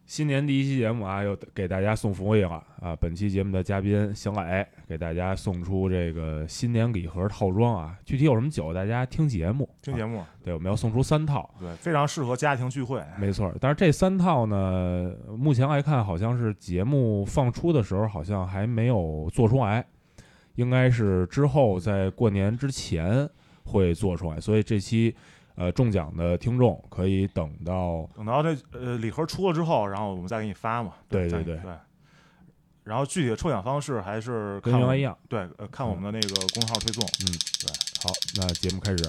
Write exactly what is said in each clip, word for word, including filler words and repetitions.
新年第一期节目啊，又给大家送福利了啊！本期节目的嘉宾邢磊给大家送出这个新年礼盒套装啊，具体有什么酒，大家听节目。 听节目， 啊、对，我们要送出三套， 对，非常适合家庭聚会。 没错，但是这三套呢，目前来看，好像是节目放出的时候，好像还没有做出来，应该是之后在过年之前会做出来，所以这期。呃，中奖的听众可以等到等到这呃礼盒出了之后，然后我们再给你发嘛。 对对对对。然后具体的抽奖方式还是跟原来一样， 对，呃，看我们的那个公众号推送。 嗯， 对。 好，那节目开始。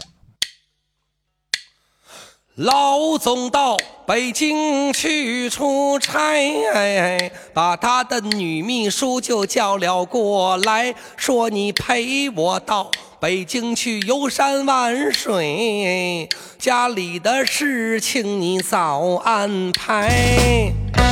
老总到北京去出差，把他的女秘书就叫了过来，说你陪我到北京去游山玩水，家里的事情你早安排。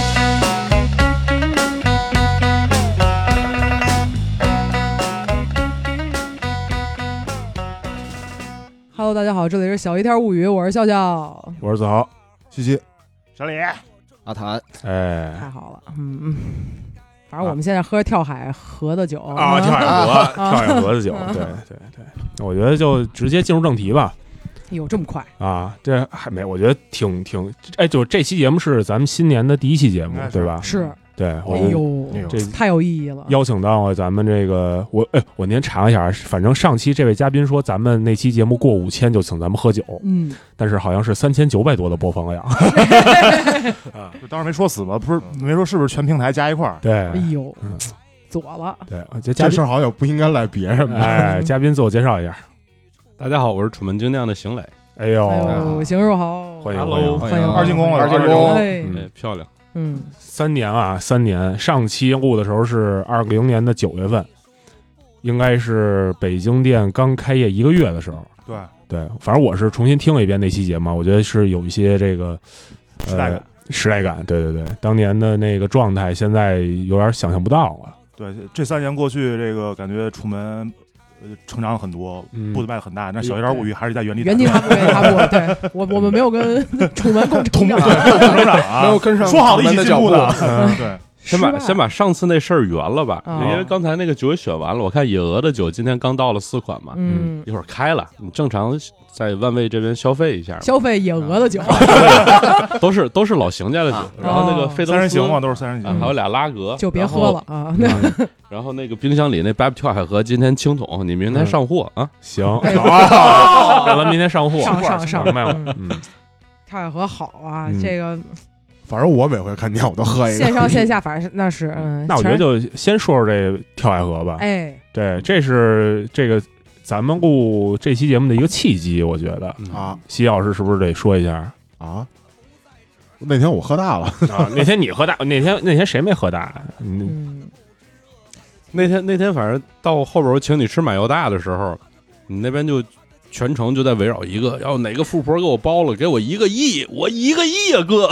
Hello， 大家好，这里是小一天物语，我是笑笑， 我是子豪， 西西， 小李， 阿谭， 哎， 太好了，嗯嗯，反正我们现在喝跳海河的酒啊，跳海河，跳海河的酒，对对对，我觉得就直接进入正题吧。 有这么快啊？这还没，我觉得挺挺，哎，就这期节目是咱们新年的第一期节目，对吧？ 是。 对， 哎呦， 这太有意义了！ 邀请到了咱们这个，我哎，我您查一下，反正上期这位嘉宾说咱们那期节目过五千就请咱们喝酒， 嗯， 但是好像是三千九百多的播放量， 啊，就当时没说死吧？不是，没说是不是全平台加一块儿？ 对， 哎呦，嗯、左了， 对， 这这事儿好像不应该赖别人。 哎，嘉宾自我介绍一下， 大家好，我是楚门精酿的邢磊。 哎呦， 哎呦，邢叔好， 欢迎欢迎欢迎， 二进宫了， 二进宫， 哎， 嗯，漂亮。 嗯， 三年啊，三年。上期录的时候是二零年的九月份，应该是北京店刚开业一个月的时候。 对对，反正我是重新听了一遍那期节目，我觉得是有一些这个呃时代感， 时代感。对对对，当年的那个状态，现在有点想象不到了。 对，这三年过去，这个感觉楚门。成长了很多，步子迈很大，但小一点物语还是在原地原地踏步，原地踏步。对我，我们没有跟楚门共成长， 成长啊， 没有跟上说好的一起进步的。对， 先把先把上次那事儿圆了吧， 哦、 因为刚才那个酒也选完了，我看野鹅的酒今天刚到了四款嘛， 嗯， 一会儿开了，你正常在万味这边消费一下， 消费野鹅的酒， 都是都是老邢家的酒，然后那个费德斯三人行嘛，都是三人行， 还有俩拉格， 就别喝了啊。 然后那个冰箱里那白跳海河今天清桶，你明天上货啊？ 行，好，让咱明天上货， 上上上， 明白了。嗯， 跳海河好啊，这个。 反正我每回看见我都喝一个， 线上线下反正那是嗯。 那我觉得就先说说这跳海河吧。 哎， 对，这是这个咱们录这期节目的一个契机，我觉得啊。 西老师是不是得说一下啊？那天我喝大了啊！那天你喝大，那天那天谁没喝大？ 嗯， 那天那天反正到后边我请你吃买油大的时候，你那边就全程就在围绕一个，要哪个富婆给我包了，给我一个亿，我一个亿啊哥！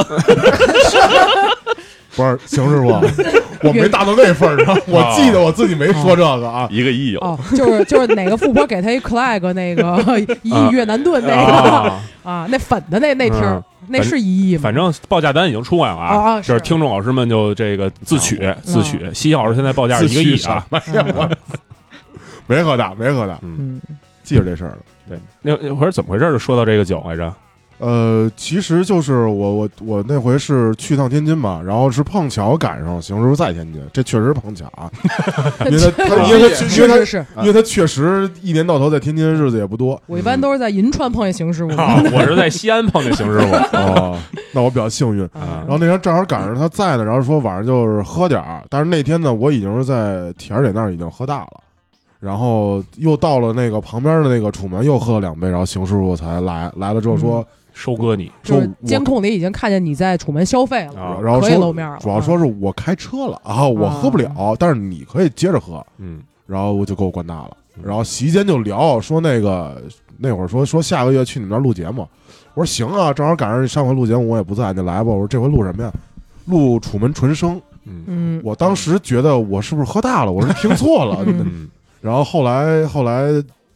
不是邢师傅，我没大到那份儿上，我记得我自己没说这个啊， 一个亿有哦，就是就是哪个富婆给他一 clag 那个一亿越南盾那个啊，那粉的那那瓶儿。那是一亿吗？ 反正报价单已经出来了啊！ 啊就是听众老师们就这个自取自取。西老师现在报价是一个亿啊！ 我没喝大，没喝大， 嗯， 记着这事儿了。 对，那那会儿怎么回事？就说到这个酒来着。 呃，其实就是我我我那回是去趟天津嘛，然后是碰巧赶上邢师傅在天津，这确实碰巧啊，因为他他因为他因为他是因为他确实一年到头在天津日子也不多。 我一般都是在银川碰见邢师傅， 我是在西安碰见邢师傅。 哦，那我比较幸运。然后那天正好赶上他在呢，然后说晚上就是喝点儿，但是那天呢，我已经是在铁儿姐那儿已经喝大了。然后又到了那个旁边的那个楚门，又喝了两杯，然后邢师傅才来来了之后说。 收割你， 就是监控里已经看见你在楚门消费了， 啊、然后可以露面了。 主要说是我开车了啊，我喝不了，啊、但是你可以接着喝。 嗯， 然后我就给我灌大了。然后席间就聊说那个那会儿说说下个月去你们那儿录节目，我说行啊，正好赶上上回录节目我也不在，你来吧。我说这回录什么呀？录楚门纯生。 嗯， 我当时觉得我是不是喝大了？我说听错了。 嗯， 然后后来后来。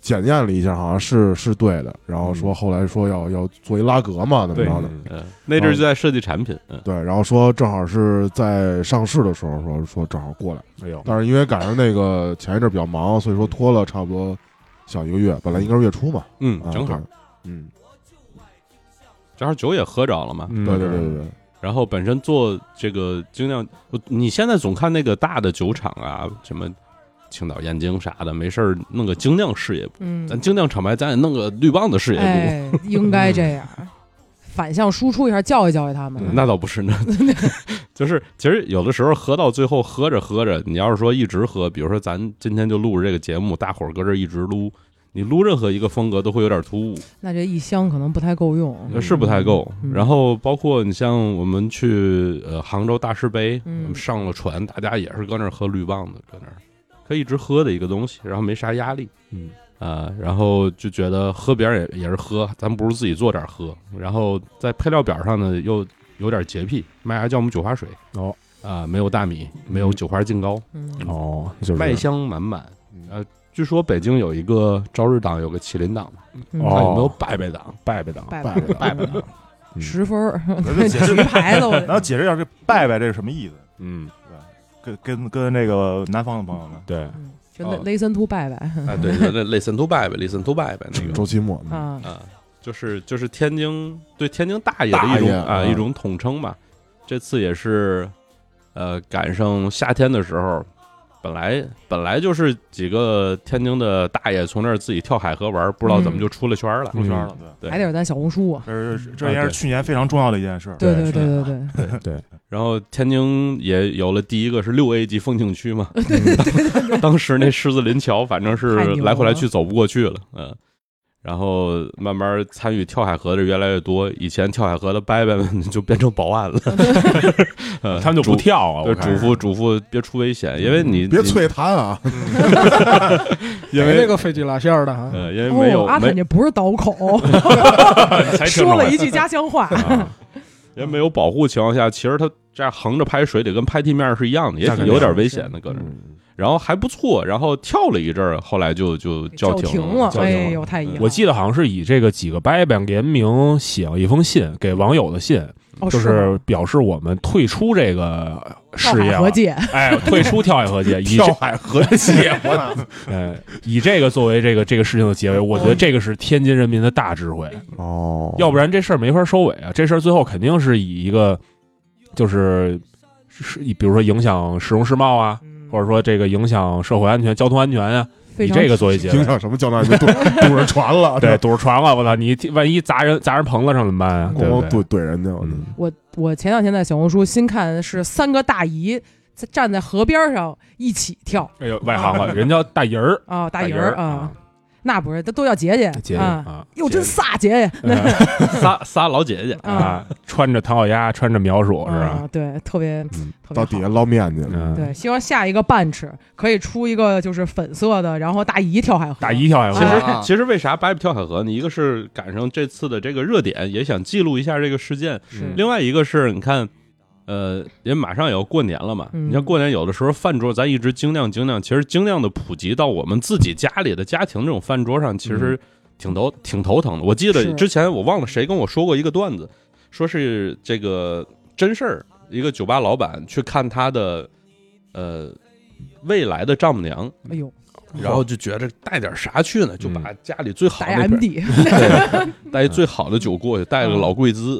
检验了一下，好像是是对的，然后说后来说要要做一拉格嘛，怎么着的？ 嗯，那阵儿就在设计产品，嗯， 对，然后说正好是在上市的时候说说正好过来， 哎呦， 但是因为赶上那个前一阵比较忙，所以说拖了差不多小一个月，本来应该是月初嘛， 嗯， 啊、 正好， 嗯， 正好酒也喝着了嘛， 嗯、 对对对对对。 然后本身做这个精酿，你现在总看那个大的酒厂啊，什么青岛、燕京啥的，没事儿弄个精酿事业部， 嗯， 咱精酿厂牌咱也弄个绿棒子事业部， 哎，应该这样，反向输出一下，教育教育他们。 嗯、那倒不是，那就是其实有的时候喝到最后，喝着喝着，你要是说一直喝，比如说咱今天就录着这个节目，大伙儿搁这一直撸。你撸任何一个风格都会有点突兀， 那这一箱可能不太够用， 是不太够。 嗯、 然后包括你像我们去呃杭州大师杯， 嗯、 我们上了船，大家也是搁那儿喝绿棒子，搁那儿可以一直喝的一个东西，然后没啥压力， 嗯啊、呃，然后就觉得喝别人也也是喝，咱不如自己做点喝。然后在配料表上呢又有点洁癖，麦芽酵母酒花水哦啊、呃，没有大米，没有酒花劲膏， 嗯、 哦，就是麦香满满，呃。据说北京有一个朝日党，有个麒麟党， 嗯、 看有没有拜拜党？ 拜拜党， 拜拜拜拜党， 十分儿， 解释牌子， 然后解释一下这拜拜这是什么意思？ 嗯， 对，跟跟跟那个南方的朋友们， 对， 嗯、就 listen to 拜拜， 哎，对，那 listen to 拜拜 ，listen to 拜拜那个周奇墨啊啊，就是就是天津对天津大爷的一种啊一种统称嘛。这次也是，呃，赶上夏天的时候。本来本来就是几个天津的大爷从那儿自己跳海河玩，不知道怎么就出了圈了， 出圈了， 对， 还得是咱小红书啊， 这这也是去年非常重要的一件事， 对对对对对对对。 然后天津也有了第一个是六 A 级风景区嘛，当时那狮子林桥反正是来回来去走不过去了，嗯。然后慢慢参与跳海河的越来越多，以前跳海河的伯伯们就变成保安了， 呃、他们就不跳啊， 对，嘱咐嘱咐别出危险，因为你别啐痰啊， 因为那个飞机拉线的哈， 呃，因为没有、 哦、阿肯这不是刀口，说了一句家乡话， 啊、因为没有保护情况下，其实他这样横着拍水里跟拍地面是一样的，也有点危险的，搁这。然后还不错，然后跳了一阵儿，后来就就叫停了。哎呦，太遗憾！ 我记得好像是以这个几个伯伯联名写了一封信给网友的信， 哦、 就是表示我们退出这个事业了，哎，退出跳海河界，以跳海河界，我哎，以这个作为这个这个事情的结尾，我觉得这个是天津人民的大智慧哦， 要不然这事儿没法收尾啊，这事儿最后肯定是以一个就是是比如说影响市容市貌啊。或者说这个影响社会安全、交通安全呀、啊，以这个作为结尾。 影响什么交通安全？堵堵着船了， 对，堵着船了，我操！你万一砸人砸人棚子上怎么办啊？对不对？怼怼人家。 嗯、 我我前两天在小红书新看是三个大姨站在河边上一起跳。 哎呦，外行了，人叫大姨儿啊，大姨儿啊。那不是，都都叫姐姐， 姐姐啊！ 哟，真飒姐姐， 仨仨老姐姐啊，穿着唐老鸭，穿着苗鼠是吧？ 对，特别到底下捞面去了。 对，希望下一个半尺可以出一个就是粉色的，然后大姨跳海河。 大姨跳海河。 其实其实为啥伯伯跳海河呢？一个是赶上这次的这个热点，也想记录一下这个事件；另外一个是你看。呃，也马上也要过年了嘛。 嗯、 你像过年有的时候饭桌，咱一直精酿精酿，其实精酿的普及到我们自己家里的家庭这种饭桌上，其实挺头、嗯、挺头疼的。我记得之前我忘了谁跟我说过一个段子，说是这个真事儿，一个酒吧老板去看他的呃未来的丈母娘， 哎呦。 然后就觉着带点啥去呢？就把家里最好的带 M D， 带最好的酒过去，带了个老贵滋，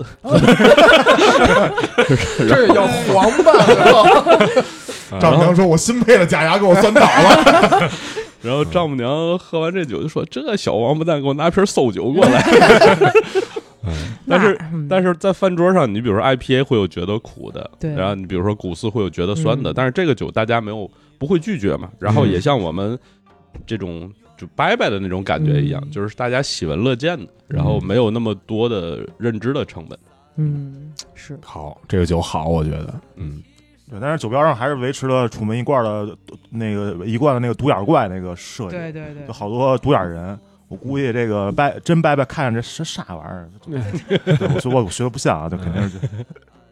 这叫黄吧？ 丈母娘说：“我新配的假牙给我酸倒了。” 然后丈母娘喝完这酒就说：“这小王八蛋，给我拿瓶馊酒过来。”但是但是在饭桌上，你比如说 I P A 会有觉得苦的， 对， 然后你比如说古斯会有觉得酸的， 嗯、 但是这个酒大家没有不会拒绝嘛，然后也像我们。这种就拜拜的那种感觉一样， 嗯、 就是大家喜闻乐见的，然后没有那么多的认知的成本。 嗯，是好，这个酒好，我觉得， 嗯， 对，但是酒标上还是维持了楚门一贯的那个一贯的那个独眼怪那个设计， 对对对， 就好多独眼人。我估计这个拜真拜拜看着这是啥玩意儿？对，我说我学的不像啊，这肯定是。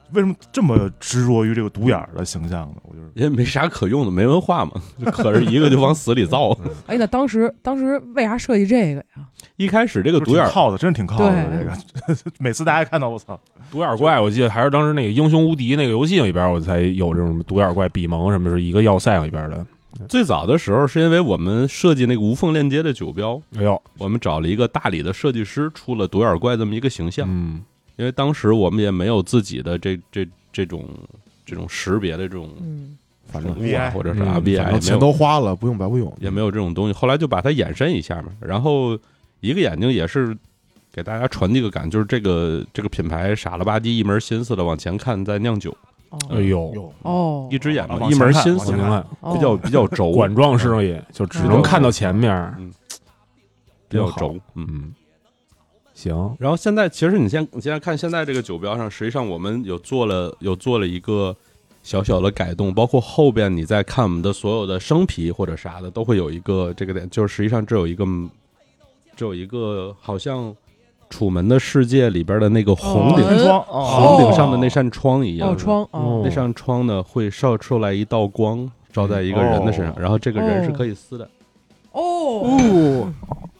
为什么这么执着于这个独眼的形象呢？我觉得因为没啥可用的，没文化嘛，可是一个就往死里造。 哎，那当时当时为啥设计这个呀？ 一开始这个独眼靠的真是挺靠的，这个每次大家看到我操独眼怪，我记得还是当时那个英雄无敌那个游戏里边，我才有这种独眼怪比蒙什么，是一个要塞里边的。 最早的时候是因为我们设计那个无缝链接的酒标， 哎呦， 我们找了一个大理的设计师，出了独眼怪这么一个形象。 嗯， 因为当时我们也没有自己的这这这种这种识别的这种， 嗯， 反正或者是 R 嗯 B I， 钱都花了，不用白不用， 也没有这种东西。后来就把它延伸一下嘛，然后一个眼睛也是给大家传递一个感，就是这个这个品牌傻了吧唧一门心思的往前看，在酿酒。 哎呦， 哦， 一只眼嘛， 往一门前看心思往前看比较比较轴， 管状视野就只能看到前面， 嗯，比较轴，嗯。 嗯，行。 然后现在其实你先你现在看现在这个酒标上，实际上我们有做了有做了一个小小的改动，包括后边你再看我们的所有的生啤或者啥的，都会有一个这个点，就是实际上这有一个这有一个好像楚门的世界里边的那个红顶窗， 红顶上的那扇窗一样， 哦窗，哦， 那扇窗呢会照出来一道光，照在一个人的身上，然后这个人是可以撕的。 哦，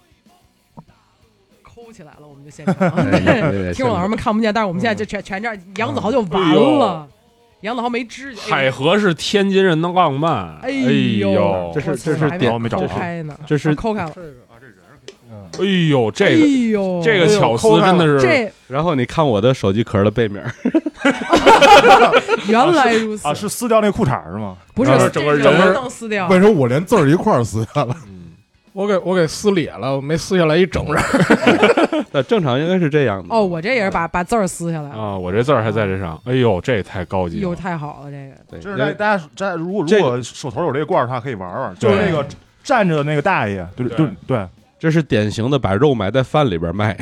抠起来了，我们就现场，听众老师们看不见，但是我们现在就全全这样，杨子豪就完了。杨子豪没指甲， 海河是天津人的浪漫。 哎呦， 这是这是点没找开呢， 这是抠开了。 哎呦，这个、 哎呦这个巧思真的是。 这然后你看我的手机壳的背面， 原来如此啊，是撕掉那裤衩是吗？ 不是， 整个人能撕掉。 为什么我连字儿一块儿撕下了？ 我给我给撕裂了，我没撕下来一整人。 那正常应该是这样的。 哦，我这也是把把字儿撕下来啊，我这字儿还在这上。哎呦，这也太高级了， 哟，太好了，这个。 对， 就是大大家大家如果如果手头有这个罐儿的话，可以玩玩。就是那个站着的那个大爷，对对对， 这是典型的把肉埋在饭里边卖。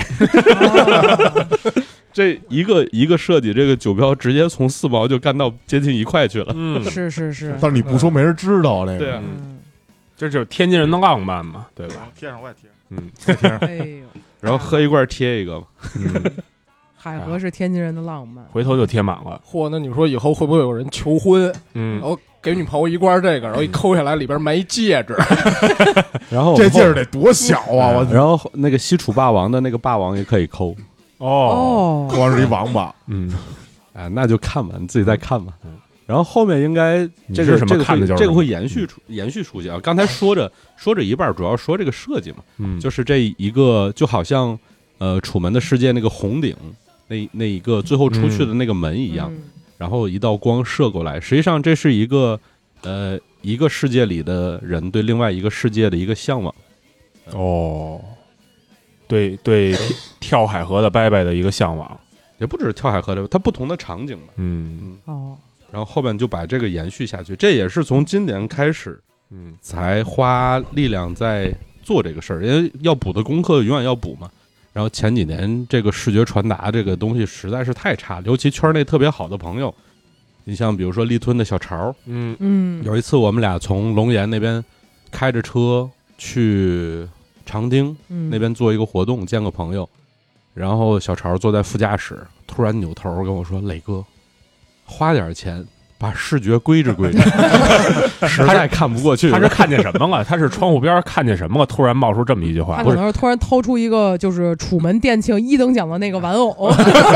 这一个一个设计，这个酒标直接从四毛就干到接近一块去了。 嗯， 是是是。 但是你不说没人知道这个。 对啊。 这就是天津人的浪漫嘛，对吧？ 贴上我也贴， 嗯， 贴上。 哎呦， 然后喝一罐贴一个嘛。 嗯， 海河是天津人的浪漫， 回头就贴满了。 嚯，那你说以后会不会有人求婚？ 嗯， 然后给女朋友一罐这个，然后一抠下来里边埋一戒指， 然后这戒指得多小啊！我然后那个西楚霸王的那个霸王也可以抠。 哦， 光是一王八。 嗯， 哎，那就看吧，你自己再看吧。然后后面应该这个什么看的， 这个会延续出延续出去啊。刚才说着说着一半，主要说这个设计嘛， 嗯， 就是这一个就好像呃楚门的世界那个红顶那那一个最后出去的那个门一样，然后一道光射过来，实际上这是一个呃一个世界里的人对另外一个世界的一个向往。 哦，对对，跳海河的伯伯的一个向往， 也不只是跳海河的，它不同的场景嘛。 嗯嗯哦。 然后后面就把这个延续下去，这也是从今年开始， 嗯， 才花力量在做这个事儿，因为要补的功课永远要补嘛。然后前几年这个视觉传达这个东西实在是太差了，尤其圈内特别好的朋友，你像比如说立吞的小潮， 嗯嗯， 有一次我们俩从龙岩那边开着车去长汀、 嗯、 那边做一个活动，见个朋友，然后小潮坐在副驾驶，突然扭头跟我说：“磊哥。”花点钱把视觉归置归置，实在看不过去。 他是看见什么了？他是窗户边看见什么了？突然冒出这么一句话， 他可能是突然掏出一个就是楚门店庆一等奖的那个玩偶。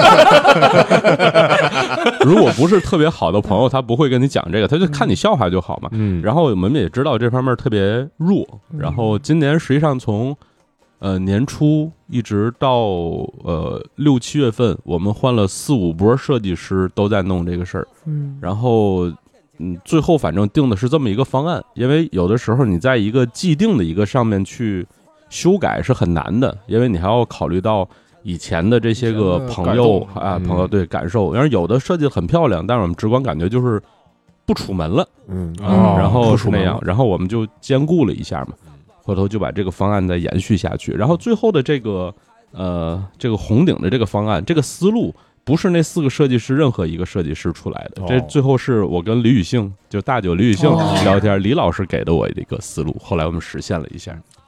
如果不是特别好的朋友，他不会跟你讲这个，他就看你笑话就好嘛。 嗯， 然后我们也知道这方面特别弱。然后今年实际上从呃年初一直到呃六七月份，我们换了四五波设计师都在弄这个事儿。 嗯， 然后嗯，最后反正定的是这么一个方案，因为有的时候你在一个既定的一个上面去修改是很难的，因为你还要考虑到以前的这些个朋友啊朋友对感受。然后有的设计很漂亮，但是我们直观感觉就是不楚门了， 嗯， 哦、 然后是那样，然后我们就兼顾了一下嘛。回头就把这个方案再延续下去，然后最后的这个呃这个红顶的这个方案，这个思路不是那四个设计师任何一个设计师出来的， 哦、 这最后是我跟李宇兴，就大九李宇兴聊天，哦、李老师给的我的一个思路，后来我们实现了一下。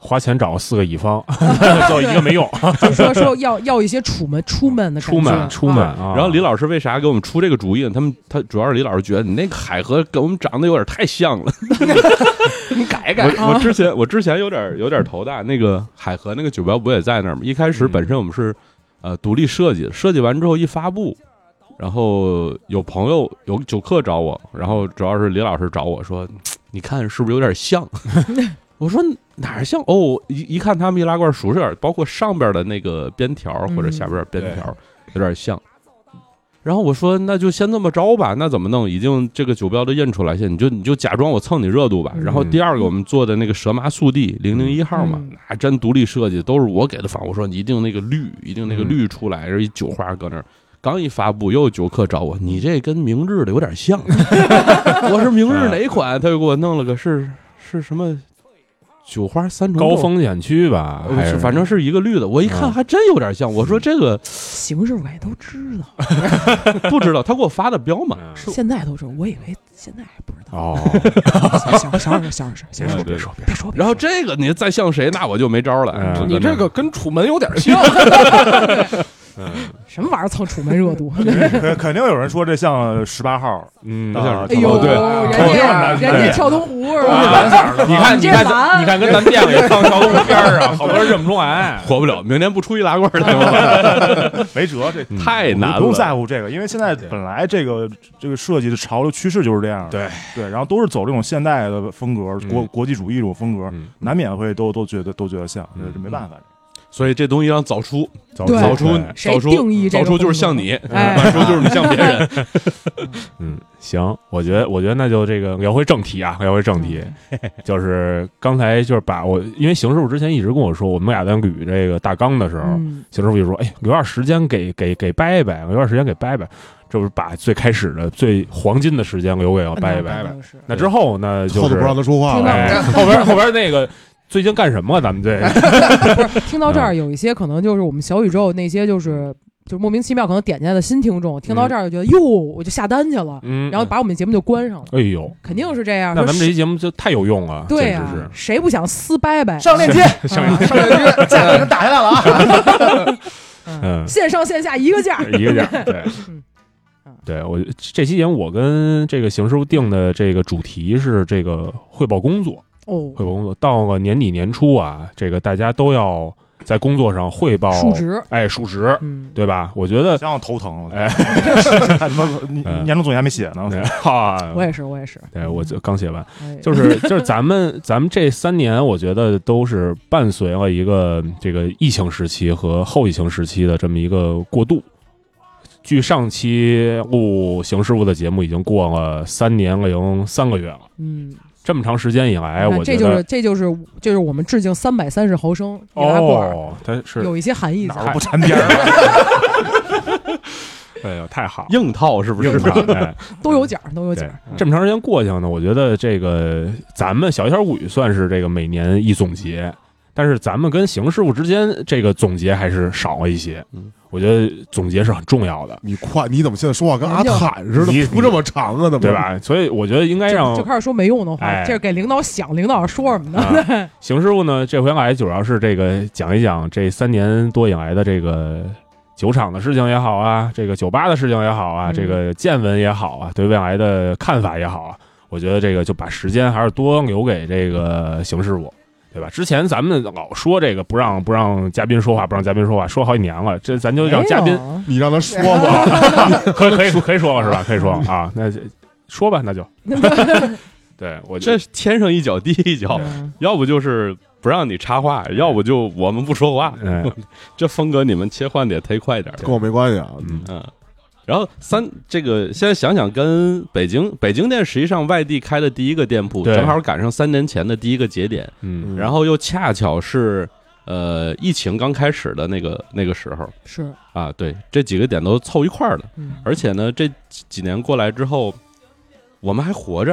花钱找四个乙方，就一个没用。 就说说要要一些出门出门的感觉出门出门啊。 然后李老师为啥给我们出这个主意呢？他们他主要是李老师觉得你那个海河跟我们长得有点太像了，你改改。我我之前我之前有点有点头大，那个海河那个酒标不也在那儿吗？一开始本身我们是呃独立设计，设计完之后一发布。然后有朋友有酒客找我，然后主要是李老师找我说，你看是不是有点像？我说哪儿像？哦，一一看他们易拉罐属实有点，包括上边的那个边条或者下边边条、嗯、有点像。然后我说那就先这么着吧，那怎么弄？已经这个酒标都印出来，你就你就假装我蹭你热度吧。嗯、然后第二个我们做的那个蛇麻速递零零一号嘛，那、嗯、真独立设计，都是我给的房。我说你一定那个绿，一定那个绿出来，然后一酒花搁那儿。刚一发布，又有酒客找我，你这跟明日的有点像。我说明日哪款？他就给我弄了个是是什么酒花三重高风险区吧，还是反正是一个绿的。我一看还真有点像。我说这个邢师傅也都知道， 不知道他给我发的标嘛？ 现在都知道，我以为现在还不知道。 哦， 小小点小点声，小点声，别说别说。 然后这个你再像谁，那我就没招了。 嗯、你这个跟楚门有点像。 嗯，什么玩意儿蹭楚门热度？ 肯肯定有人说这像十八号， 嗯， 啊、 哎呦， 对， 人家人家跳东湖是吧？ 蓝色的，你看你看你看跟咱们店里放跳东湖片儿啊，好多人认不出来， 火不了，明年不出易拉罐了， 没辙，这太难了， 不用在乎这个，因为现在本来这个这个设计的潮流趋势就是这样， 对对，然后都是走这种现代的风格，国国际主义这种风格，难免会都都觉得都觉得像，这没办法。 所以这东西让早出，早出， 早出，早出， 定义早出就是像你，晚出就是你像别人。 嗯，行，我觉得，我觉得那就这个聊回正题啊，聊回正题，就是刚才就是把我，因为邢师傅之前一直跟我说，我们俩在捋这个大纲的时候，邢师傅就说，哎，留点时间给给给掰掰，留点时间给掰掰，这不是把最开始的最黄金的时间留给要掰一掰掰。那之后呢，就是后头不让他说话了， 后边后边那个。最近干什么、啊？咱们这不是听到这儿，有一些可能就是我们小宇宙那些就是就莫名其妙可能点进来的新听众，听到这儿就觉得哟、嗯，我就下单去了，嗯，然后把我们节目就关上了。 哎呦， 肯定是这样。 那咱们这期节目就太有用了， 对啊，谁不想撕掰掰？ 上链接， 上链接， 上链接，价格打下来了啊！ 嗯，线上线下一个价， 一个价，对。对我这期节目，我跟这个邢师傅定的这个主题是这个汇报工作。 哦， 汇报工作到了年底年初啊，这个大家都要在工作上汇报述职， 哎，述职，嗯，对吧？我觉得这样头疼， 哎， 他妈年终总结还没写呢， 哈， 我也是，我也是， 对我就刚写完，就是就是咱们咱们这三年，我觉得都是伴随了一个这个疫情时期和后疫情时期的这么一个过渡。距上期录邢师傅的节目已经过了三年零三个月了，嗯。这么长时间以来，我觉得这就是这就是就是我们致敬三百三十毫升易拉罐， 哦，它是有一些含义在， 哪儿不沾边儿？ 哎呀，太好， 硬套是不是？ 硬套，哎， 都有奖，都有奖。 这么长时间过去了呢，我觉得这个咱们小一小物语算是这个每年一总结，但是咱们跟邢师傅之间这个总结还是少了一些。嗯。我觉得总结是很重要的。 你快，你怎么现在说话跟阿坦似的？你不这么长啊？ 对吧？所以我觉得应该让就, 就开始说没用的话，哎、这是给领导想，领导说什么呢？ 啊、邢师傅呢，这回来主要是这个讲一讲这三年多以来的这个酒厂的事情也好啊，这个酒吧的事情也好啊，嗯、这个见闻也好啊，对未来的看法也好啊，我觉得这个就把时间还是多留给这个邢师傅。对吧？之前咱们老说这个不让不让嘉宾说话，不让嘉宾说话，说好几年了。这咱就让嘉宾， 你让他说吧， 可以可以可以说了是吧？可以说啊，那就说吧，那就。对我这天上一脚地一脚，要不就是不让你插话，要不就我们不说话。嗯，这风格你们切换的也忒快点， 跟我没关系啊。 嗯嗯。然后三这个现在想想，跟北京北京店实际上外地开的第一个店铺，正好赶上三年前的第一个节点，嗯，然后又恰巧是呃疫情刚开始的那个那个时候， 是啊，对，这几个点都凑一块儿了，嗯，而且呢，这几年过来之后，我们还活着。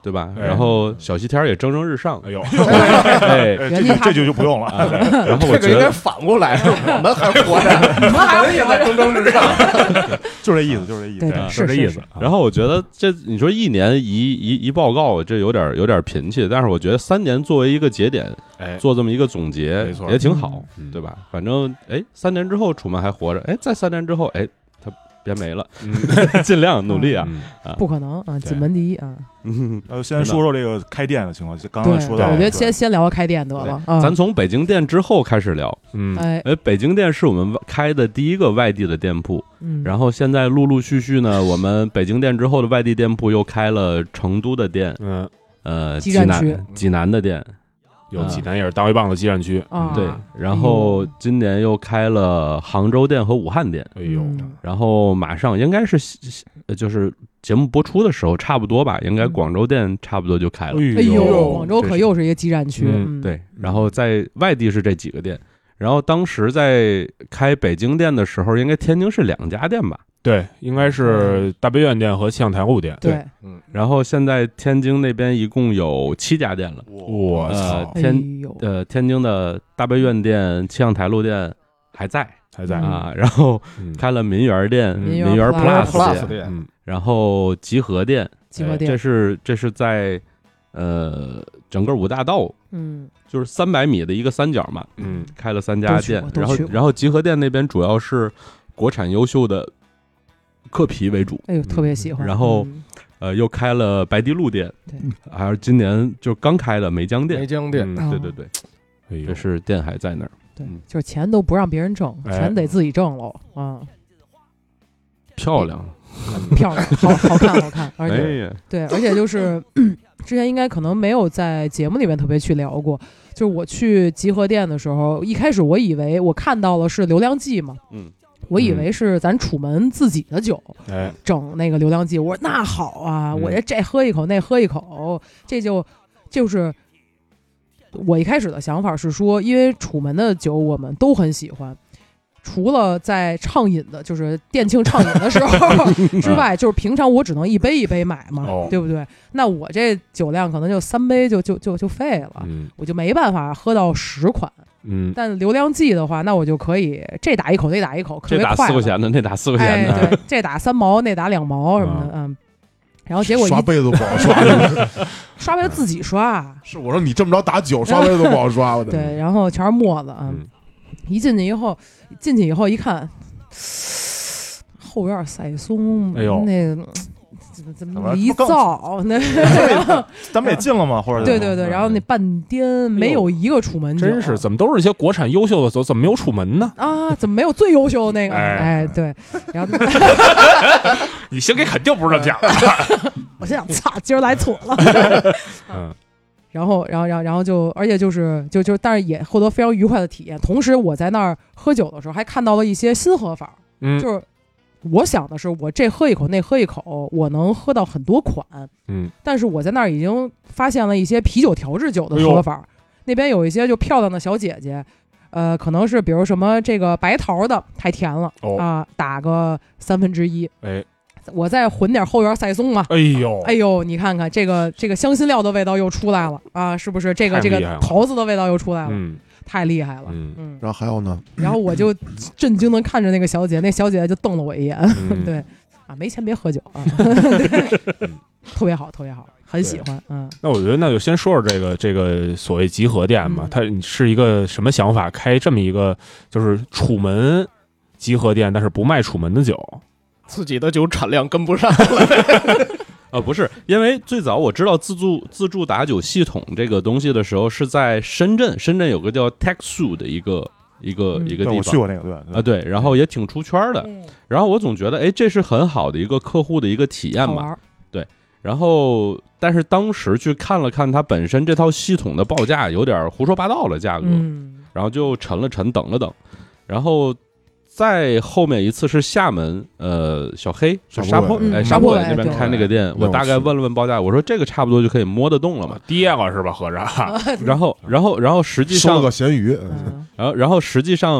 对吧？然后小西天也蒸蒸日上， 哎呦， 哎， 这这就就不用了。 然后我觉得反过来，我们还活着，你们还也在蒸蒸日上， 就这意思，就是这意思， 是这意思。 然后我觉得这你说一年一一一报告，这有点有点贫气，但是我觉得三年作为一个节点， 哎， 做这么一个总结， 没错， 也挺好，对吧？反正哎，三年之后楚门还活着，哎，再三年之后，哎。别没了，尽量努力啊！ 不可能啊，紧门第一啊！ 呃，先说说这个开店的情况。刚刚说到， 我觉得先先聊开店得了。 咱从北京店之后开始聊。 嗯， 哎， 北京店是我们开的第一个外地的店铺。 嗯， 然后现在陆陆续续呢，我们北京店之后的外地店铺又开了成都的店， 嗯， 呃， 济南济南的店。 有济南也是大威棒的基站区啊， 对，然后今年又开了杭州店和武汉店， 哎呦， 然后马上应该是就是节目播出的时候差不多吧，应该广州店差不多就开了。 哎呦，广州可又是一个基站区， 对，然后在外地是这几个店，然后当时在开北京店的时候，应该天津是两家店吧？ 对，应该是大悲院店和气象台路店。 对， 嗯，然后现在天津那边一共有七家店了。 我操！天呃，天津的大悲院店、气象台路店还在， 还在啊。然后开了民园店、民园 Plus 店，然后集合店， 集合店， 这是这是在呃整个五大道， 嗯， 就是三百米的一个三角嘛， 嗯， 开了三家店。然后然后集合店那边主要是国产优秀的客皮为主， 哎呦，特别喜欢。 然后，呃，又开了白堤路店， 对， 还是今年就刚开的梅江店。 梅江店， 对对对，这是店还在那儿。 对，就是钱都不让别人挣，钱得自己挣喽啊！ 漂亮， 漂亮，好好看，好看，而且对，而且就是之前应该可能没有在节目里面特别去聊过。就是我去集合店的时候，一开始我以为我看到了是流量记嘛， 嗯。 我以为是咱楚门自己的酒， 哎， 整那个流量记。我说那好啊，我这这喝一口，那喝一口，这就就是我一开始的想法是说，因为楚门的酒我们都很喜欢，除了在畅饮的，就是店庆畅饮的时候之外，就是平常我只能一杯一杯买嘛， 哦、 对不对？那我这酒量可能就三杯就就就就废了， 嗯、 我就没办法喝到十款。 嗯， 但流量计的话，那我就可以这打一口，那打一口， 这打四块钱的，那打四块钱的， 哎、对，这打三毛，那打两毛什么的，嗯。然后结果刷杯子都不好刷， 刷杯子自己刷。 是我说你这么着打酒，刷杯子都不好刷。 对，然后全是沫子啊。嗯、一进去以后，进去以后一看，后院塞松， 哎呦， 那个。怎么离灶？那咱们也进了吗？或者对对对，然后那半颠没有一个楚门酒， 真是怎么都是一些国产优秀的酒，怎么没有楚门呢？ 啊，怎么没有最优秀的那个？哎，对，然后你心里肯定不是这么讲的。 我心想，操，今儿来错了。嗯，然后，然后，然后，然后就，而且就是就就，但是也获得非常愉快的体验。同时，我在那儿喝酒的时候，还看到了一些新喝法， 嗯， 就是。我想的是，我这喝一口，那喝一口，我能喝到很多款。 嗯， 但是我在那儿已经发现了一些啤酒调制酒的喝法。哎、那边有一些就漂亮的小姐姐，呃，可能是比如什么这个白桃的太甜了、 哦、 啊，打个三分之一。 哎， 我再混点后园赛松嘛。 哎呦， 哎呦，你看看这个这个香辛料的味道又出来了啊，是不是？这个这个桃子的味道又出来了。 嗯。 太厉害了， 嗯嗯， 然后还有呢， 然后我就震惊的看着那个小姐，那小姐就瞪了我一眼， 嗯、 对，啊，没钱别喝酒啊，特别好，特别好，很喜欢，嗯。 那我觉得那就先说说这个这个所谓集合店嘛， 嗯、 它是一个什么想法？开这么一个就是楚门集合店，但是不卖楚门的酒， 自己的酒产量跟不上了。 呃，不是，因为最早我知道自助自助打酒系统这个东西的时候，是在深圳，深圳有个叫 Texu 的一个一个、嗯、一个地方， 我去过那个，对啊、呃，对，然后也挺出圈的。嗯、然后我总觉得，哎，这是很好的一个客户的一个体验嘛，对。然后，但是当时去看了看它本身这套系统的报价，有点胡说八道了价格， 嗯、 然后就沉了沉，等了等，然后。再后面一次是厦门，呃，小黑是沙坡，哎，沙坡尾那边开那个店，我大概问了问报价，我说这个差不多就可以摸得动了嘛， 跌了是吧？合着， 然后，然后，然后实际上收个咸鱼， 然后，然后实际上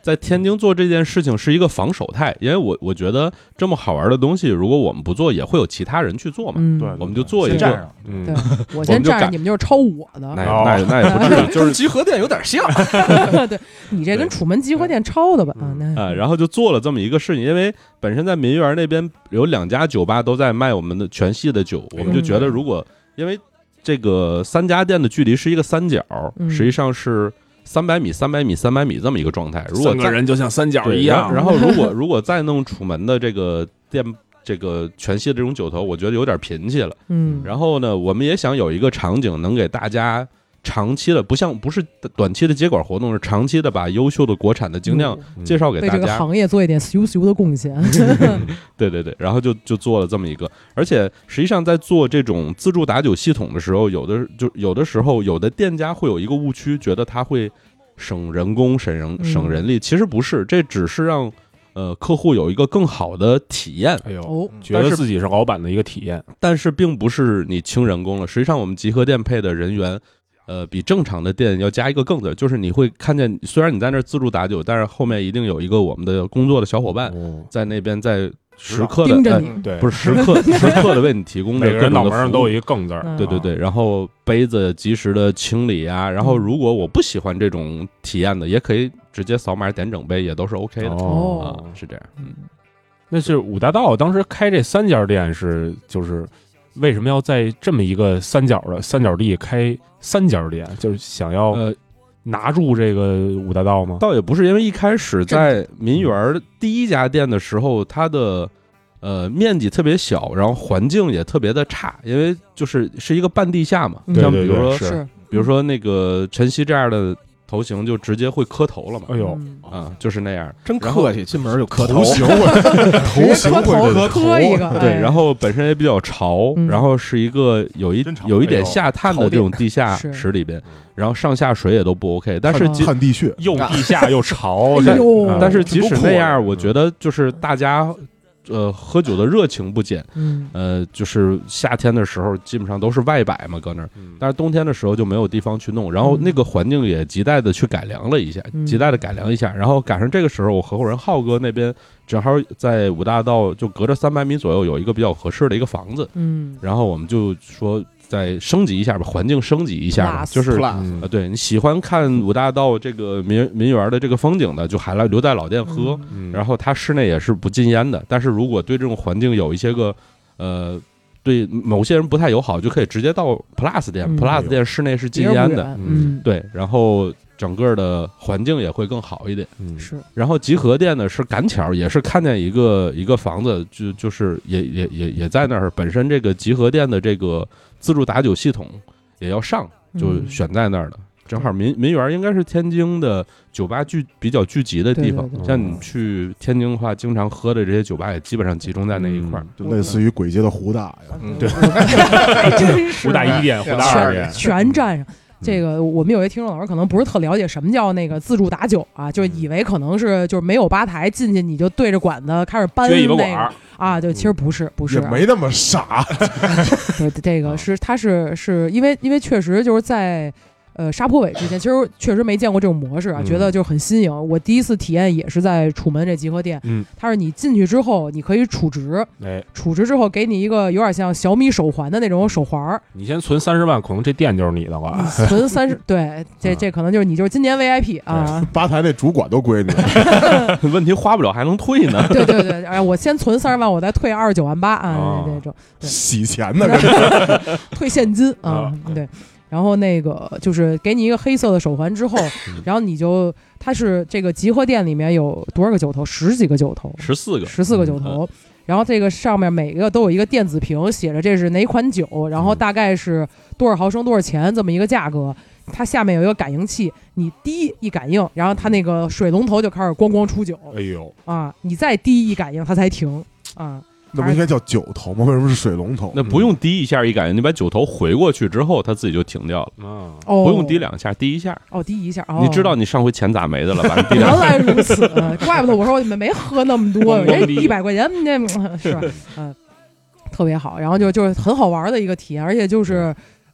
在天津做这件事情是一个防守态，因为我我觉得这么好玩的东西，如果我们不做，也会有其他人去做嘛。 嗯、 对， 我们就做一个。 嗯， 对，我先站着，你们就是抄我的。 那那那也不至于，就是集合店有点像。 对，你这跟楚门集合店抄的吧？啊，那啊，然后就做了这么一个事情，因为本身在民园那边有两家酒吧都在卖我们的全系的酒，我们就觉得如果因为这个三家店的距离是一个三角， 嗯、 实际上是。三百米、三百米、三百米这么一个状态，如果三个人就像三角一样。 然后，如果如果再弄楚门的这个店，这个全系的这种酒头，我觉得有点贫气了。 嗯。 然后呢，我们也想有一个场景，能给大家长期的，不像不是短期的接管活动，是长期的把优秀的国产的精酿介绍给大家， 为这个行业做一点咻咻的贡献。 对对对，然后就就做了这么一个，而且实际上在做这种自助打酒系统的时候，有的就有的时候有的店家会有一个误区，觉得他会省人工、省人省人力，其实不是，这只是让呃客户有一个更好的体验。 哎呦， 哦、 觉得自己是老板的一个体验， 但是并不是你轻人工了。实际上，我们集合店配的人员。呃，比正常的店要加一个更字，就是你会看见，虽然你在那儿自助打酒，但是后面一定有一个我们的工作的小伙伴在那边在时刻的盯着你， 呃、对，不是时刻时刻的为你提供的各种的服务。每个人脑门上都有一个更字， 嗯、 对对对，然后杯子及时的清理啊，然后如果我不喜欢这种体验的，也可以直接扫码点整杯，也都是 OK 的。 哦， 啊、是这样。 嗯，那是五大道当时开这三家店是就是。为什么要在这么一个三角的三角地开三家店？就是想要呃拿住这个五大道吗？ 倒也不是，因为一开始在民园第一家店的时候，它的呃面积特别小，然后环境也特别的差，因为就是是一个半地下嘛，像比如说是比如说那个晨曦这样的。头型就直接会磕头了嘛？ 哎呦， 啊，就是那样， 真客气，进门就磕头， 头型会，头型会磕磕一个， 对，然后本身也比较潮，然后是一个有一有一点下探的这种地下室里边，然后上下水也都不 OK， 但是探地穴又地下又潮， 但是即使那样，我觉得就是大家。呃，喝酒的热情不减， 嗯， 呃，就是夏天的时候基本上都是外摆嘛，搁那儿，但是冬天的时候就没有地方去弄，然后那个环境也亟待的去改良了一下， 嗯、 亟待的改良一下，然后赶上这个时候，我合伙人浩哥那边正好在五大道就隔着三百米左右有一个比较合适的一个房子， 嗯， 然后我们就说。再升级一下吧，环境升级一下，就是嗯、 呃，对你喜欢看五大道这个民民园的这个风景的，就还来留在老店喝。 嗯、 然后它室内也是不禁烟的，但是如果对这种环境有一些个呃，对某些人不太友好，就可以直接到 Plus 店、 嗯、 ，Plus 店室内是禁烟的， 嗯， 对，然后。整个的环境也会更好一点， 嗯， 是。 然后集合店呢是赶巧也是看见一个一个房子，就就是也也也也在那儿。本身这个集合店的这个自助打酒系统也要上，就选在那儿的。嗯、正好民民园应该是天津的酒吧聚比较聚集的地方， 对对对像你去天津的话，经常喝的这些酒吧也基本上集中在那一块儿， 嗯、就类似于簋街的胡大呀， 嗯，对， 真是胡大一店、胡大二店全占上。这个我们有些听众老师可能不是特了解什么叫那个自助打酒啊，就以为可能是就是没有吧台进去你就对着管子开始搬那个啊，就其实不是不是、啊， 也没那么傻。 对，这个是它是是因为因为确实就是在。呃，沙坡尾之前其实确实没见过这种模式啊， 嗯、 觉得就很新颖。我第一次体验也是在楚门这集合店， 嗯， 它是你进去之后你可以储值， 哎， 储值之后给你一个有点像小米手环的那种手环。 你先存三十万，可能这店就是你的了。 存三十，对，这这可能就是你就是今年 V I P 啊， 吧台那主管都归你。 问题花不了还能退呢？ 对对对，哎，我先存三十万，我再退二十九万八啊，那种洗钱的， 退现金啊，对。然后那个就是给你一个黑色的手环之后，然后你就它是这个集合店里面有多少个酒头？十几个酒头， 十四个， 十四个酒头。嗯、然后这个上面每个都有一个电子屏，写着这是哪款酒，然后大概是多少毫升多少钱这么一个价格。它下面有一个感应器，你滴一感应，然后它那个水龙头就开始咣咣出酒。 哎呦啊！你再滴一感应，它才停啊。 那不应该叫酒头吗？为什么是水龙头？ 那不用滴一下一感应，你把酒头回过去之后，它自己就停掉了。 啊， 哦， 不用滴两下，滴一下。 哦，滴一下。哦， 你知道你上回钱咋没的了吧？滴原来如此，怪不得我说你们没喝那么多，这一百块钱那是吧？嗯，特别好，然后就就是很好玩的一个体验，而且就是。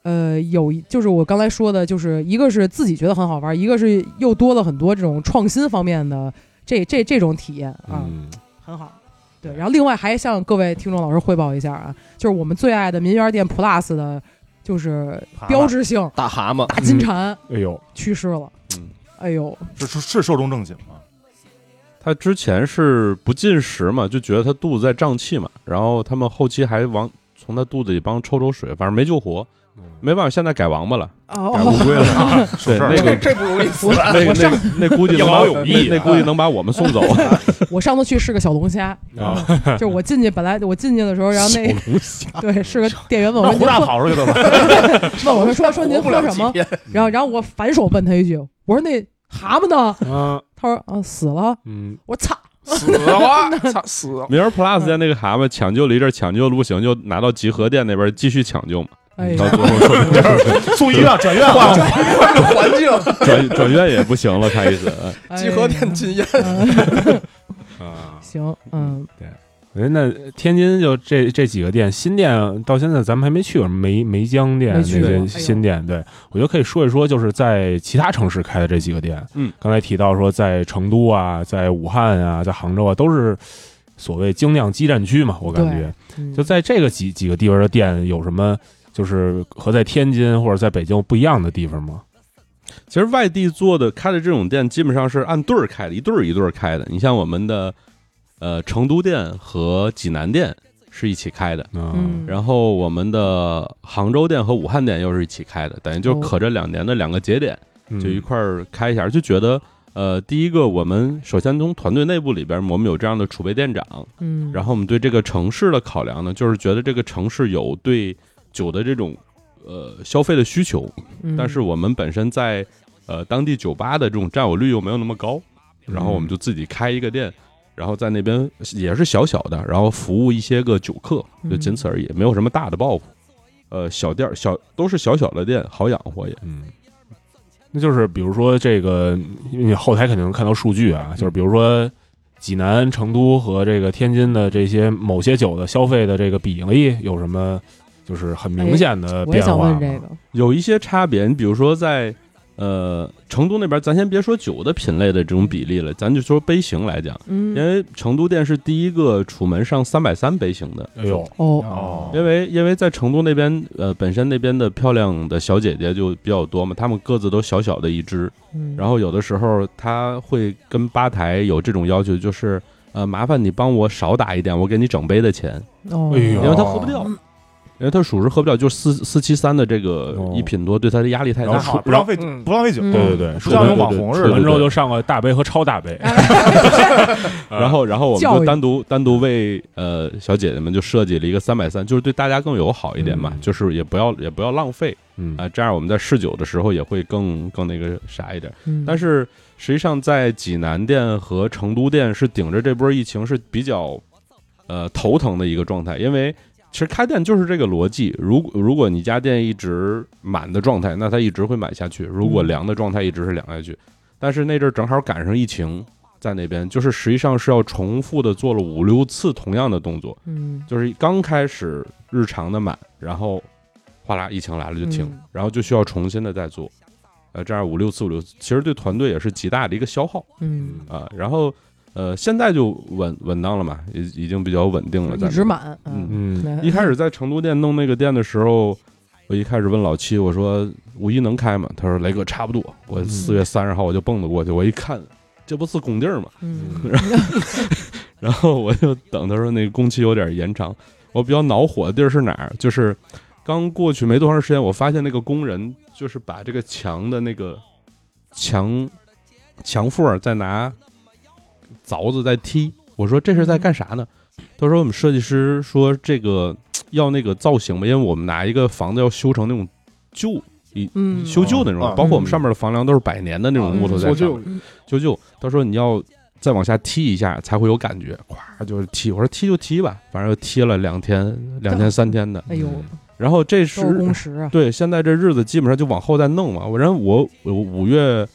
呃，有就是我刚才说的，就是一个是自己觉得很好玩，一个是又多了很多这种创新方面的这这这种体验啊， 嗯、 很好。对，然后另外还向各位听众老师汇报一下啊，就是我们最爱的民园店 Plus 的，就是标志性大蛤蟆、 大金蝉， 哎呦， 去世了， 嗯， 哎呦， 是是是寿终正寝啊。 他之前是不进食嘛，就觉得他肚子在胀气嘛，然后他们后期还往从他肚子里帮抽抽水，反正没救活，没办法，现在改王八了， 哦， 改乌龟了。啊、对，那个这不容易死， 那个那那估计能把有意， 那估计能把我们送走。 我上次去是个小龙虾啊，就是我进去本来我进去的时候，然后那对是个店员问我胡大跑出去了吧？ 问我说说说您喝什么？然后然后我反手问他一句，我说那蛤蟆呢？ 嗯， 他说啊死了。 嗯， 我操。 死了，操死了！ 明儿 Plus 在那个蛤蟆抢救了一阵，抢救不行，就拿到集合店那边继续抢救嘛。 哎， 到最后说送医院转院换换个环境， 转转院也不行了，开始集合店禁烟啊。 行，嗯， 对。那天津就这这几个店，新店到现在咱们还没去过，梅梅江店那些新店，对我觉得可以说一说，就是在其他城市开的这几个店。 嗯， 刚才提到说在成都啊，在武汉啊，在杭州啊，都是所谓精酿基站区嘛，我感觉、嗯、就在这个几几个地方的店有什么就是和在天津或者在北京不一样的地方吗？ 其实外地做的开的这种店基本上是按对儿开的，一对儿一对儿开的。你像我们的呃，成都店和济南店是一起开的， 嗯， 然后我们的杭州店和武汉店又是一起开的，等于就可着两年的两个节点， 哦、 就一块儿开一下，就觉得呃，第一个我们首先从团队内部里边，我们有这样的储备店长， 嗯， 然后我们对这个城市的考量呢，就是觉得这个城市有对酒的这种呃消费的需求， 嗯、 但是我们本身在呃当地酒吧的这种占有率又没有那么高，然后我们就自己开一个店。然后在那边也是小小的，然后服务一些个酒客，就仅此而已，没有什么大的抱负。呃，小店小都是小小的店，好养活也。 嗯，那就是比如说这个，因为你后台肯定能看到数据啊，就是比如说济南、成都和这个天津的这些某些酒的消费的这个比例有什么就是很明显的变化吗？ 哎、我也想问这个， 有一些差别。你比如说在呃，成都那边，咱先别说酒的品类的这种比例了，咱就说杯型来讲， 嗯， 因为成都店是第一个楚门上三百三杯型的， 哎呦， 哦， 因为因为在成都那边，呃，本身那边的漂亮的小姐姐就比较多嘛，她们个子都小小的一只， 嗯， 然后有的时候她会跟吧台有这种要求，就是呃，麻烦你帮我少打一点，我给你整杯的钱， 哦， 哎呦， 因为她喝不掉。因为他属实喝不了，就四四七三的这个一品多，对他的压力太大， 不浪费不浪费酒， 对对对， 不像那种网红似的。 完之后就上个大杯和超大杯， 然后然后我们就单独单独为呃小姐姐们就设计了一个三百三，就是对大家更友好一点嘛，就是也不要也不要浪费， 嗯啊，这样我们在试酒的时候也会更更那个啥一点。但是实际上在济南店和成都店是顶着这波疫情是比较呃头疼的一个状态，因为。其实开店就是这个逻辑，如果如果你家店一直满的状态，那它一直会满下去；如果凉的状态，一直是凉下去。但是那阵正好赶上疫情，在那边就是实际上是要重复的做了五六次同样的动作， 嗯， 就是刚开始日常的满，然后哗啦疫情来了就停， 嗯、 然后就需要重新的再做，呃，这样五六次五六次，其实对团队也是极大的一个消耗， 嗯啊，然后。呃，现在就稳稳当了嘛，已已经比较稳定了， 一直满。 嗯嗯， 一开始在成都店弄那个店的时候，我一开始问老七，我说五一能开吗？他说雷哥差不多，我四月三十号我就蹦跶过去。我一看，这不是工地吗？ 嗯， 然后我就等他说那个工期有点延长。我比较恼火的地儿是哪儿？就是刚过去没多长时间，我发现那个工人就是把这个墙的那个墙墙缝再拿。凿子在踢，我说这是在干啥呢？他说我们设计师说这个要那个造型嘛，因为我们拿一个房子要修成那种旧，一、嗯、修旧的那种、嗯，包括我们上面的房梁都是百年的那种木头在上面，嗯、修旧。他说你要再往下踢一下才会有感觉，咵就是踢。我说踢就踢吧，反正又踢了两天、两天三天的。 哎呦， 然后这是工时啊， 对，现在这日子基本上就往后再弄嘛。我然后我我五月。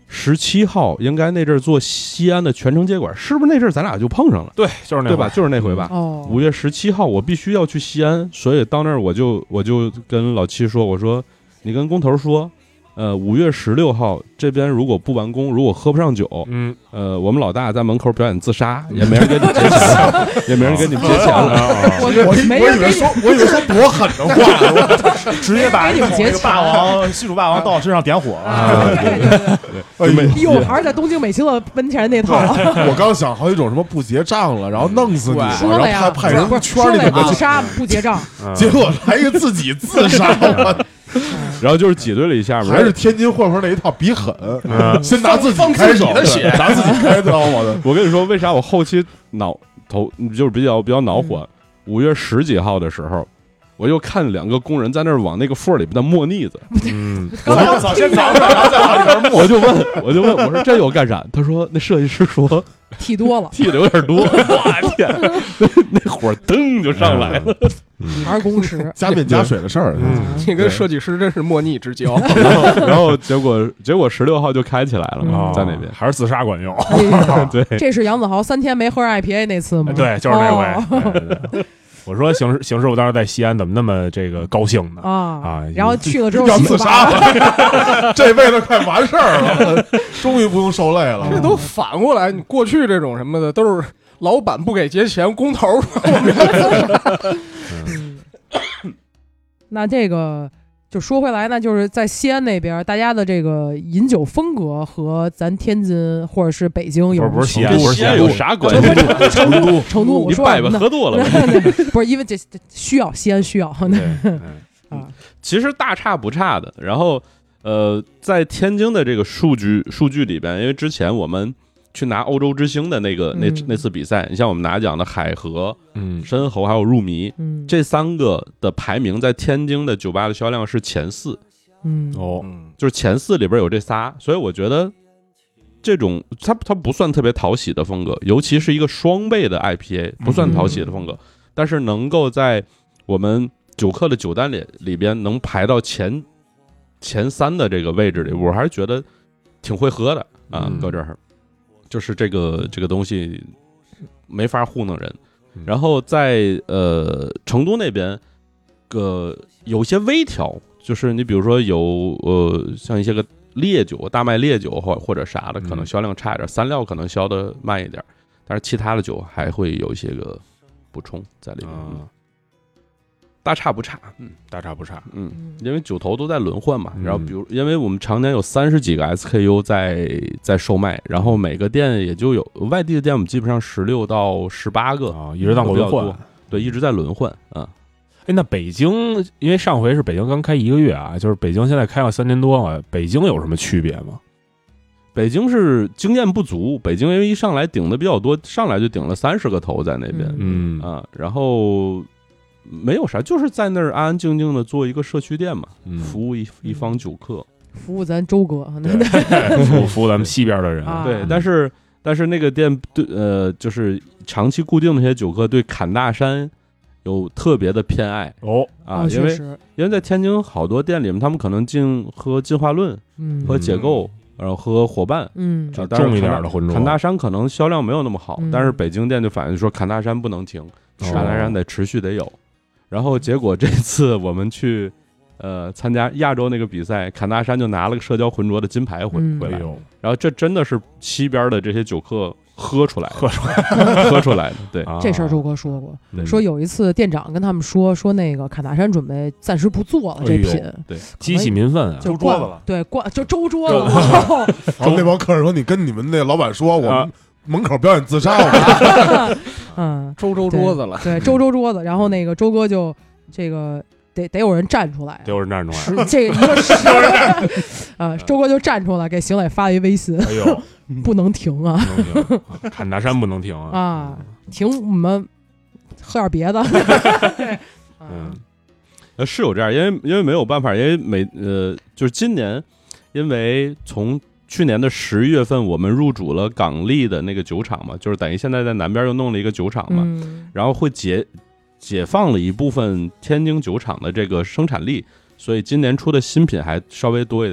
十七号应该那阵儿做西安的全程接管，是不是那阵儿咱俩就碰上了？ 对，就是那对吧？就是那回吧。 哦， 五月十七号我必须要去西安，所以到那儿我就我就跟老七说，我说你跟工头说，呃，五月十六号这边如果不完工，如果喝不上酒， 嗯， 呃，我们老大在门口表演自杀，也没人给你结钱了，也没人给你结钱了。 我我以没人给你我以为说，我以为说多狠的话， 直接把一口那个霸王西楚霸王倒身上点火了。 对对对，哟，还是在东京美其乐门前那套。 我刚想好几种什么不结账了，然后弄死你， 说了呀， 然后派派人不是圈里头说了自杀不结账， 结果来一个自己自杀， 然后就是挤兑了一下嘛， 还是天津混混那一套比狠，先拿自己开手的血，拿自己开刀。我的， 我跟你说，为啥我后期恼头就是比较比较恼火？五月十几号的时候，我又看两个工人在那儿往那个缝里边的磨腻子， 嗯， 我早先早上再往里边我就问，我就问，我说这有干啥？他说那设计师说剃多了， 剃的有点多，我天，那那火噔就上来了， 还是工时， 加面加水的事儿。 你跟设计师真是莫逆之交。 然后然后结果结果十六号就开起来了嘛，在那边还是自杀管用。 对， 这是杨子豪三天没喝 I P A 那次吗？ 对，就是那回。 哦对对对我说邢师邢师傅当时在西安怎么那么这个高兴呢？ 啊啊然后去了之后要自杀了，这辈子快完事儿了，终于不用受累了。 这都反过来，你过去这种什么的都是老板不给结钱，工头说我们要自杀。 嗯那这个就说回来呢，就是在西安那边，大家的这个饮酒风格和咱天津或者是北京有不是不是西安， 跟西安有啥关系？ 成都，成都，我你说拜拜喝多了。 不是因为这这需要西安需要啊， 其实大差不差的。然后呃，在天津的这个数据数据里边，因为之前我们去拿欧洲之星的那个那那次比赛，你像我们拿奖的海河、 嗯， 深喉还有入迷， 嗯， 这三个的排名在天津的酒吧的销量是前四， 嗯哦， 就是前四里边有这仨，所以我觉得这种它它不算特别讨喜的风格，尤其是一个双倍的 I P A 不算讨喜的风格，但是能够在我们酒客的酒单里里边能排到前前三的这个位置里，我还是觉得挺会喝的啊，搁这儿。就是这个这个东西没法糊弄人，然后在呃成都那边，个有些微调，就是你比如说有呃像一些个烈酒、大麦烈酒或或者啥的，可能销量差一点，三料可能销的慢一点，但是其他的酒还会有一些个补充在里面。嗯大差不差，嗯， 大差不差， 嗯，因为酒头都在轮换嘛，然后比如，因为我们常年有三十几个 S K U 在在售卖，然后每个店也就有外地的店，我们基本上十六到十八个啊，一直在轮换， 对，一直在轮换啊。 哎，那北京，因为上回是北京刚开一个月啊，就是北京现在开了三年多了，北京有什么区别吗？ 北京是经验不足，北京因为一上来顶的比较多，上来就顶了三十个头在那边， 嗯啊，然后。没有啥，就是在那儿安安静静的做一个社区店嘛，嗯、服务一一方酒客， 服务咱周哥， 服务服务咱们西边的人。 啊、 对，但是但是那个店对呃，就是长期固定的那些酒客对侃大山有特别的偏爱哦啊，因为因为在天津好多店里面，他们可能进喝进化论， 嗯， 喝解构，然后喝伙伴， 嗯， 就重一点的浑浊。 侃大山可能销量没有那么好， 嗯、 但是北京店就反映说侃大山不能停，侃大山得持续得有。然后结果这次我们去，呃，参加亚洲那个比赛，侃大山就拿了个社交浑浊的金牌回回来。然后这真的是西边的这些酒客喝出来， 喝出来， 喝出来的。对， 这事儿周哥说过，说有一次店长跟他们说，说那个侃大山准备暂时不做了这品， 对， 激起民愤啊， 就周桌子了， 对，挂就周桌子了。 然后那帮客人说：“你跟你们那老板说，我们门口表演自杀了。” 嗯， 周周桌子了， 对，周周桌子。然后那个周哥就这个得得有人站出来， 得有人站出来。 这个一个是啊，周哥就站出来给邢磊发了一微信， 哎呦， 不能停啊， 侃大山不能停啊， 啊，停我们喝点别的。 嗯，呃，是有这样，因为因为没有办法，因为每呃，就是今年，因为从去年的十一月份，我们入主了港丽的那个酒厂嘛，就是等于现在在南边又弄了一个酒厂嘛， 嗯、 然后会解解放了一部分天津酒厂的这个生产力，所以今年出的新品还稍微多一点。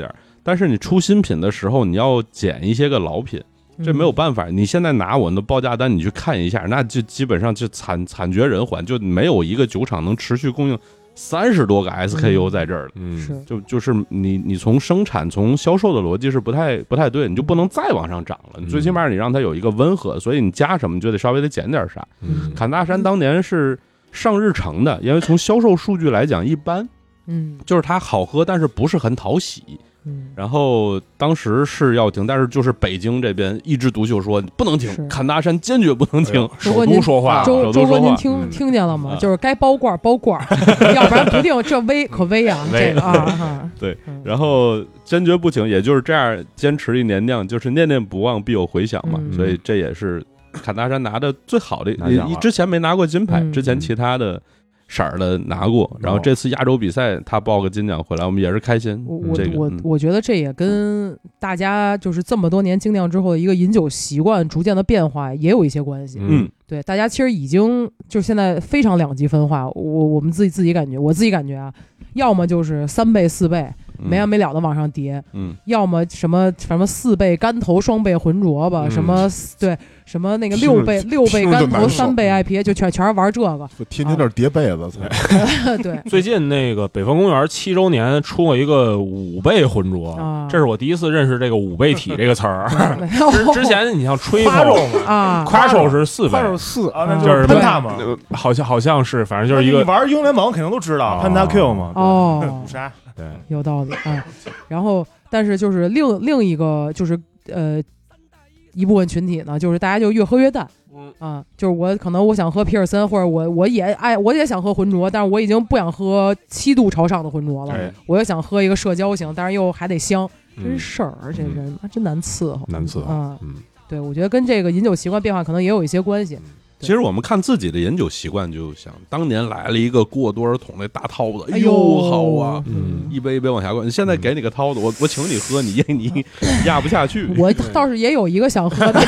但是你出新品的时候，你要捡一些个老品，这没有办法。你现在拿我们的报价单，你去看一下，那就基本上就惨惨绝人寰，就没有一个酒厂能持续供应三十多个 S K U 在这儿的。 嗯， 是就就是你你从生产从销售的逻辑是不太不太对，你就不能再往上涨了。你最起码你让它有一个温和，所以你加什么就得稍微得减点啥。 嗯， 坎大山当年是上日程的，因为从销售数据来讲一般， 嗯， 就是它好喝，但是不是很讨喜。 嗯， 然后当时是要停，但是就是北京这边一枝独秀说不能是停，坎大山坚决不能停。 首都说话， 周周哥， 首都说话您听嗯听见了吗？ 啊就是该包罐包罐，要不然不定这危可危啊， 危这个啊哈。 对嗯， 然后坚决不停，也就是这样坚持一年酿，就是念念不忘必有回响嘛。 嗯所以这也是坎大山拿的最好的， 拿奖了之前没拿过金牌， 嗯之前其他的色儿的拿过，然后这次亚洲比赛他报个金奖回来，我们也是开心。 我我这个我嗯我觉得这也跟大家就是这么多年精酿之后的一个饮酒习惯逐渐的变化也有一些关系。 嗯， 对，大家其实已经就是现在非常两极分化。我我们自己自己感觉，我自己感觉啊，要么就是三倍四倍没完没了的往上叠， 嗯， 要么什么什么四倍干头双倍浑浊吧， 嗯什么对什么那个听着六倍六倍听着干就难受头三倍 I P A 就全全是玩这个。 天天这叠被子才。 对最近那个北方公园七周年出过一个五倍浑浊， 啊这是我第一次认识这个五倍体这个词儿。 没之之前你像吹夸肉口， 嘛， 啊， 夸手是四倍夸，手四啊，那就就是是喷喷他嘛。 呃好像好像是，反正就是一个你玩英联盟肯定都知道哦喷他 Q 嘛。对哦五杀对， 有道理啊。然后，但是就是另另一个就是呃一部分群体呢，就是大家就越喝越淡。 嗯啊，就是我可能我想喝皮尔森，或者我我也爱我也想喝浑浊，但是我已经不想喝七度朝上的浑浊了， 哎我又想喝一个社交型，但是又还得香，真嗯事儿，这人啊真难伺候， 难伺候啊。 嗯， 对，我觉得跟这个饮酒习惯变化可能也有一些关系。 其实我们看自己的饮酒习惯，就想当年来了一个过多少桶那大涛子， 哎呦好啊， 嗯一杯一杯往下灌。现在给你个涛子，我我请你喝，你你压不下去。 我倒是也有一个想喝的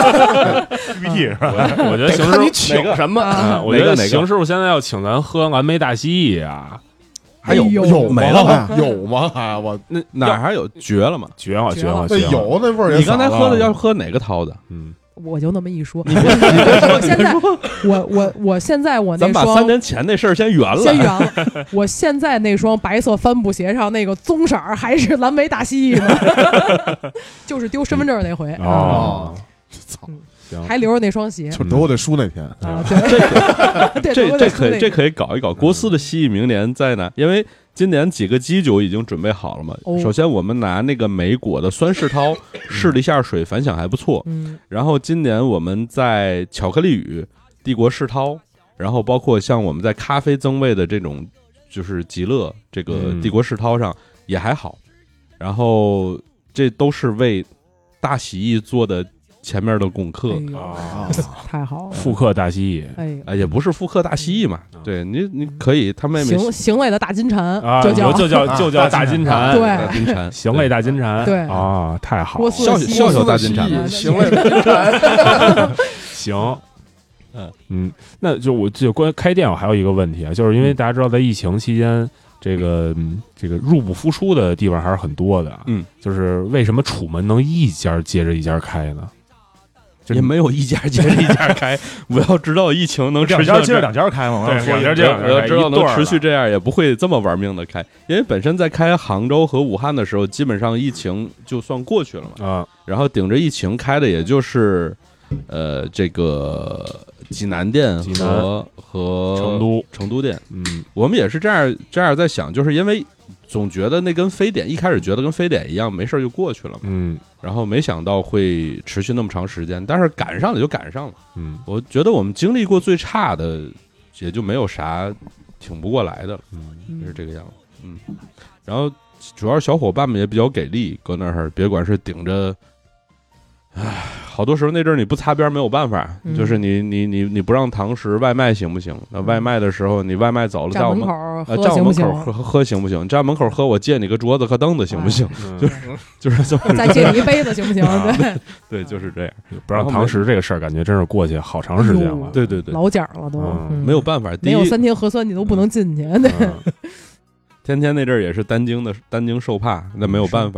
P P T 是吧？ 我我觉得邢看你师请什么？ 啊，我觉得哪个哪个邢师傅现在要请咱喝蓝莓大蜥蜴啊， 还有哎呦有没了吗？有吗？还我那哪儿还有绝了吗？ 绝了绝了那绝了绝了， 有那味儿也你刚才散了喝的要喝哪个涛子？ 嗯， 我就那么一说，我现在我我我现在我那咱把三双年前那事儿先圆了。 先圆了，我现在那双白色帆布鞋上那个棕色儿还是蓝莓大蜥蜴呢，就是丢身份证那回啊， 哦， 操， 行， 还留着那双鞋就德国队输那天， 啊，对，对这这可以这以可以搞一搞。国司的蜥蜴明年在哪？因为今年几个基酒已经准备好了嘛。 哦首先我们拿那个莓果的酸世涛试了一下水，反响还不错。 嗯然后今年我们在巧克力雨、帝国世涛，然后包括像我们在咖啡增味的这种，就是极乐这个嗯帝国世涛上也还好。然后这都是为大蜥蜴做的前面的功课。 哎呦， 啊， 太好了， 复刻大蜥蜴哎呦， 啊，也不是复刻大蜥蜴嘛，对你，你可以，他妹妹行行类的大金蝉啊， 就叫就叫就叫大金蝉， 对大金蝉， 行类大金蝉， 对啊，太好了， 郭思笑蜥蜴笑笑大金蝉嗯行了， 行， 嗯嗯，那就我就关于开店，我还有一个问题啊，就是因为大家知道在疫情期间，这个嗯这个入不敷出的地方还是很多的， 嗯， 就是为什么楚门能一家接着一家开呢？就也没有一家接着一家开。我要知道疫情能持两续到这样家接着两家开嘛，我对要说两家接着我要知道能持续一这样，也不会这么玩命的开。因为本身在开杭州和武汉的时候，基本上疫情就算过去了嘛， 啊， 然后顶着疫情开的，也就是呃这个济南店济南和和成都， 成都店。 嗯我们也是这样这样在想，就是因为总觉得那跟非典一开始觉得跟非典一样，没事就过去了嘛， 嗯然后没想到会持续那么长时间，但是赶上了就赶上了。 嗯我觉得我们经历过最差的，也就没有啥挺不过来的了， 嗯就是这个样子。嗯，然后主要是小伙伴们也比较给力，搁那儿别管是顶着。唉，好多时候那阵儿你不擦边没有办法， 嗯就是你你你你不让堂食外卖行不行？那外卖的时候你外卖走了，在我们站门口呃喝站我门行不行？ 口喝喝喝行不行？站门口喝我借你个桌子和凳子行不行？ 嗯就是就是这么再借你一杯子行不行？对， 对，就是这样。 不让堂食这个事儿，感觉真是过去好长时间了。 对对对， 老奖了都， 嗯嗯没有办法。第一， 没有三天核酸你都不能进去。对， 嗯天天那阵儿也是单经的单经受怕，那没有办法。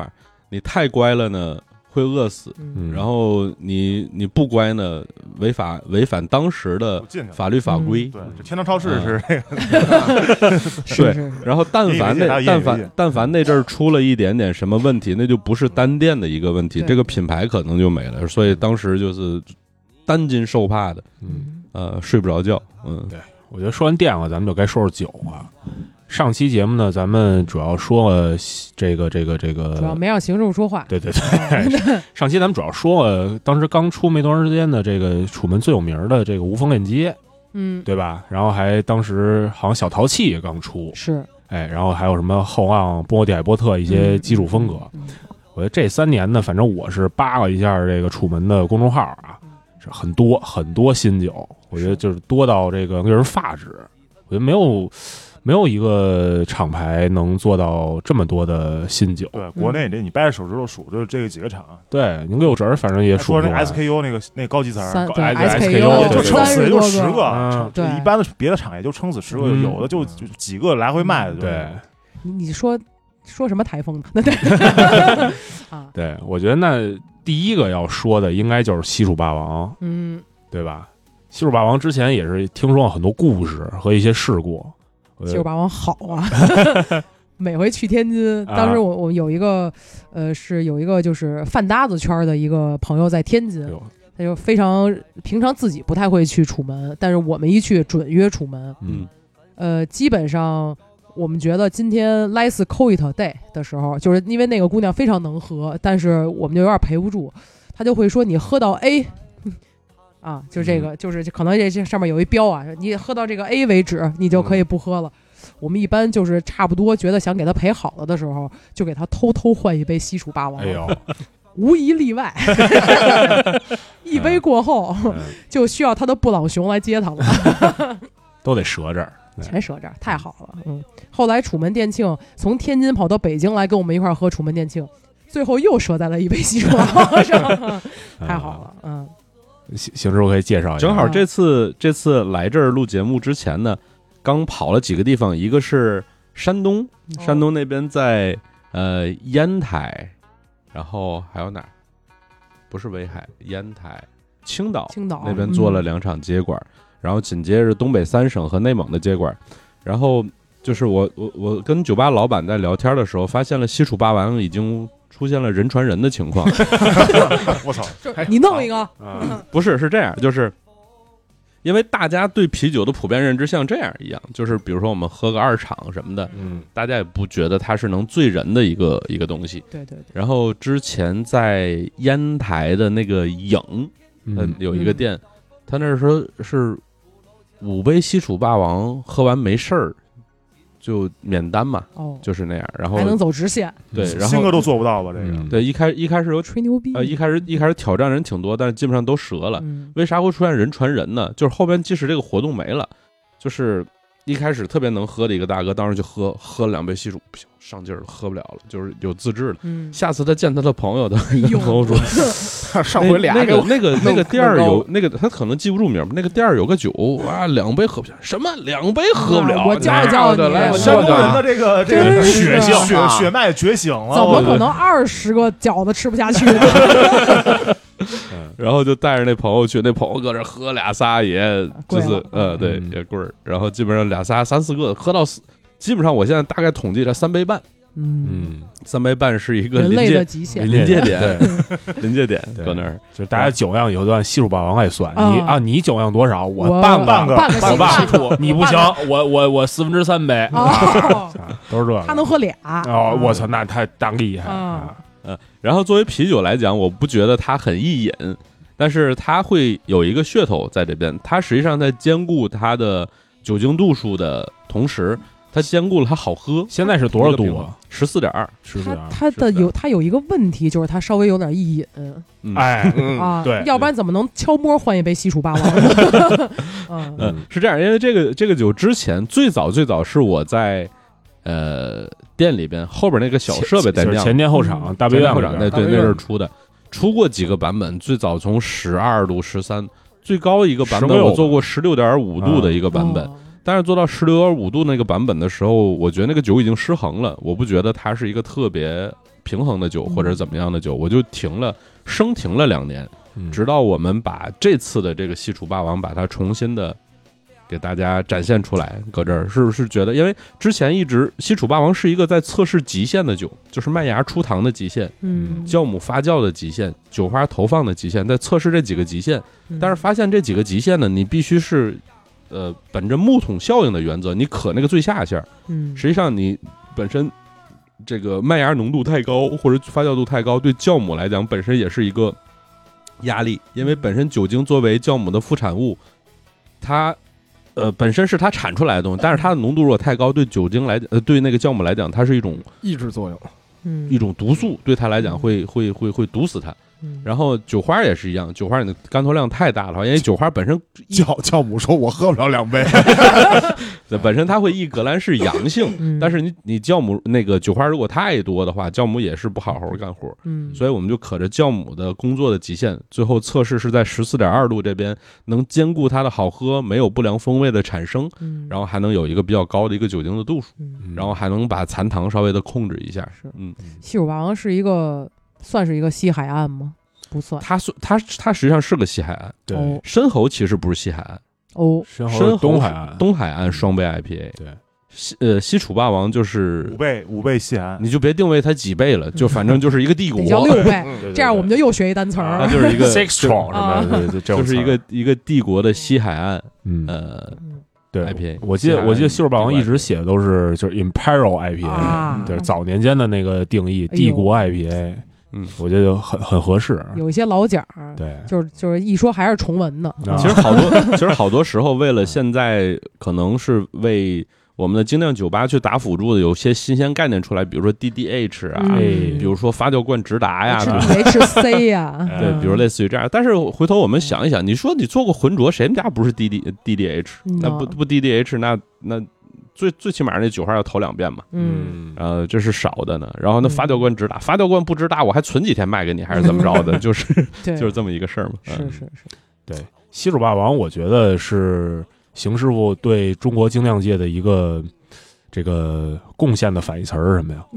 你太乖了呢会饿死， 嗯然后你你不乖呢违法违反当时的法律法规。 对，这天堂超市是这个，对。 是是然后但凡那但凡但凡那阵儿出了一点点什么问题，那就不是单店的一个问题，这个品牌可能就没了。所以当时就是担惊受怕的， 嗯呃，睡不着觉。嗯， 对，我觉得说完店了，咱们就该说说酒了。上期节目呢，咱们主要说了这个这个这个， 主要没让邢师傅说话。 对对对，上期咱们主要说了当时刚出没多长时间的这个楚门最有名的这个无缝链接， 嗯， 对吧？然后还当时好像小淘气也刚出， 是， 哎，然后还有什么后浪、波迪海波特一些基础风格。 嗯嗯、 我觉得这三年呢，反正我是扒了一下这个楚门的公众号啊，是很多很多新酒，我觉得就是多到这个令人发指。我觉得没有。没有一个厂牌能做到这么多的新酒。 对，国内这你掰着手指头数，就是这个几个厂。 对，您六折反正也数说那 S K U 那个那个高级词儿 ，S K U 就撑死也就十个， 嗯、 对，一般的别的厂也就撑死十个， 嗯、 有的就就几个来回卖的。 对， 你说说什么台风呢？对， 啊，对，我觉得那第一个要说的应该就是西楚霸王， 嗯， 对吧？西楚霸王之前也是听说了很多故事和一些事故。 西楚霸王好啊！每回去天津，当时我我有一个呃是有一个就是饭搭子圈的一个朋友在天津，他就非常平常自己不太会去楚门，但是我们一去准约楚门， 嗯， 呃，基本上我们觉得今天 Let's call it a day 的时候，就是因为那个姑娘非常能喝，但是我们就有点陪不住，她就会说你喝到 A。啊，就这个，嗯、就是可能这这上面有一标啊，你喝到这个 A 为止，你就可以不喝了。嗯、我们一般就是差不多觉得想给他陪好了的时候，就给他偷偷换一杯西楚霸王。 哎呦， 无一例外，一杯过后、嗯、就需要他的布朗熊来接他了， 都得折这儿， 全折这儿，太好了。嗯，后来楚门店庆从天津跑到北京来跟我们一块喝楚门店庆，最后又折在了一杯西楚霸王上，太好了，嗯。 行，行师傅可以介绍一下。 正好这次这次来这儿录节目之前呢，刚跑了几个地方，一个是山东，山东那边在呃烟台，然后还有哪儿？不是威海，烟台、青岛， 青岛那边做了两场接管，嗯、然后紧接着东北三省和内蒙的接管，然后就是我我我跟酒吧老板在聊天的时候，发现了西楚霸王已经出现了人传人的情况。 我操！ 你弄一个、 嗯？不是，是这样，就是因为大家对啤酒的普遍认知像这样一样，就是比如说我们喝个二厂什么的， 嗯， 大家也不觉得它是能醉人的一个一个东西。 对对对。 然后之前在烟台的那个影，嗯，有一个店，嗯、他那说是五杯西楚霸王喝完没事儿。就免单嘛， 哦， 就是那样，然后还能走直线， 对，然后新哥都做不到吧？这个， 对，一开一开始有吹牛逼， 呃，一开始一开始挑战人挺多，但是基本上都折了。 嗯、 为啥会出现人传人呢？就是后边即使这个活动没了，就是一开始特别能喝的一个大哥，当时就喝喝了两杯西楚，不行，上劲儿了，喝不了了，就是有自制了。 嗯， 下次他见他的朋友，他跟朋友说， 上回俩那个那个那个店儿有那个他可能记不住名，那个店儿有个酒啊，两杯喝不下，什么两杯喝不了？ 我教教你， 山东人的这个这个血性血血脉觉醒了， 怎么可能二十个饺子吃不下去呢？ 然后就带着那朋友去，那朋友搁这喝俩仨也就是呃对嗯也贵儿，然后基本上俩仨三四个喝到四，基本上我现在大概统计了三杯半， 嗯， 三杯半是一个人临界类的极限， 临界点，临界点搁那儿， 就是大家酒量有段西楚霸王爱算， 啊你啊你酒量多少？ 我半半个半个半西楚，你不行，我我我四分之三杯， 哦， 都是这个， 他能喝俩， 哦，我操，那太大厉害啊！ 呃，然后作为啤酒来讲，我不觉得它很易饮。但是它会有一个噱头在这边，它实际上在兼顾它的酒精度数的同时，它兼顾了它好喝。 现在是多少度啊？ 十四点二， 十四点二。 它的有它有一个问题，就是它稍微有点易饮。 嗯、 哎， 嗯、 啊， 对， 要不然怎么能悄摸换一杯西楚霸王呢？ 嗯嗯，是这样，因为这个这个酒之前最早最早是我在呃店里边后边那个小设备在酿， 前店后厂大杯后厂那对那阵出的。出过几个版本，最早从十二度、十三，最高一个版本我做过十六点五度的一个版本， 哦、 但是做到十六点五度那个版本的时候，我觉得那个酒已经失衡了，我不觉得它是一个特别平衡的酒或者怎么样的酒，我就停了，生停了两年，直到我们把这次的这个西楚霸王把它重新的给大家展现出来。搁这儿是不是觉得，因为之前一直西楚霸王是一个在测试极限的酒，就是麦芽出糖的极限， 嗯， 酵母发酵的极限，酒花投放的极限，在测试这几个极限，但是发现这几个极限呢，你必须是呃本着木桶效应的原则，你可那个最下限，嗯，实际上你本身这个麦芽浓度太高或者发酵度太高，对酵母来讲本身也是一个压力，因为本身酒精作为酵母的副产物，它呃本身是它产出来的东西，但是它的浓度如果太高，对酒精来呃对那个酵母来讲，它是一种抑制作用， 嗯， 一种毒素，对它来讲会会会会毒死它。然后酒花也是一样，酒花你的干头量太大了，因为酒花本身酵酵母说我喝不了两杯， 本身它会一革兰氏阳性， 嗯、 但是你你酵母那个酒花如果太多的话，酵母也是不好好干活， 嗯， 所以我们就可着酵母的工作的极限，最后测试是在十四点二度这边能兼顾它的好喝，没有不良风味的产生， 嗯， 然后还能有一个比较高的一个酒精的度数， 嗯， 然后还能把残糖稍微的控制一下， 是， 嗯， 西楚霸王是一个算是一个西海岸吗？不算， 它它它实际上是个西海岸， 对， 哦、 深喉其实不是西海岸， 哦， 深喉东海岸， 东海岸双倍 I P A， 对， 西呃西楚霸王就是五倍五倍西海岸， 你就别定位它几倍了，就反正就是一个帝国， 叫六倍， 嗯、 这样我们就又学一单词儿， 它就是一个 sextron 什么的， 就是一个一个帝国的西海岸， 嗯呃。 对 I P A， 我记得我记得西楚霸王一直写的都是就是 Imperial I P A，、啊、对，早年间的那个定义，帝国 I P A，、哎、嗯，我觉得很很合适。 有一些老奖， 对， 就是就是一说还是重文的。 啊、其实好多其实好多时候为了现在可能是为我们的精酿酒吧去打辅助的，有些新鲜概念出来，比如说 D D H 啊， 嗯、 比如说发酵罐直达呀 ，D H C 呀， 对，比如类似于这样。但是回头我们想一想，你说你做过浑浊，谁们家不是 D D D D H？、嗯、那不不 D D H， 那那最最起码那酒花要投两遍嘛， 嗯， 呃，这是少的呢。然后那发酵罐直达，发酵罐不直达，我还存几天卖给你，还是怎么着的？就是就是这么一个事儿嘛。 是是是， 对，西楚霸王，我觉得是。邢师傅对中国精酿界的一个这个贡献的反义词是什么呀？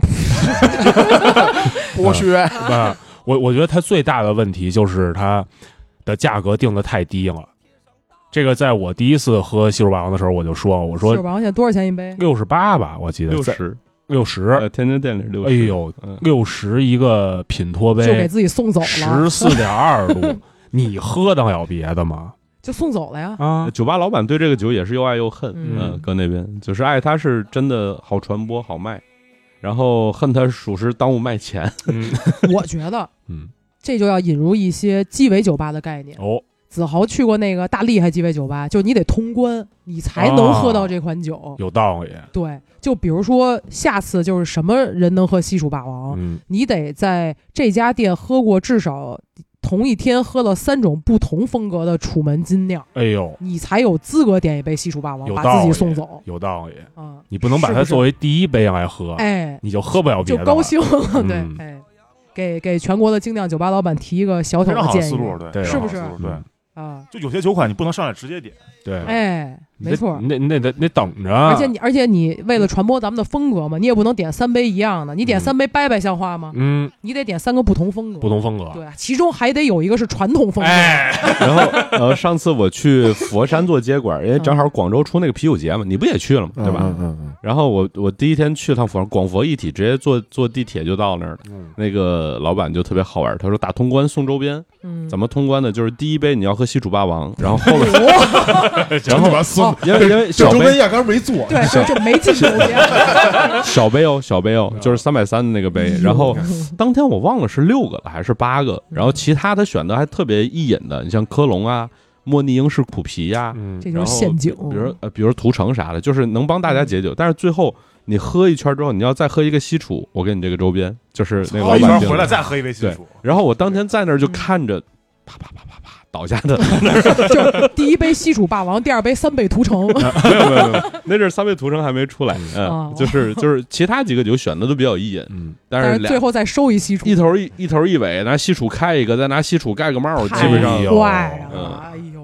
剥削啊！我我觉得他最大的问题就是他的价格定的太低了。这个在我第一次喝西楚霸王的时候，我就说，我说西楚霸王现在多少钱一杯？ 六十八吧，我记得六十六十。 呃，天津店里六十。 哎呦，六十一个品托杯， 就给自己送走了， 十四点二度，你喝得了别的吗？ 就送走了呀！ 啊， 酒吧老板对这个酒也是又爱又恨， 嗯， 呃、搁那边就是爱它是真的好传播好卖，然后恨它属实耽误卖钱。 嗯， 我觉得， 嗯， 这就要引入一些鸡尾酒吧的概念。 哦， 子豪去过那个大厉害鸡尾酒吧，就你得通关，你才能喝到这款酒。 哦、有道理。 对，就比如说下次就是什么人能喝西楚霸王， 嗯， 你得在这家店喝过至少。同一天喝了三种不同风格的楚门金酿， 哎呦， 你才有资格点一杯西楚霸王，把自己送走。 有道理啊、嗯， 你不能把它作为第一杯来喝， 哎， 你就喝不了别的， 就高兴了。 嗯、 对，哎，给给全国的精酿酒吧老板提一个小小的建议， 思路，对， 是不是？ 对啊， 就有些酒款你不能上来直接点， 对， 哎，没错， 你得你得得你等着， 而且你而且你为了传播咱们的风格嘛，你也不能点三杯一样的，你点三杯掰掰像话吗？ 嗯， 你得点三个不同风格， 不同风格， 对，其中还得有一个是传统风格。 哎， 然后呃，上次我去佛山做接管，因为正好广州出那个啤酒节嘛，你不也去了嘛，对吧？ 嗯嗯嗯。 然后我我第一天去趟佛山，广佛一体，直接坐坐地铁就到那儿了。 嗯， 那个老板就特别好玩，他说打通关送周边， 嗯， 怎么通关呢？就是第一杯你要喝西楚霸王，然后后面， 然后哦，因为因为小杯压根没做， 对，这没进周边， 小杯哦，小杯哦，就是三百三的那个杯。然后当天我忘了是六个了还是八个，然后其他他选的还特别易饮的，你像科隆啊。莫尼英式苦啤呀， 嗯， 这就是陷阱。 比如呃，比如屠城啥的，就是能帮大家解酒。但是最后你喝一圈之后，你要再喝一个西楚，我给你这个周边，就是那个老板回来再喝一杯西楚。 然后我当天在那儿就看着，啪啪啪啪啪倒下的， 就是第一杯西楚霸王，第二杯三倍屠城。 没有没有没有，那阵三倍屠城还没出来，嗯，就是就是其他几个酒选的都比较易饮，嗯，但是最后再收一西楚， 一头一一头一尾，拿西楚开一个，再拿西楚盖个帽，基本上坏了，哎呦。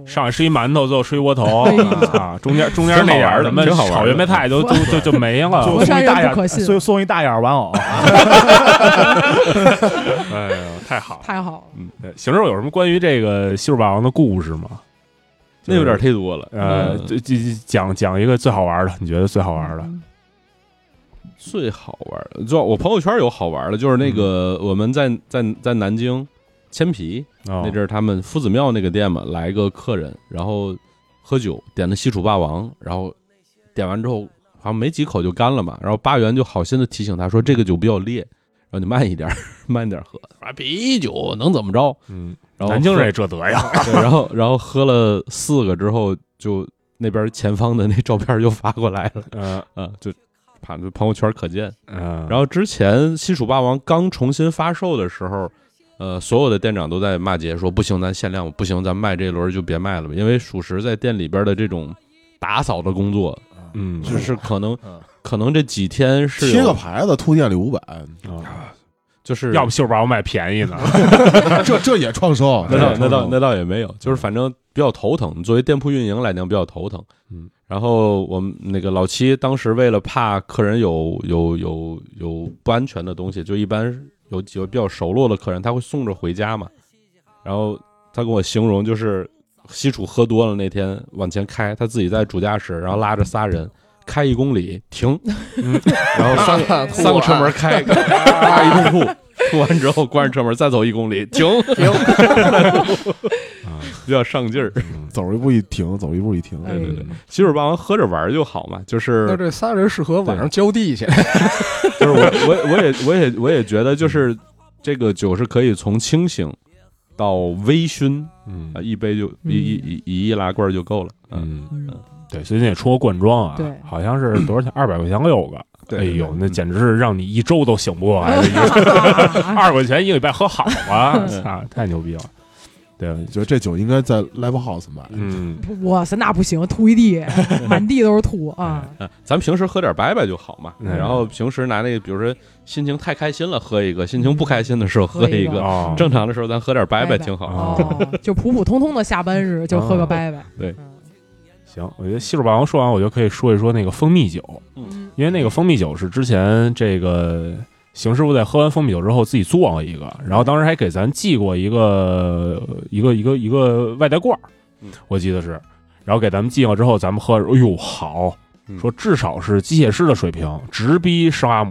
上来吃一馒头，最后吃一窝头啊，中间中间那点什么炒圆白菜都都就就没了， 佛山人不可信， 送送一大眼玩偶。 哎呦，太好太好了。 嗯，行师傅有什么关于这个西蜀霸王的故事吗？ 那有点忒多了。 呃，就就讲讲一个最好玩的，你觉得最好玩的？ 最好玩的，就我朋友圈有好玩的，就是那个我们在在在南京千皮、哦、那阵儿，他们夫子庙那个店嘛，来个客人，然后喝酒点的西楚霸王，然后点完之后好像没几口就干了嘛，然后八元就好心的提醒他说这个酒比较烈，然后你慢一点，慢一点喝，啤酒能怎么着？嗯，然后南京人也这德呀。 对，然后然后喝了四个之后，就那边前方的那照片又发过来了，嗯嗯，就。朋友圈可见，嗯，然后之前西楚霸王刚重新发售的时候，呃，所有的店长都在骂街，说不行，咱限量，不行，咱卖这轮就别卖了吧，因为属实在店里边的这种打扫的工作，嗯，就是可能、嗯、可能这几天是贴个牌子，吐店里五百啊。 就是要不西楚霸王卖便宜呢， 这这也创收， 那倒那倒那倒也没有，就是反正比较头疼。作为店铺运营来讲比较头疼，嗯。然后我们那个老七当时为了怕客人有有有有不安全的东西，就一般有几个比较熟络的客人，他会送着回家嘛。然后他跟我形容，就是西楚喝多了那天往前开，他自己在主驾驶，然后拉着仨人开一公里停，嗯、然后三三个车门开，啊一通吐。吐完之后关上车门，再走一公里，停停，比较上劲儿， 走一步一停，走一步一停。 对对对，西楚霸王喝着玩就好嘛，就是那这仨人适合晚上浇地去。 就是我我我也我也我也觉得，就是这个酒是可以从清醒到微醺，嗯啊，一杯就一一一一拉罐就够了，嗯嗯， 对，最近也出过罐装啊， 对， 好像是多少钱？二百块钱六个。 对哎呦，那简直是让你一周都醒不过来的一个二块钱一个礼拜喝好啊！啊，太牛逼了！ 对，就这酒应该在 Live House 买。 嗯， 哇塞，那不行，吐一地，满地都是吐啊！ 咱平时喝点白白就好嘛。嗯、然后平时拿那个，比如说心情太开心了喝一个，心情不开心的时候喝一个， 哦、 正常的时候咱喝点白白挺好。 哦，就普普通通的下班日就喝个白白。 对。 行，我觉得西楚霸王说完，我就可以说一说那个蜂蜜酒，嗯，因为那个蜂蜜酒是之前这个邢师傅在喝完蜂蜜酒之后自己做了一个，然后当时还给咱寄过一个一个一个一个外带罐，我记得是，然后给咱们寄了之后，咱们喝，哎呦好，说至少是机械师的水平，直逼圣阿姆。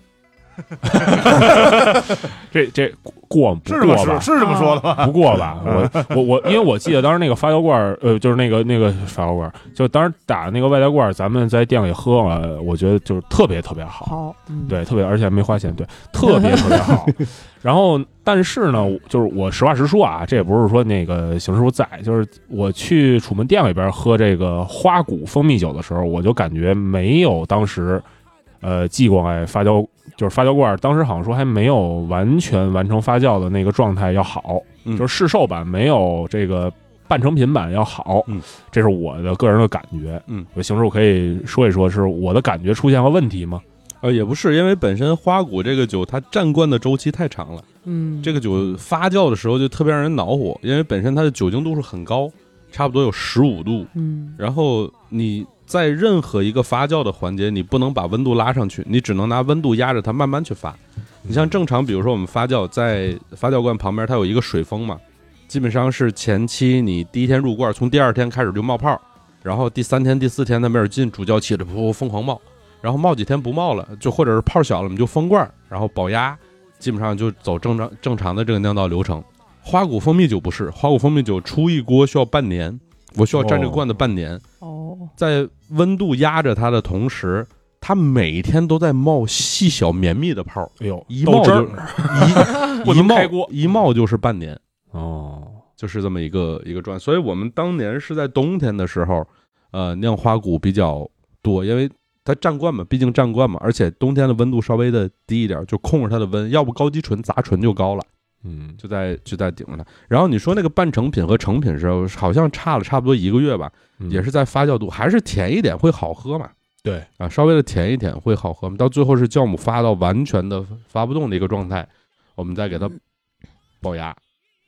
这这过不过吧？ 是这么说的吧？ 不过吧？我我我，因为我记得当时那个发酵罐，呃，就是那个那个发酵罐，就当时打那个外带罐，咱们在店里喝了，我觉得就是特别特别好， 好，嗯、 对，特别，而且没花钱，对，特别特别好。然后，但是呢，就是我实话实说啊，这也不是说那个邢师傅在，就是我去楚门店里边喝这个花谷蜂蜜酒的时候，我就感觉没有当时。呃，寄过来发酵就是发酵罐，当时好像说还没有完全完成发酵的那个状态要好，嗯、就是市售版没有这个半成品版要好，嗯、这是我的个人的感觉。嗯，我邢师傅可以说一说，是我的感觉出现了问题吗？ 呃，也不是，因为本身花谷这个酒它站罐的周期太长了， 嗯， 这个酒发酵的时候就特别让人恼火，因为本身它的酒精度数很高，差不多有十五度，嗯，然后你。在任何一个发酵的环节，你不能把温度拉上去，你只能拿温度压着它慢慢去发。你像正常，比如说我们发酵，在发酵罐旁边它有一个水封嘛，基本上是前期你第一天入罐，从第二天开始就冒泡，然后第三天、第四天它没有进主酵期了，噗疯狂冒，然后冒几天不冒了，就或者是泡小了，我们就封罐，然后保压，基本上就走正常正常的这个酿造流程。花谷蜂蜜酒不是，花谷蜂蜜酒出一锅需要半年。我需要蘸这个罐子半年，哦，在温度压着它的同时，它每天都在冒细小绵密的泡， 哎呦， 一冒就一一冒一冒就是半年，哦，就是这么一个一个状态。所以我们当年是在冬天的时候，呃，酿花谷比较多，因为它蘸罐嘛，毕竟蘸罐嘛，而且冬天的温度稍微的低一点，就控制它的温，要不高基醇杂醇就高了。嗯，就在就在顶着它。然后你说那个半成品和成品时候，好像差了差不多一个月吧，嗯、也是在发酵度，还是甜一点会好喝嘛？ 对啊，稍微的甜一点会好喝嘛。到最后是酵母发到完全的发不动的一个状态，我们再给它爆压，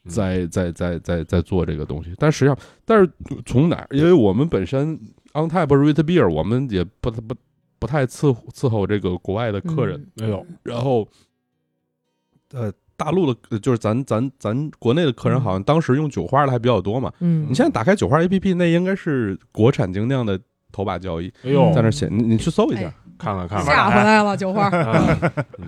在在在在在做这个东西。但实际上，但是从哪儿？因为我们本身 on tap root beer， 我们也不不不太伺伺候这个国外的客人。 哎呦， 然后呃。大陆的，就是咱咱咱国内的客人，好像当时用酒花的还比较多嘛。 嗯， 你现在打开酒花 A P P， 那应该是国产精酿的头把交易。 哎呦， 在那写，你你去搜一下， 哎、 看看看看。 吓回来了，酒花。 嗯，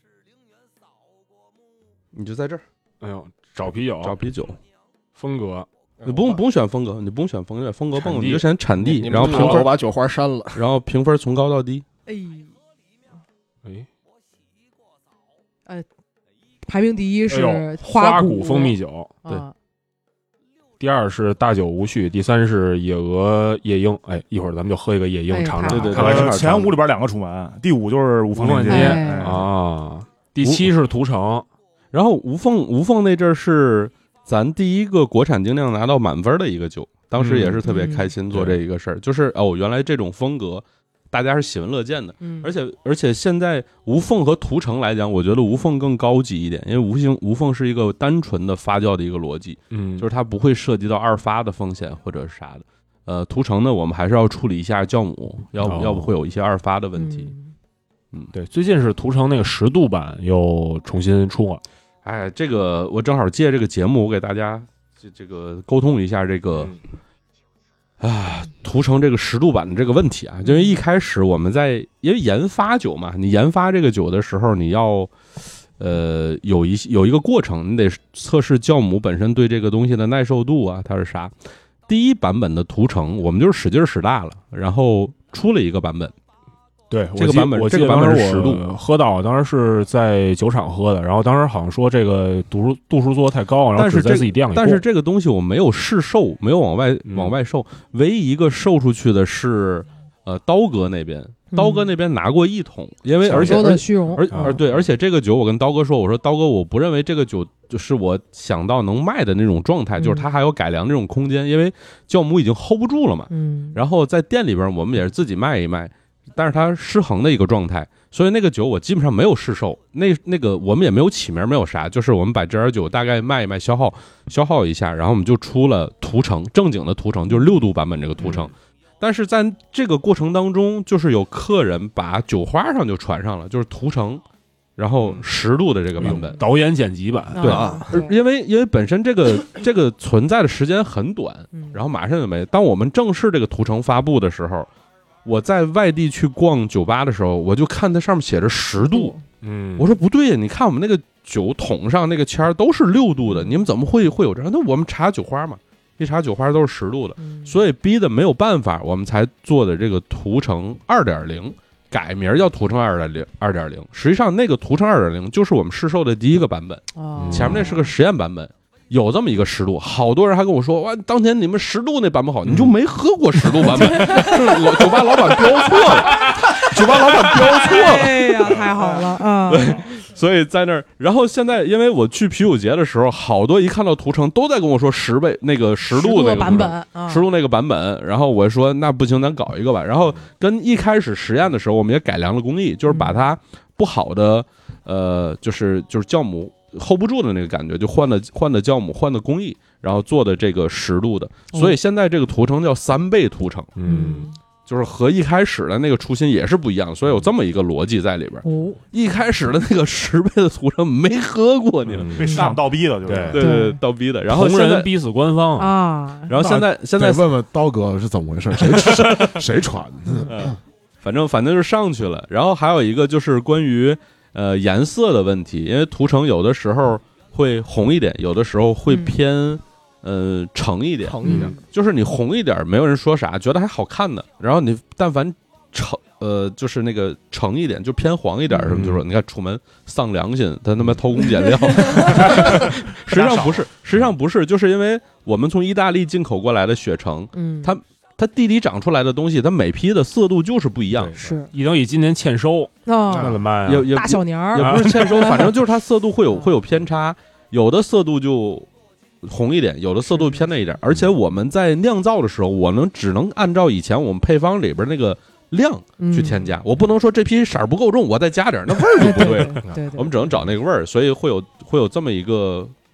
你就在这儿。 哎呦，找啤酒， 找啤酒， 风格。 你不用不用选风格，你不用选风格，风格泵你就选产地， 你然后评分把酒花删了， 然后评分从高到低。 哎， 哎， 呃。排名第一是花谷蜂蜜酒， 对，啊、 第二是大酒无序，第三是野鹅夜莺。哎，一会儿咱们就喝一个夜莺，尝尝。 对对对，前五里边两个楚门，第五就是无缝链接啊，第七是屠城， 然后无缝无缝那阵是咱第一个国产精酿拿到满分的一个酒，当时也是特别开心做这一个事儿，嗯、就是哦，原来这种风格。大家是喜闻乐见的， 嗯， 而且而且现在无缝和屠城来讲，我觉得无缝更高级一点，因为无性无缝是一个单纯的发酵的一个逻辑， 嗯， 就是它不会涉及到二发的风险或者是啥的。呃，屠城呢，我们还是要处理一下酵母，要不、哦、要不会有一些二发的问题。 嗯， 嗯对，最近是屠城那个十度版又重新出了， 哎，这个我正好借这个节目，我给大家这这个沟通一下这个。嗯啊，屠城这个十度版的这个问题啊，因为一开始我们在因为研发酒嘛，你研发这个酒的时候，你要呃有一有一个过程，你得测试酵母本身对这个东西的耐受度啊，它是啥？第一版本的屠城，我们就是使劲使大了，然后出了一个版本。 对， 这个版本， 我这个版本是十度， 喝到当时是在酒厂喝的，然后当时好像说这个度数度数做的太高，然后只在自己店里。 但是这个东西我没有试售，没有往外、嗯、往外售，唯一一个售出去的是呃刀哥那边，刀哥那边拿过一桶，嗯、因为而且的虚荣， 而而对，而且这个酒我跟刀哥说，我说刀哥，我不认为这个酒就是我想到能卖的那种状态，嗯、就是它还有改良这种空间，因为酵母已经 hold 不住了嘛。 嗯， 然后在店里边我们也是自己卖一卖。但是它失衡的一个状态，所以那个酒我基本上没有试售，那那个我们也没有起名，没有啥，就是我们把这点酒大概卖一卖，消耗消耗一下，然后我们就出了屠城，正经的屠城，就是六度版本这个屠城。嗯、但是在这个过程当中，就是有客人把酒花上就传上了，就是屠城，然后十度的这个版本， 导演剪辑版， 对啊，因为因为本身这个这个存在的时间很短，然后马上就没。当我们正式这个屠城发布的时候。我在外地去逛酒吧的时候，我就看它上面写着十度， 嗯， 我说不对呀，你看我们那个酒桶上那个签儿都是六度的，你们怎么会会有这样？那我们查酒花嘛，一查酒花都是十度的，所以逼的没有办法，我们才做的这个屠城二点零，改名叫屠城二点零，二点零。实际上那个屠城二点零就是我们试售的第一个版本， 哦、 前面那是个实验版本。有这么一个十度，好多人还跟我说，哇，当年你们十度那版本好，你就没喝过十度版本，是老酒吧老板标错了，酒吧老板标错了， 哎呀，太好了啊！ 对，所以在那儿，然后现在因为我去啤酒节的时候，好多一看到屠城都在跟我说十倍那个十度那个版本， 十度那个版本，然后我说那不行，咱搞一个吧。然后跟一开始实验的时候，我们也改良了工艺，就是把它不好的呃，就是就是酵母。hold 不住的那个感觉，就换的换的酵母，换的工艺，然后做的这个十度的，所以现在这个屠城叫三倍屠城， 嗯， 就是和一开始的那个初心也是不一样，所以有这么一个逻辑在里边。 哦， 一开始的那个十倍的屠城没喝过，你们被市场倒逼的，就是对对对倒逼的。然后红人逼死官方啊！ 然后现在现在问问刀哥是怎么回事，谁谁传的？ 反正反正就上去了。然后还有一个就是关于。呃，颜色的问题，因为屠城有的时候会红一点，有的时候会偏、嗯、呃橙一点， 橙一点、 嗯，就是你红一点，没有人说啥，觉得还好看的。然后你但凡橙，呃，就是那个橙一点，就偏黄一点，什么就说，你看楚门丧良心，他他妈偷工减料。实际上不是，实际上不是，就是因为我们从意大利进口过来的雪橙，嗯，它。它地里长出来的东西，它每批的色度就是不一样。 是， 一等以今年欠收， 哦、 那怎么办呀？ 也大小年儿也不是欠收，反正就是它色度会有会有偏差，有的色度就红一点，有的色度偏那一点。而且我们在酿造的时候，我能只能按照以前我们配方里边那个量去添加，嗯、我不能说这批色儿不够重，我再加点，那味儿就不对了。 对对对对， 我们只能找那个味儿，所以会有会有这么一个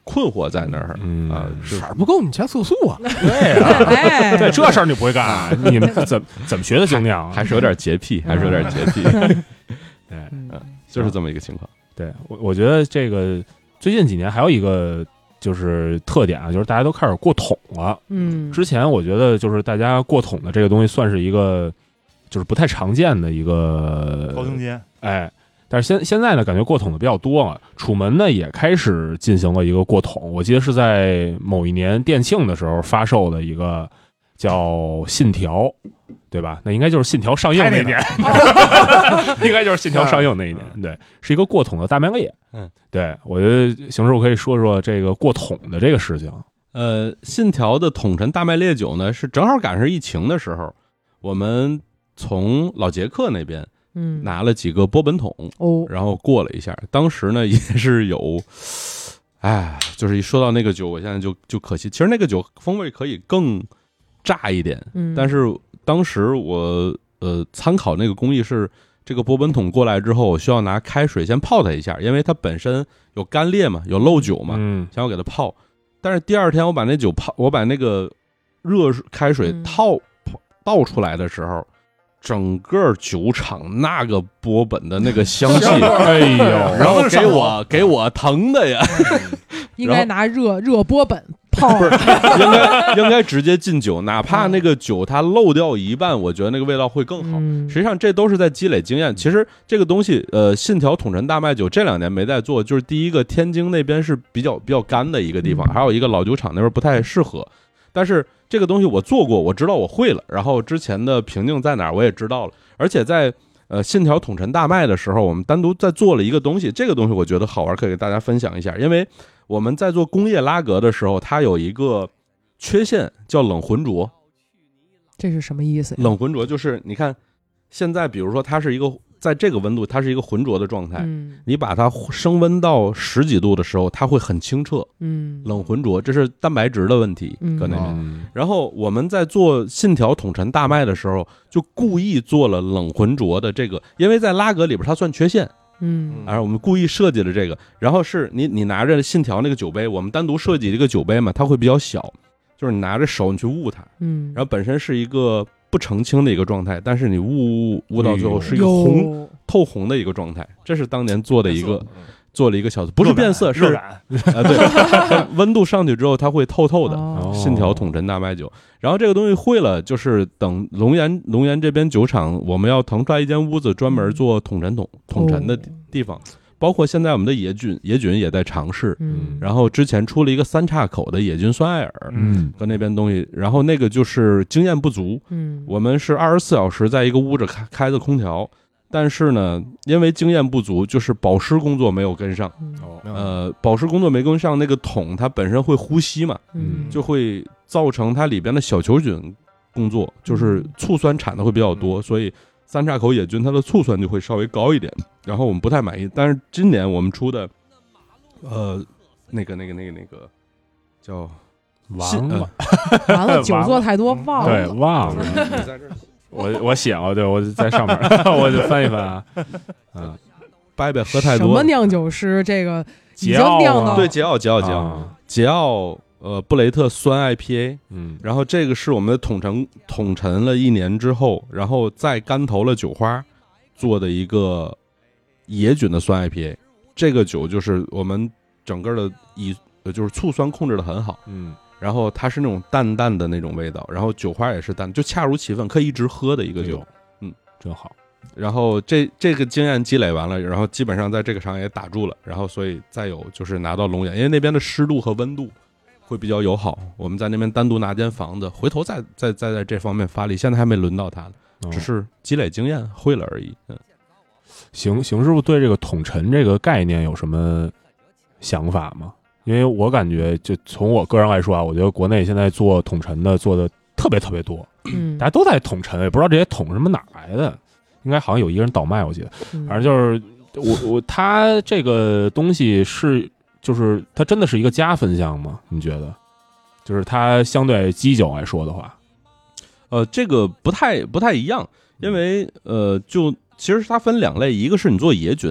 困惑在那儿嗯啊，就色儿不够你加色素啊， 对啊， 哎， 对这事儿你不会干啊，你们怎怎么学的精酿啊？ 还是有点洁癖，还是有点洁癖， 对， 嗯就是这么一个情况。 对我我觉得这个最近几年还有一个就是特点啊，就是大家都开始过桶了。 嗯， 之前我觉得就是大家过桶的这个东西算是一个就是不太常见的一个高精尖， 哎，但是现现在呢，感觉过桶的比较多了。楚门呢也开始进行了一个过桶，我记得是在某一年店庆的时候发售的一个叫《信条》，对吧？那应该就是《信条》上映那一年，应该就是《信条》上映那一年。对，是一个过桶的大麦列。 嗯， 对，我觉得邢师傅可以说说这个过桶的这个事情。 呃，信条的统陈大麦烈酒呢，是正好赶上疫情的时候，我们从老捷克那边嗯拿了几个波本桶， 哦， 然后过了一下。当时呢也是有，哎，就是一说到那个酒，我现在就就可惜。其实那个酒风味可以更炸一点， 嗯， 但是当时我呃参考那个工艺是，这个波本桶过来之后，我需要拿开水先泡它一下，因为它本身有干裂嘛，有漏酒嘛， 嗯， 想要给它泡。但是第二天我把那酒泡，我把那个热水开水套、嗯、倒出来的时候，整个酒厂那个波本的那个香气， 哎呦， 然后给我给我疼的呀！ 应该拿热热波本泡， 应该应该直接进酒，哪怕那个酒它漏掉一半，我觉得那个味道会更好。 嗯、 实际上这都是在积累经验。其实这个东西，呃，信条统陈大麦酒这两年没在做，就是第一个天津那边是比较比较干的一个地方， 嗯、 还有一个老酒厂那边不太适合。但是这个东西我做过，我知道我会了，然后之前的瓶颈在哪儿我也知道了，而且在呃信条统陈大麦的时候，我们单独在做了一个东西，这个东西我觉得好玩，可以给大家分享一下。因为我们在做工业拉格的时候，它有一个缺陷叫冷浑浊。 这是什么意思呀？ 冷浑浊就是你看，现在比如说它是一个在这个温度，它是一个浑浊的状态， 嗯， 你把它升温到十几度的时候，它会很清澈， 嗯， 冷浑浊，这是蛋白质的问题， 嗯搁那边。 嗯然后我们在做信条统陈大麦的时候，就故意做了冷浑浊的这个，因为在拉格里边它算缺陷。 嗯， 而我们故意设计了这个，然后是你你拿着信条那个酒杯，我们单独设计一个酒杯嘛，它会比较小，就是你拿着手你去捂它， 嗯， 然后本身是一个不澄清的一个状态，但是你捂捂捂到最后是一个红透红的一个状态，这是当年做的一个做了一个小，不是变色，是啊，对，温度上去之后它会透透的。 哦、 信条统陈大麦酒，然后这个东西会了，就是等龙岩龙岩这边酒厂，我们要腾出来一间屋子，专门做统陈桶统陈的地方，包括现在我们的野菌野菌也在尝试， 嗯， 然后之前出了一个三岔口的野菌酸艾尔， 嗯， 和那边东西，然后那个就是经验不足， 嗯， 我们是二十四小时在一个屋子开开的空调。但是呢，因为经验不足，就是保湿工作没有跟上。呃，保湿工作没跟上，那个桶它本身会呼吸嘛， 嗯， 就会造成它里边的小球菌工作，就是醋酸产的会比较多，所以三岔口野菌它的醋酸就会稍微高一点。然后我们不太满意，但是今年我们出的，呃，那个那个那个那个叫完了， 完了，酒做太多忘了， 对，忘了。 你在这儿。 我我写了，对我在上面，我就翻一翻啊，啊， 伯伯喝太多。 什么酿酒师？这个已经桀骜酿到对桀骜桀骜桀骜啊桀骜呃布雷特酸 I P A， 嗯， 然后这个是我们的统陈统陈了一年之后，然后再干投了酒花做的一个野菌的酸 I P A， 这个酒就是我们整个的以呃就是醋酸控制的很好， 嗯。 然后它是那种淡淡的那种味道，然后酒花也是淡，就恰如其分，可以一直喝的一个酒，嗯， 真好。 然后这这个经验积累完了，然后基本上在这个厂也打住了，然后所以再有就是拿到龙岩，因为那边的湿度和温度会比较友好，我们在那边单独拿间房子，回头再再再在这方面发力，现在还没轮到他呢，只是积累经验会了而已。嗯， 邢邢师傅对这个统陈这个概念有什么想法吗？因为我感觉，就从我个人来说啊，我觉得国内现在做统陈的做的特别特别多， 嗯， 大家都在统陈，也不知道这些桶是什么哪来的，应该好像有一个人倒卖，我记得， 嗯、 反正就是我我他这个东西是就是它真的是一个加分项吗？你觉得？就是它相对基酒来说的话， 呃，这个不太不太一样，因为呃，就其实它分两类，一个是你做野菌。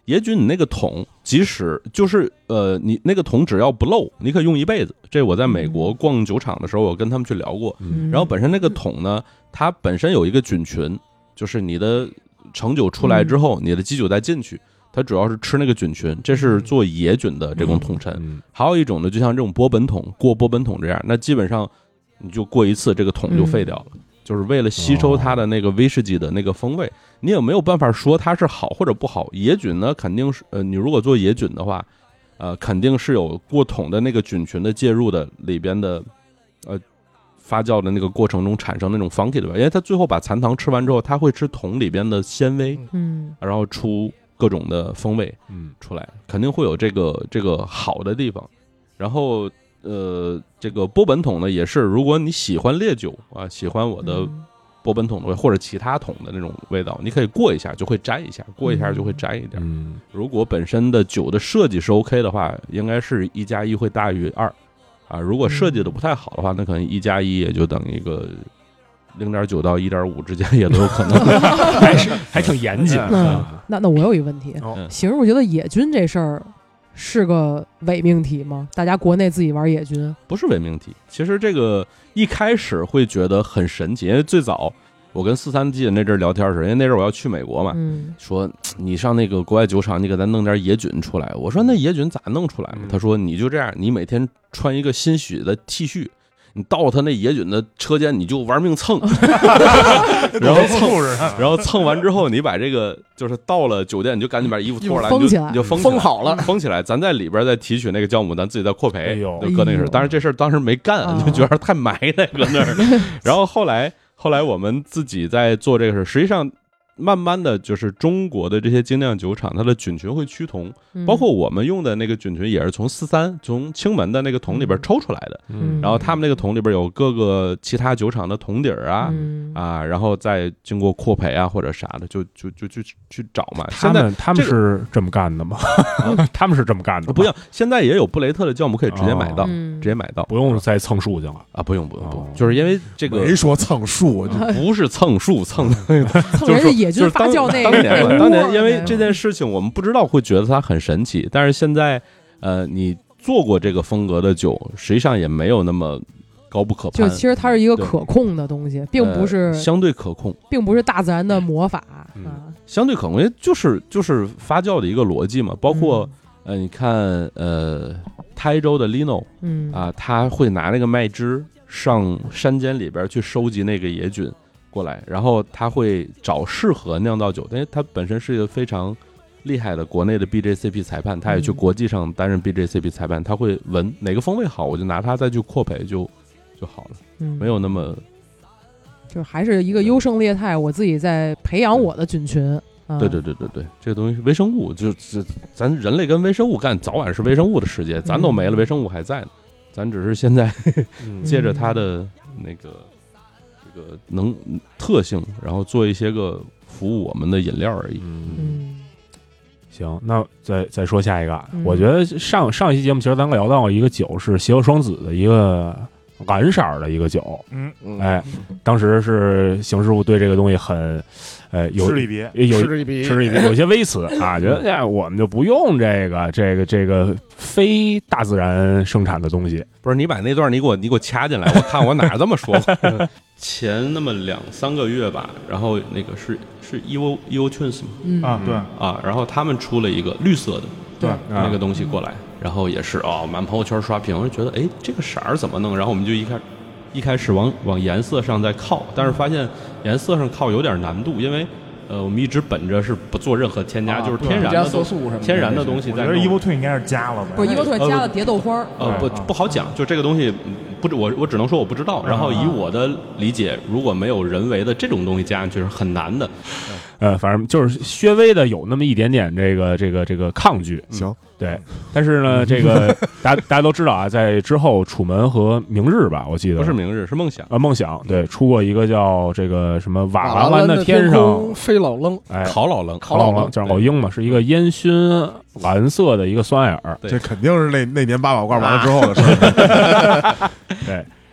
野菌你那个桶，即使就是呃，你那个桶只要不漏，你可以用一辈子。这我在美国逛酒厂的时候，我跟他们去聊过。 嗯、 然后本身那个桶呢，它本身有一个菌群，就是你的成酒出来之后，嗯、你的基酒再进去，它主要是吃那个菌群，这是做野菌的这种桶陈。嗯嗯、还有一种呢，就像这种波本桶过波本桶这样，那基本上你就过一次，这个桶就废掉了。嗯，就是为了吸收它的那个威士忌的那个风味，你也没有办法说它是好或者不好。野菌呢，肯定是呃，你如果做野菌的话，呃，肯定是有过桶的那个菌群的介入的里边的，呃，发酵的那个过程中产生那种 funky 的味，因为它最后把残糖吃完之后，它会吃桶里边的纤维，嗯，然后出各种的风味，嗯，出来，肯定会有这个这个好的地方，然后。呃，这个波本桶呢，也是如果你喜欢烈酒啊，喜欢我的波本桶的味，或者其他桶的那种味道，你可以过一下就会摘一下，过一下就会摘一点。嗯，如果本身的酒的设计是 OK 的话，应该是一加一会大于二啊。如果设计的不太好的话，那可能一加一也就等于一个零点九到一点五之间也都有可能， 还是还挺严谨。 嗯，那那我有一个问题，行，我觉得野菌这事儿。是个伪命题吗？大家国内自己玩野菌不是伪命题。其实这个一开始会觉得很神奇，因为最早我跟四三 G 那阵聊天时，因为那阵我要去美国嘛，嗯、说你上那个国外酒厂，你给咱弄点野菌出来。我说那野菌咋弄出来呢？嗯、他说你就这样，你每天穿一个新洗的 T 恤。你到他那野菌的车间，你就玩命蹭，然后蹭，然后蹭完之后，你把这个就是到了酒店，你就赶紧把衣服脱下来， 封起来， 你就封封好了， 封起来。咱在里边再提取那个酵母，咱自己再扩培，就搁那个事。当然这事儿当时没干，就觉得太埋汰搁那儿。然后后来后来我们自己在做这个事，实际上。慢慢的就是中国的这些精酿酒厂，它的菌群会趋同，嗯、包括我们用的那个菌群也是从四三从青门的那个桶里边抽出来的，嗯、然后他们那个桶里边有各个其他酒厂的桶底儿啊、嗯、啊，然后再经过扩培啊或者啥的，就就就去去找嘛。 他们、这个、他们是这么干的吗？他们是这么干的吗？ 不用，现在也有布雷特的酵母可以直接买到，哦、直接买到， 不用再蹭树去了啊！不用不用不用，哦、就是因为这个没说蹭树， 不是蹭树蹭的， 蹭人家野菌发酵那个。 当年，当年因为这件事情，我们不知道会觉得它很神奇，但是现在，呃，你做过这个风格的酒，实际上也没有那么高不可攀。 就其实它是一个可控的东西，并不是、 呃、相对可控， 并不是大自然的魔法。 嗯，啊、相对可控，就是就是发酵的一个逻辑嘛。包括、嗯、呃，你看呃，台州的 Lino， 嗯啊，他会拿那个麦汁上山间里边去收集那个野菌。过来，然后他会找适合酿造酒，因为他本身是一个非常厉害的国内的 B J C P 裁判，他也去国际上担任 B J C P 裁判，他会闻哪个风味好，我就拿它再去扩培就就好了，嗯，没有那么， 就还是一个优胜劣汰，我自己在培养我的菌群。 嗯、对对对对对，这个东西是微生物，就就咱人类跟微生物干，早晚是微生物的世界，咱都没了，微生物还在呢，咱只是现在借着它的那个。这个能特性，然后做一些个服务我们的饮料而已。 嗯，行，那再再说下一个。嗯、我觉得上上一期节目其实咱聊到一个酒是邪恶双子的一个蓝色的一个酒。嗯，哎，当时是邢师傅对这个东西很，呃，有嗤之以鼻， 有嗤之以鼻， 嗤之以鼻，有些微词啊，觉得哎，我们就不用这个这个这个非大自然生产的东西。 不是你把那段你给我你给我掐进来，我看我哪儿这么说过。前那么两三个月吧，然后那个是是 Evo Evo Twins 吗？ 嗯啊对啊，然后他们出了一个绿色的对那个东西过来，然后也是哦，满朋友圈刷屏，觉得哎这个色儿怎么弄？然后我们就一开一开始往往颜色上在靠，但是发现颜色上靠有点难度，因为呃我们一直本着是不做任何添加， 啊、 就是天然的色素什么天然的东西在。 我觉得 Evo Twin 应该是加了吧？ 不是 Evo Twin 加了蝶豆花。 呃不不好讲，就这个东西。不，我我只能说我不知道。然后以我的理解，如果没有人为的这种东西加进去是很难的。 呃，反正就是稍微的有那么一点点这个这个这个抗拒。 行， 对。但是呢，这个大家大家都知道啊，在之后楚门和明日吧，我记得不是明日是梦想啊，梦想对出过一个叫这个什么瓦蓝蓝的天上飞老扔， 哎， 烤老扔， 烤老扔叫老鹰嘛，是一个烟熏蓝色的一个酸眼儿。 这肯定是那那年八宝罐完了之后的事儿。 对，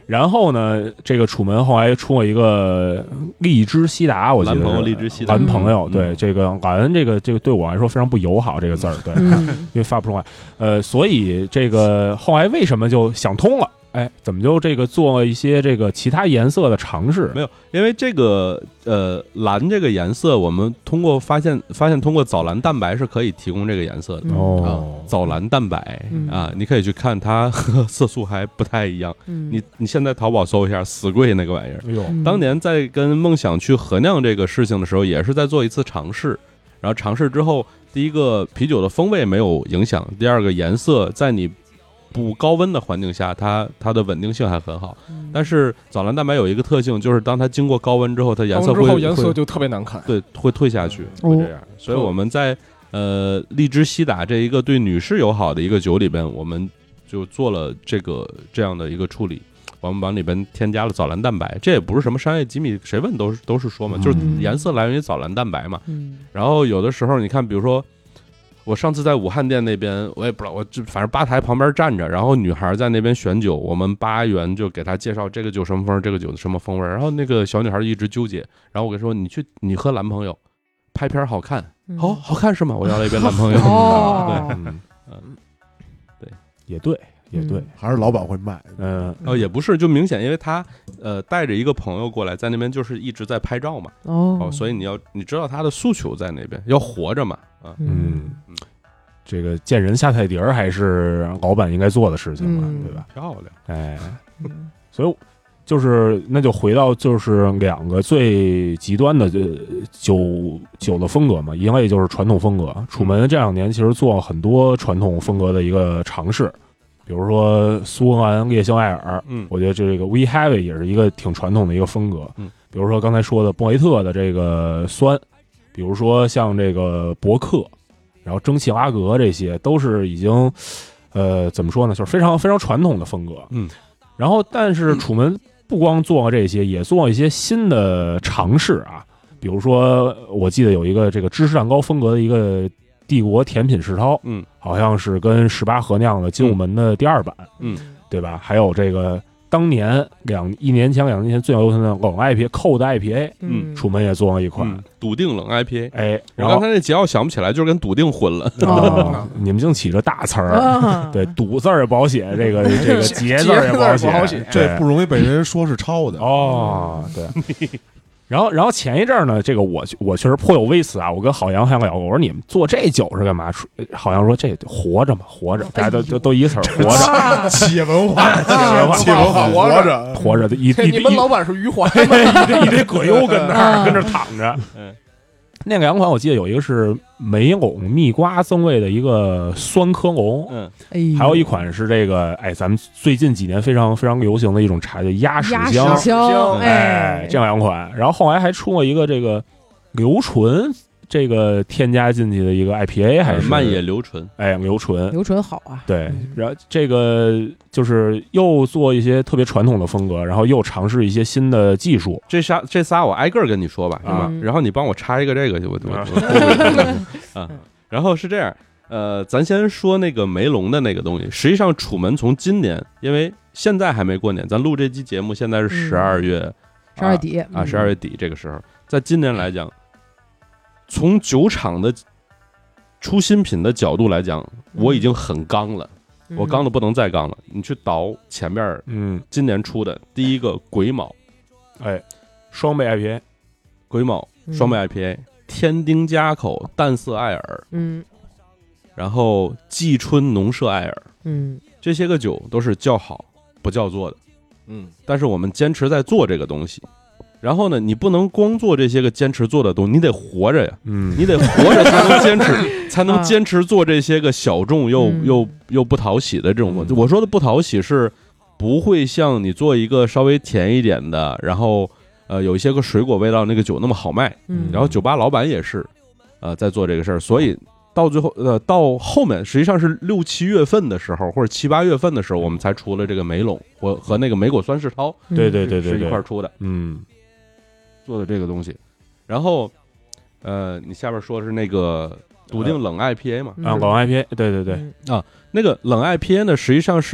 然后呢，这个楚门后来出了一个荔枝西达，我记得蓝朋友荔枝西达， 蓝朋友， 嗯、 对、嗯、这个蓝这个这个对我来说非常不友好这个字儿，对， 嗯、 因为发不出来。呃，所以这个后来为什么就想通了？哎，怎么就这个做了一些这个其他颜色的尝试？ 没有，因为这个呃蓝这个颜色，我们通过发现发现通过藻蓝蛋白是可以提供这个颜色的、 嗯、哦、 啊，藻蓝蛋白、嗯、啊，你可以去看它呵呵色素还不太一样。 嗯、 你你现在淘宝搜一下死贵那个玩意儿， 哎呦， 当年在跟梦想去合酿这个事情的时候，也是在做一次尝试，然后尝试之后，第一个啤酒的风味没有影响，第二个颜色在你不高温的环境下，它它的稳定性还很好。 嗯、 但是藻蓝蛋白有一个特性，就是当它经过高温之后，它颜色会之后颜色就特别难看， 对，会退下去，会这样。所以我们在呃荔枝西打这一个对女士友好的一个酒里边，我们就做了这个这样的一个处理。我们往里边添加了藻蓝蛋白，这也不是什么商业机密，谁问都是都是说嘛，就是颜色来源于藻蓝蛋白嘛。 嗯、 然后有的时候你看，比如说我上次在武汉店那边，我也不知道，我就反正吧台旁边站着，然后女孩在那边选酒，我们八元就给她介绍这个酒什么风味，这个酒什么风味，然后那个小女孩一直纠结，然后我跟她说你去你喝蓝朋友，拍片好看，好、哦、好看是吗？我要了一杯蓝朋友。 哦， 对，嗯嗯，对，也对。也对、嗯， 还是老板会卖， 嗯， 哦，也不是，就明显，因为他呃带着一个朋友过来，在那边就是一直在拍照嘛， 哦， 哦所以你要你知道他的诉求在那边，要活着嘛，啊， 嗯嗯，这个见人下菜碟儿还是老板应该做的事情嘛， 嗯、 对吧？ 漂亮， 哎，所以就是那就回到就是两个最极端的酒酒的风格嘛，一类就是传统风格，楚门这两年其实做了很多传统风格的一个尝试。比如说苏格兰烈性艾尔， 嗯， 我觉得这个 We Heavy 也是一个挺传统的一个风格， 嗯， 比如说刚才说的博雷特的这个酸，比如说像这个伯克，然后蒸汽拉格，这些都是已经，呃，怎么说呢，就是非常非常传统的风格， 嗯， 然后但是楚门不光做了这些，也做了一些新的尝试啊，比如说我记得有一个这个芝士蛋糕风格的一个帝国甜品世涛， 嗯， 好像是跟十八合酿的精武门的第二版， 嗯， 对吧？还有这个当年两一年前、两年前最流行的冷 I P A 扣的 I P A， 嗯， 楚门也做了一款、 嗯、笃定冷 I P A， 哎， 我刚才那桀骜想不起来，就是跟笃定混了。 哦、你们净起这大词儿、 啊， 对，笃字儿也不好写，这个这个节字儿也不好写， 好写这不容易被人说是抄的哦。对。然后，然后前一阵呢，这个我我确实颇有微词啊。我跟郝阳还聊过，我说你们做这酒是干嘛？郝阳说这活着嘛，活着，大家都都都一词儿，活着， 企业文化， 企业文化， 企业文化，活着， 活着，一一你们老板是余淮， 一堆一堆葛优跟那儿跟那躺着。嗯，那两款我记得有一个是梅陇蜜瓜增味的一个酸科隆， 嗯， 还有一款是这个，哎，咱们最近几年非常非常流行的一种茶叫鸭屎香， 鸭屎香， 哎，这样两款。然后后来还出了一个这个流醇，这个添加进去的一个 I P A， 还是漫野流醇， 哎，流醇， 流醇好啊。 对，然后这个就是又做一些特别传统的风格，然后又尝试一些新的技术。 这仨这仨我挨个跟你说吧，行吧？ 嗯、 然后你帮我插一个这个，我我我啊，然后是这样。呃，咱先说那个梅龙的那个东西。实际上，楚门从今年，因为现在还没过年，咱录这期节目现在是十二月， 十、嗯、二、啊、月底啊，十二月底这个时候，在今年来讲，从酒厂的出新品的角度来讲，我已经很刚了， 嗯、 我刚的不能再刚了。你去倒前面， 嗯， 今年出的第一个癸卯， 哎，双倍 I P A， 癸卯双倍 I P A，、嗯、天丁家口淡色艾尔， 嗯。 然后季春农舍艾尔， 嗯， 这些个酒都是叫好不叫座的， 嗯， 但是我们坚持在做这个东西。然后呢，你不能光做这些个坚持做的东西，你得活着呀， 嗯， 你得活着才能坚持，才能坚持做这些个小众又、嗯、又又不讨喜的这种。嗯、我说的不讨喜是不会像你做一个稍微甜一点的，然后呃有一些个水果味道那个酒那么好卖。 嗯， 然后酒吧老板也是，呃，在做这个事儿，所以。到最后，呃，到后面实际上是六七月份的时候，或者七八月份的时候，我们才出了这个梅陇和和那个梅果酸世涛， 对对对对， 是一块出的， 嗯， 做的这个东西。然后，呃，你下边说的是那个笃定冷 I P A 嘛？ 啊，冷 I P A， 对对对， 嗯、啊，那个冷 I P A 呢，实际上是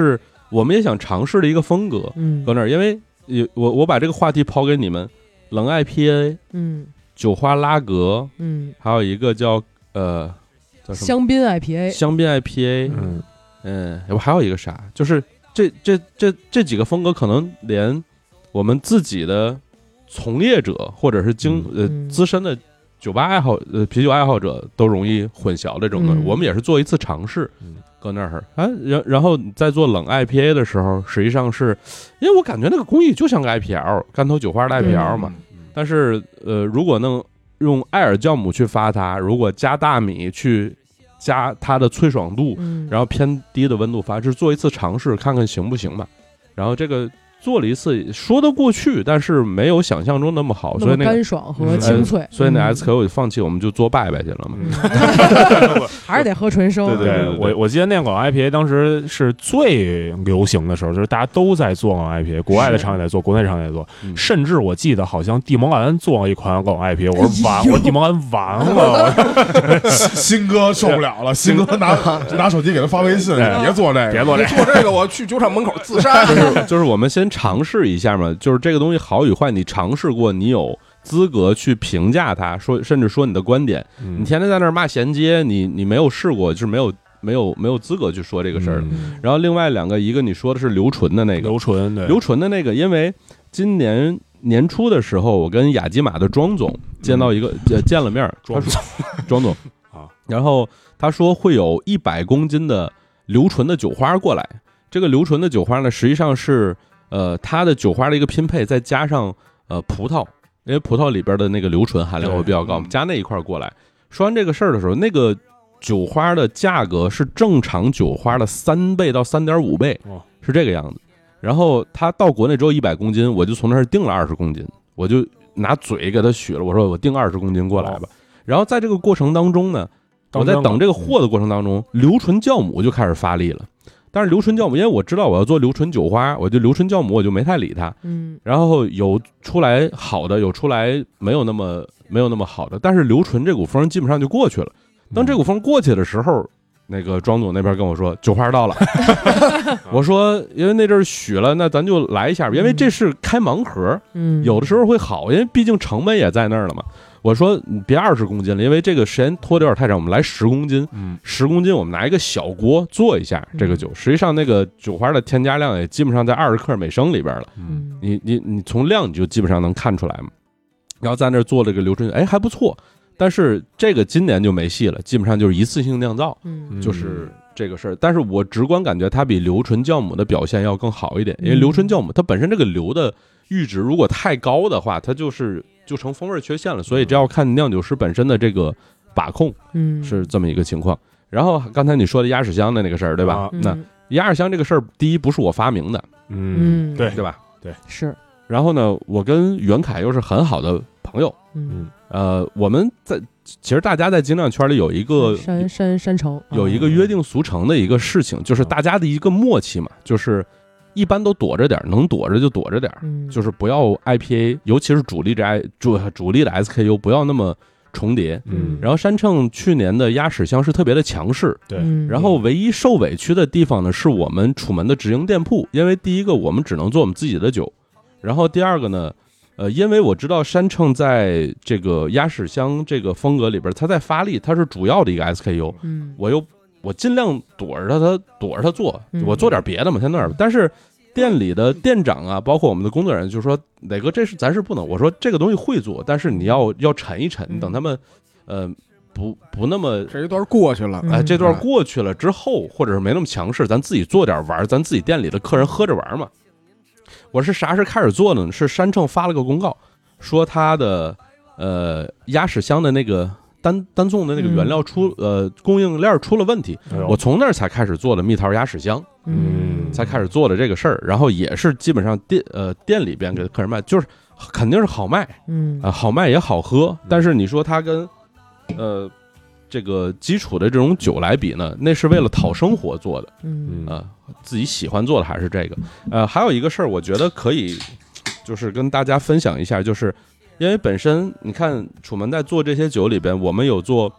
我们也想尝试的一个风格， 嗯， 搁那儿，因为我我把这个话题抛给你们，冷 I P A， 嗯， 酒花拉格， 嗯， 还有一个叫呃叫什么香槟 I P A， 香槟 I P A， 嗯嗯，我还有一个啥，就是这这这这几个风格，可能连我们自己的从业者或者是经呃嗯资深的酒吧爱好呃啤酒爱好者都容易混淆这种的， 嗯我们也是做一次尝试， 嗯搁那儿啊，然然后在做冷 I P A 的时候，实际上是因为我感觉那个工艺就像个 I P L 干头酒花的 I P L 嘛，但是呃，如果能用艾尔酵母去发它，如果加大米去加它的脆爽度， 嗯， 然后偏低的温度发，就是做一次尝试，看看行不行吧。然后这个做了一次，说得过去，但是没有想象中那么好，所以那个干爽和清脆， 呃、所以那 S K O 就放弃，我们就做拜拜去了嘛。 嗯、还是得喝纯生。 对对对，我我记得那款 I P A 当时是最流行的时候，就是大家都在做冷 I P A， 国外的厂也在做，国内厂也在做， 嗯、 甚至我记得好像蒂蒙安做了一款冷 I P A， 我说完，我说蒂蒙安完了， 新哥受不了了，新哥拿拿手机给他发微信，别做这个， 别做这个， 做这个我去酒厂门口自杀。 就是就是我们先尝试一下嘛，就是这个东西好与坏，你尝试过，你有资格去评价它，说甚至说你的观点。 嗯、 你天天在那儿骂衔接，你你没有试过，就是没有没有没有资格去说这个事儿。 嗯、 然后另外两个，一个你说的是刘纯的那个， 刘纯对刘纯的那个，因为今年年初的时候，我跟雅基玛的庄总见到一个、嗯、见了面， 庄总庄总啊， 然后他说会有一百公斤的刘纯的酒花过来。这个刘纯的酒花呢，实际上是呃它的酒花的一个拼配，再加上呃葡萄，因为葡萄里边的那个刘纯含量会比较高，加那一块过来。说完这个事儿的时候，那个酒花的价格是正常酒花的三倍到三点五倍，是这个样子。然后他到国内只有一百公斤，我就从那儿订了二十公斤，我就拿嘴给他许了，我说我订二十公斤过来吧。然后在这个过程当中呢，我在等这个货的过程当中，刘纯酵母就开始发力了。但是刘纯酵母，因为我知道我要做刘纯酒花，我就刘纯酵母我就没太理它。 嗯， 然后有出来好的，有出来没有那么没有那么好的，但是刘纯这股风基本上就过去了。当这股风过去的时候，那个庄总那边跟我说酒花到了，我说因为那阵儿许了，那咱就来一下，因为这是开盲盒， 嗯， 有的时候会好，因为毕竟成本也在那儿了嘛。我说你别二十公斤了，因为这个时间拖得有点太长，我们来十公斤， 嗯， 十公斤我们拿一个小锅做一下这个酒，实际上那个酒花的添加量也基本上在二十克每升里边了， 嗯， 你你你从量你就基本上能看出来嘛。然后在那儿做了个刘纯，哎还不错，但是这个今年就没戏了，基本上就是一次性酿造， 嗯， 就是这个事儿。但是我直观感觉它比刘纯酵母的表现要更好一点，因为刘纯酵母它本身这个硫的阈值如果太高的话，它就是就成风味缺陷了，所以这要看酿酒师本身的这个把控， 嗯， 是这么一个情况。然后刚才你说的鸭屎香的那个事儿，对吧？ 嗯、 那鸭屎香这个事儿，第一不是我发明的， 嗯，对对吧？ 对， 是。 然后呢，我跟袁凯又是很好的朋友， 嗯， 呃，我们在其实大家在精酿圈里有一个山山山城有一个约定俗成的一个事情，就是大家的一个默契嘛，就是一般都躲着点，能躲着就躲着点， 嗯， 就是不要 I P A， 尤其是主力的 I 主主力的 S K U 不要那么重叠。 嗯， 然后山秤去年的鸭屎香是特别的强势， 对， 嗯、 然后唯一受委屈的地方呢，是我们楚门的直营店铺，因为第一个我们只能做我们自己的酒，然后第二个呢。呃，因为我知道山秤在这个鸭屎香这个风格里边，它在发力，它是主要的一个 S K U。 嗯， 我又我尽量躲着它，它躲着它做， 嗯、 我做点别的嘛，先弄点。但是店里的店长啊，包括我们的工作人员就说：“磊哥，这是咱是不能。”我说：“这个东西会做，但是你要要沉一沉，等他们呃不不那么这一段过去了， 哎，这段过去了之后，或者是没那么强势，咱自己做点玩，咱自己店里的客人喝着玩嘛。”我是啥时开始做呢？是山秤发了个公告，说他的呃鸭屎香的那个单单送的那个原料出、嗯、呃供应链出了问题，哎、我从那儿才开始做的蜜桃鸭屎香， 嗯， 才开始做的这个事儿，然后也是基本上店呃店里边给客人卖，就是肯定是好卖， 嗯啊、呃、好卖也好喝，但是你说它跟呃。这个基础的这种酒来比呢，那是为了讨生活做的， 嗯啊、呃，自己喜欢做的还是这个。呃，还有一个事儿，我觉得可以，就是跟大家分享一下，就是因为本身你看楚门在做这些酒里边，我们有做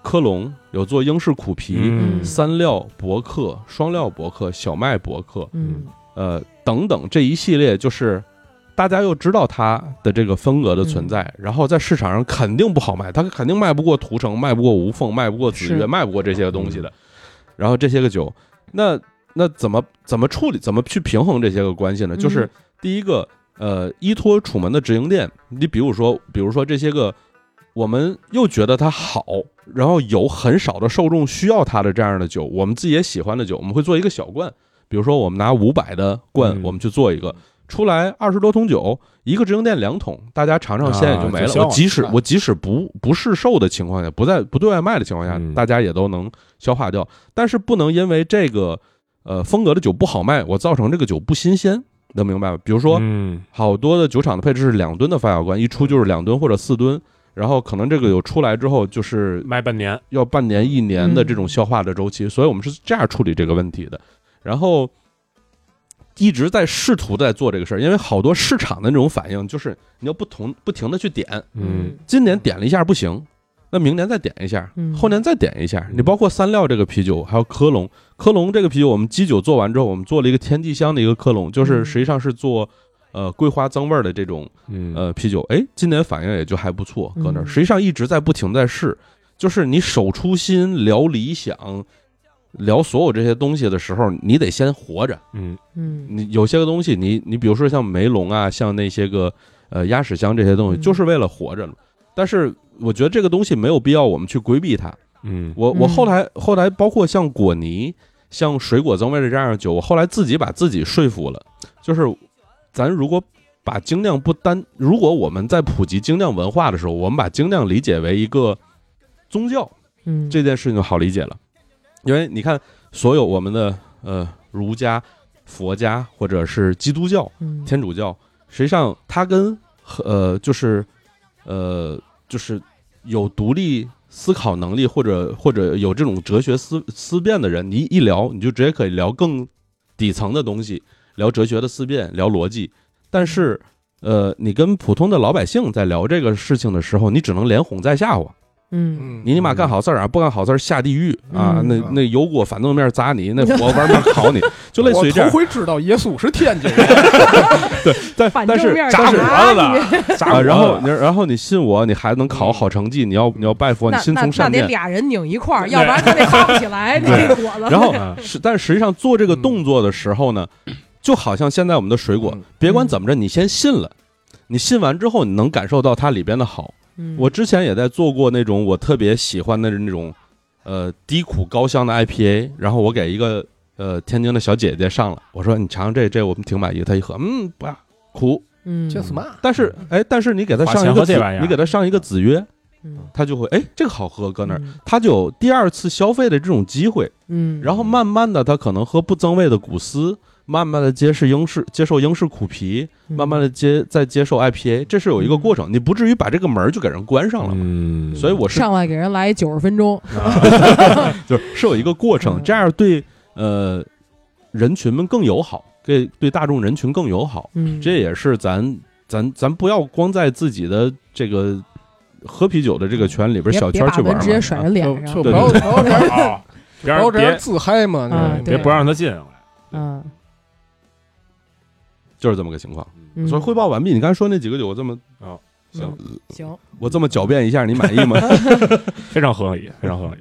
科隆，有做英式苦皮、 嗯三料伯克、双料伯克、小麦伯克， 嗯呃等等这一系列，就是大家又知道它的这个风格的存在， 嗯、 然后在市场上肯定不好卖，它肯定卖不过途胜，卖不过无凤，卖不过紫月，卖不过这些东西的。然后这些个酒，那那怎么怎么处理，怎么去平衡这些个关系呢？ 嗯、 就是第一个，呃，依托楚门的直营店，你比如说，比如说这些个。我们又觉得它好，然后有很少的受众需要它的这样的酒，我们自己也喜欢的酒，我们会做一个小罐，比如说我们拿五百的罐，嗯、我们去做一个，出来二十多桶酒，一个直营店两桶，大家尝尝鲜也就没了。啊、我即使我即使不不市售的情况下，不在不对外卖的情况下，嗯、大家也都能消化掉。但是不能因为这个呃风格的酒不好卖，我造成这个酒不新鲜。能明白吗？比如说，嗯，好多的酒厂的配置是两吨的发酵罐，一出就是两吨或者四吨。然后可能这个有出来之后就是卖半年， 要半年一年的这种消化的周期，嗯、所以我们是这样处理这个问题的。然后一直在试图在做这个事儿，因为好多市场的那种反应就是你要不同不停的去点， 嗯， 今年点了一下不行，那明年再点一下， 嗯、 后年再点一下。你包括三料这个啤酒，还有科隆，科隆这个啤酒，我们基酒做完之后，我们做了一个天际香的一个科隆，就是实际上是做。呃，桂花增味的这种呃啤酒，哎，今年反应也就还不错，搁那儿。实际上一直在不停在试，就是你手出心聊理想，聊所有这些东西的时候，你得先活着。 嗯嗯， 你有些个东西，你你比如说像梅龙啊，像那些个呃鸭屎香这些东西，就是为了活着。但是我觉得这个东西没有必要我们去规避它。 嗯， 我我后来后来包括像果泥、像水果增味的这样的酒，我后来自己把自己说服了，就是。咱如果把精酿不单，如果我们在普及精酿文化的时候，我们把精酿理解为一个宗教， 嗯， 这件事情就好理解了。因为你看，所有我们的呃儒家、佛家或者是基督教、天主教，实际上它跟呃就是呃就是有独立思考能力或者或者有这种哲学思思辨的人，你一聊你就直接可以聊更底层的东西。聊哲学的思辨，聊逻辑，但是，呃，你跟普通的老百姓在聊这个事情的时候，你只能连哄带吓唬。 嗯， 你尼玛干好事儿啊，不干好事儿下地狱啊！ 嗯、 那那油锅反正面砸你，那火玩面烤你，就类似于这样。 我头回知道耶稣是天津人。 对，但但是炸火的，炸啊！然后你然后你信我，你还能考好成绩，你要你要拜佛，你心从善念。 那得俩人拧一块儿，要不然他得发不起来那个果子。 然后是，但实际上做这个动作的时候呢？就好像现在我们的水果，别管怎么着，你先信了，你信完之后，你能感受到它里边的好。我之前也在做过那种我特别喜欢的那种，呃，低苦高香的 I P A， 然后我给一个呃天津的小姐姐上了，我说你尝尝这，这我们挺满意。她一喝，嗯，不要苦， 嗯， 这是嘛？ 但是哎，但是你给她上一个紫，你给她上一个紫约，她就会哎，这个好喝，搁那儿，她就有第二次消费的这种机会。 嗯， 然后慢慢的，她可能喝不增味的古斯。慢慢的接受英式，接受英式苦皮，慢慢的接再接受 I P A， 这是有一个过程，你不至于把这个门就给人关上了。嗯，所以我是上来给人来九十分钟， 就是是有一个过程，这样对呃人群们更友好，对对大众人群更友好。 嗯， 这也是咱咱咱不要光在自己的这个喝啤酒的这个圈里边小圈去玩嘛， 直接甩人脸上， 不要不要这样， 不要这样自嗨嘛， 别不让他进来。 嗯。 就是这么个情况， 嗯、 所以汇报完毕。你刚才说那几个酒，我这么啊、哦， 行、嗯、行， 我这么狡辩一下，你满意吗？ 非常合理，非常合理。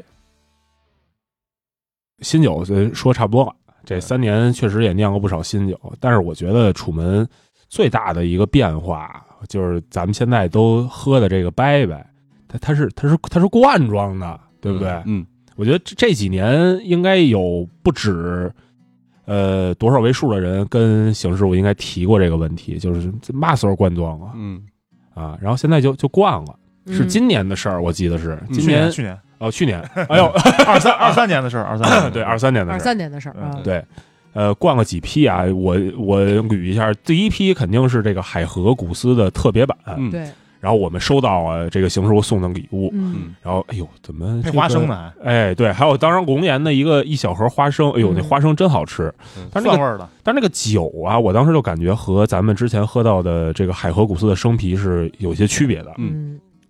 新酒说差不多了，这三年确实也酿了不少新酒，但是我觉得楚门最大的一个变化就是咱们现在都喝的这个伯伯，它它是它是它是罐装的，对不对？ 嗯，嗯我觉得这这几年应该有不止。呃，多少位数的人跟邢师傅应该提过这个问题，就是嘛时候灌装啊？ 嗯， 啊，然后现在就就灌了，是今年的事儿，我记得是今年，去年哦，去年，哎呦， 二三二三年的事儿，二三对二三年的二三年的事儿啊， 对，呃，灌了几批啊？我我捋一下，第一批肯定是这个海河古斯的特别版， 嗯， 对。 然后我们收到了这个邢师傅送的礼物， 嗯， 然后哎呦，怎么、这个、 配花生呢？ 哎，对，还有当然龙岩的一个一小盒花生，哎呦，那花生真好吃， 嗯、 但是那个味儿的， 但是那个酒啊，我当时就感觉和咱们之前喝到的这个海河古斯的生啤是有些区别的， 嗯。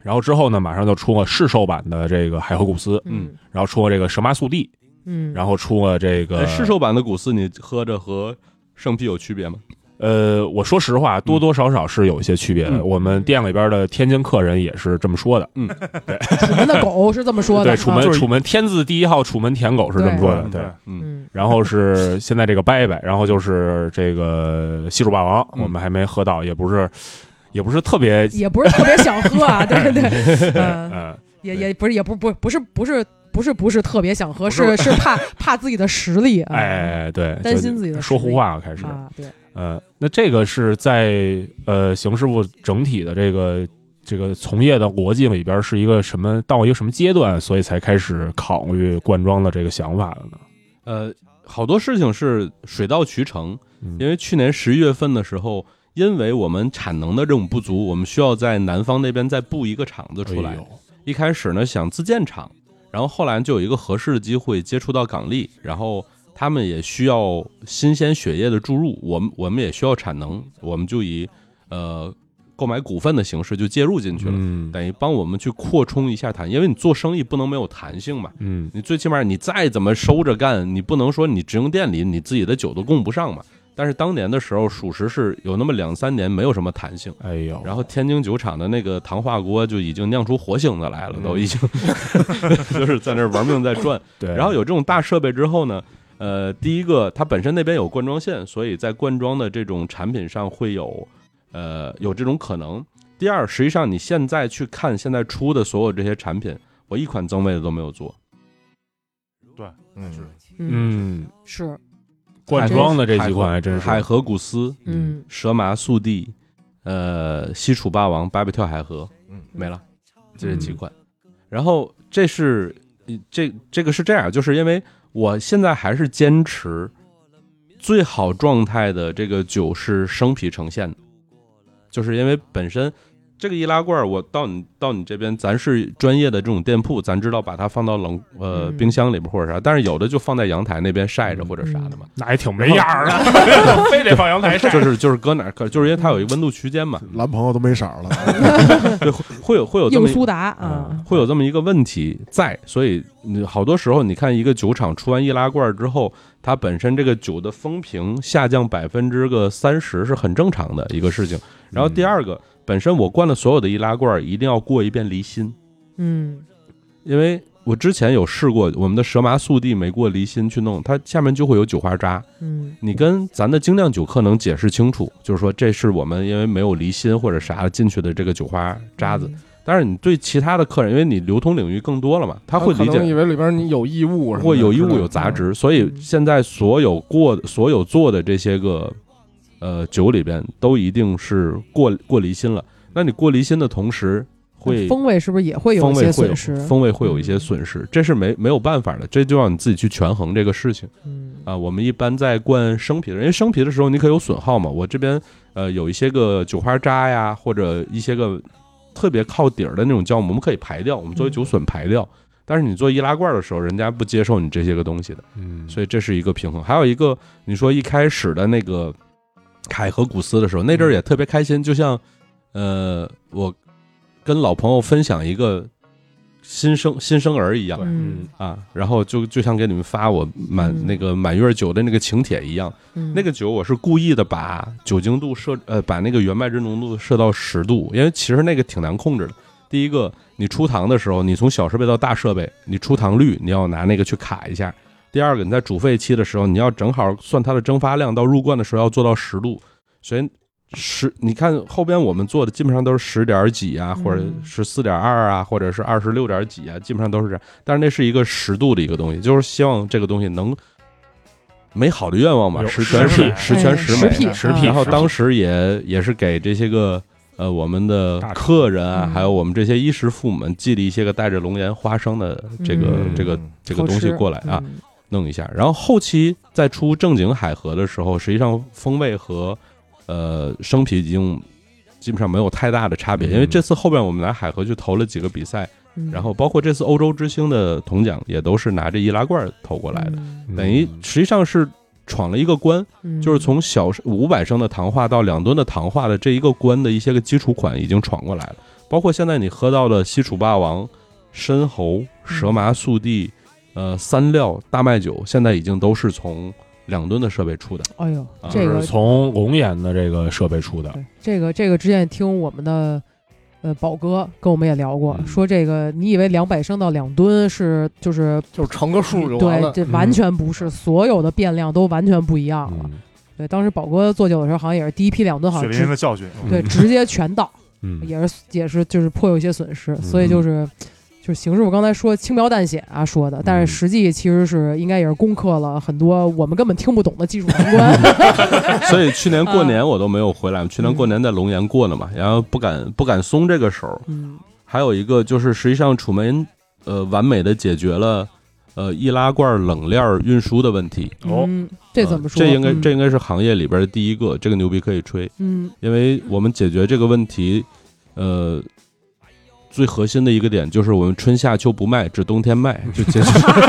然后之后呢，马上就出了市售版的这个海河古斯， 嗯， 然后出了这个蛇麻速递， 嗯， 然后出了这个市售版的古斯，你喝着和生啤有区别吗？ 呃，我说实话，多多少少是有一些区别的。 嗯、 我们店里边的天津客人也是这么说的。 嗯， 对， 楚门的狗是这么说的。 对，楚门、啊、楚门天字第一号楚门舔狗是这么说的。对， 对嗯。然后是现在这个拜拜，然后就是这个西楚霸王， 嗯、 我们还没喝到，也不是，也不是特别， 也不是特别想喝啊，对对对， 嗯， 嗯也也不是，也不不不是不是。不是不是特别想喝，是是怕怕自己的实力，啊、 哎，对， 担心自己的说胡话了，开始啊，对， 呃，那这个是在呃邢师傅整体的这个这个从业的逻辑里边是一个什么到一个什么阶段，所以才开始考虑灌装的这个想法的呢？ 呃，好多事情是水到渠成， 嗯、 因为去年十一月份的时候，因为我们产能的这种不足，我们需要在南方那边再布一个厂子出来。哎、一开始呢想自建厂。然后后来就有一个合适的机会接触到港力，然后他们也需要新鲜血液的注入，我们我们也需要产能，我们就以呃购买股份的形式就介入进去了， 嗯、 等于帮我们去扩充一下弹，因为你做生意不能没有弹性嘛， 嗯， 你最起码你再怎么收着干，你不能说你直营店里你自己的酒都供不上嘛。但是当年的时候，属实是有那么两三年没有什么弹性， 哎呦， 然后天津酒厂的那个糖化锅就已经酿出活性子来了， 嗯、 都已经就是在那玩命在转。 对， 然后有这种大设备之后呢，呃，第一个它本身那边有灌装线，所以在灌装的这种产品上会有呃有这种可能。第二，实际上你现在去看现在出的所有这些产品，我一款增味的都没有做。 对，嗯是，嗯是。 灌装的这几款还真是海河古斯， 嗯， 蛇麻速递，呃，西楚霸王，巴比跳海河，嗯，没了，这是几款。嗯、然后这是这这个是这样，就是因为我现在还是坚持最好状态的这个酒是生啤呈现的，就是因为本身这个易拉罐，我到你到你这边，咱是专业的这种店铺，咱知道把它放到冷呃冰箱里边或者啥，但是有的就放在阳台那边晒着或者啥的嘛， 那还挺没样儿的，非得放阳台晒。 就是就是搁哪儿，就是因为它有一个温度区间嘛。 蓝朋友都没色了， 对，会有会有这么硬苏打啊， 会有这么一个问题在，所以你好多时候你看一个酒厂出完易拉罐之后，它本身这个酒的风评下降百分之个三十是很正常的一个事情。然后第二个。本身我灌了所有的易拉罐一定要过一遍离心， 嗯， 因为我之前有试过我们的蛇麻速递没过离心去弄，它下面就会有酒花渣， 嗯， 你跟咱的精酿酒客能解释清楚，就是说这是我们因为没有离心或者啥进去的这个酒花渣子，嗯、但是你对其他的客人，因为你流通领域更多了嘛，他会理解， 以为里边你有异物， 或有异物有杂质，所以现在所有过所有做的这些个。呃，酒里边都一定是过过离心了。那你过离心的同时，会风味是不是也会有一些损失？ 风味会有一些损失，这是没没有办法的，这就让你自己去权衡这个事情。 嗯啊，我们一般在灌生啤的，因为生啤的时候你可以有损耗嘛。我这边呃有一些个酒花渣呀，或者一些个特别靠底儿的那种酵母，我们可以排掉，我们作为酒损排掉。嗯、但是你做易拉罐的时候，人家不接受你这些个东西的， 嗯， 所以这是一个平衡。还有一个，你说一开始的那个。海河古斯的时候，那阵儿也特别开心，就像，呃，我跟老朋友分享一个新生新生儿一样， 嗯啊，然后就就像给你们发我满、嗯、那个满月酒的那个请帖一样， 嗯、 那个酒我是故意的把酒精度设呃把那个原麦汁浓度设到十度，因为其实那个挺难控制的。第一个，你出糖的时候，你从小设备到大设备，你出糖率你要拿那个去卡一下。第二个，你在煮沸期的时候，你要正好算它的蒸发量，到入罐的时候要做到十度，所以十，你看后边我们做的基本上都是十点几啊，或者十四点二啊，或者是二十六点几啊，基本上都是这样。但是那是一个十度的一个东西，就是希望这个东西能美好的愿望嘛，十全十十全十美， 十然后当时也也是给这些个。呃，我们的客人啊，还有我们这些衣食父母们寄了一些个带着龙岩花生的这个、嗯、这个这个东西过来啊。 嗯弄一下，然后后期再出正经海河的时候，实际上风味和呃生啤已经基本上没有太大的差别，因为这次后边我们来海河去投了几个比赛， 嗯、 然后包括这次欧洲之星的铜奖也都是拿着易拉罐投过来的， 嗯、 等于实际上是闯了一个关， 嗯、 就是从小五百升的糖化到两吨的糖化的这一个关的一些个基础款已经闯过来了。包括现在你喝到的西楚霸王、申猴、蛇麻速递、呃三料、大麦酒，现在已经都是从两吨的设备出的。 哎呦， 啊、 这个从龙岩的这个设备出的。 对，这个这个之前听我们的呃宝哥跟我们也聊过， 嗯、 说这个你以为两百升到两吨是就是就是乘个数就完了， 对，这完全不是，嗯、所有的变量都完全不一样了。嗯、对，当时宝哥做酒的时候，好像也是第一批两吨，好像血淋淋的教训， 对， 嗯、 直接全倒。 嗯， 也是也是就是颇有一些损失，所以就是就是邢师傅刚才说轻描淡写啊说的，但是实际其实是应该也是攻克了很多我们根本听不懂的技术难关。 所以去年过年我都没有回来，去年过年在龙岩过了嘛，然后不敢不敢松这个手。 嗯， 还有一个就是实际上楚门呃完美的解决了呃易拉罐冷链运输的问题。 哦， 嗯、这怎么说？ 呃、这应该、 嗯、 这应该是行业里边的第一个，这个牛逼可以吹。 嗯， 因为我们解决这个问题。呃，最核心的一个点就是我们春夏秋不卖，只冬天卖，就解决。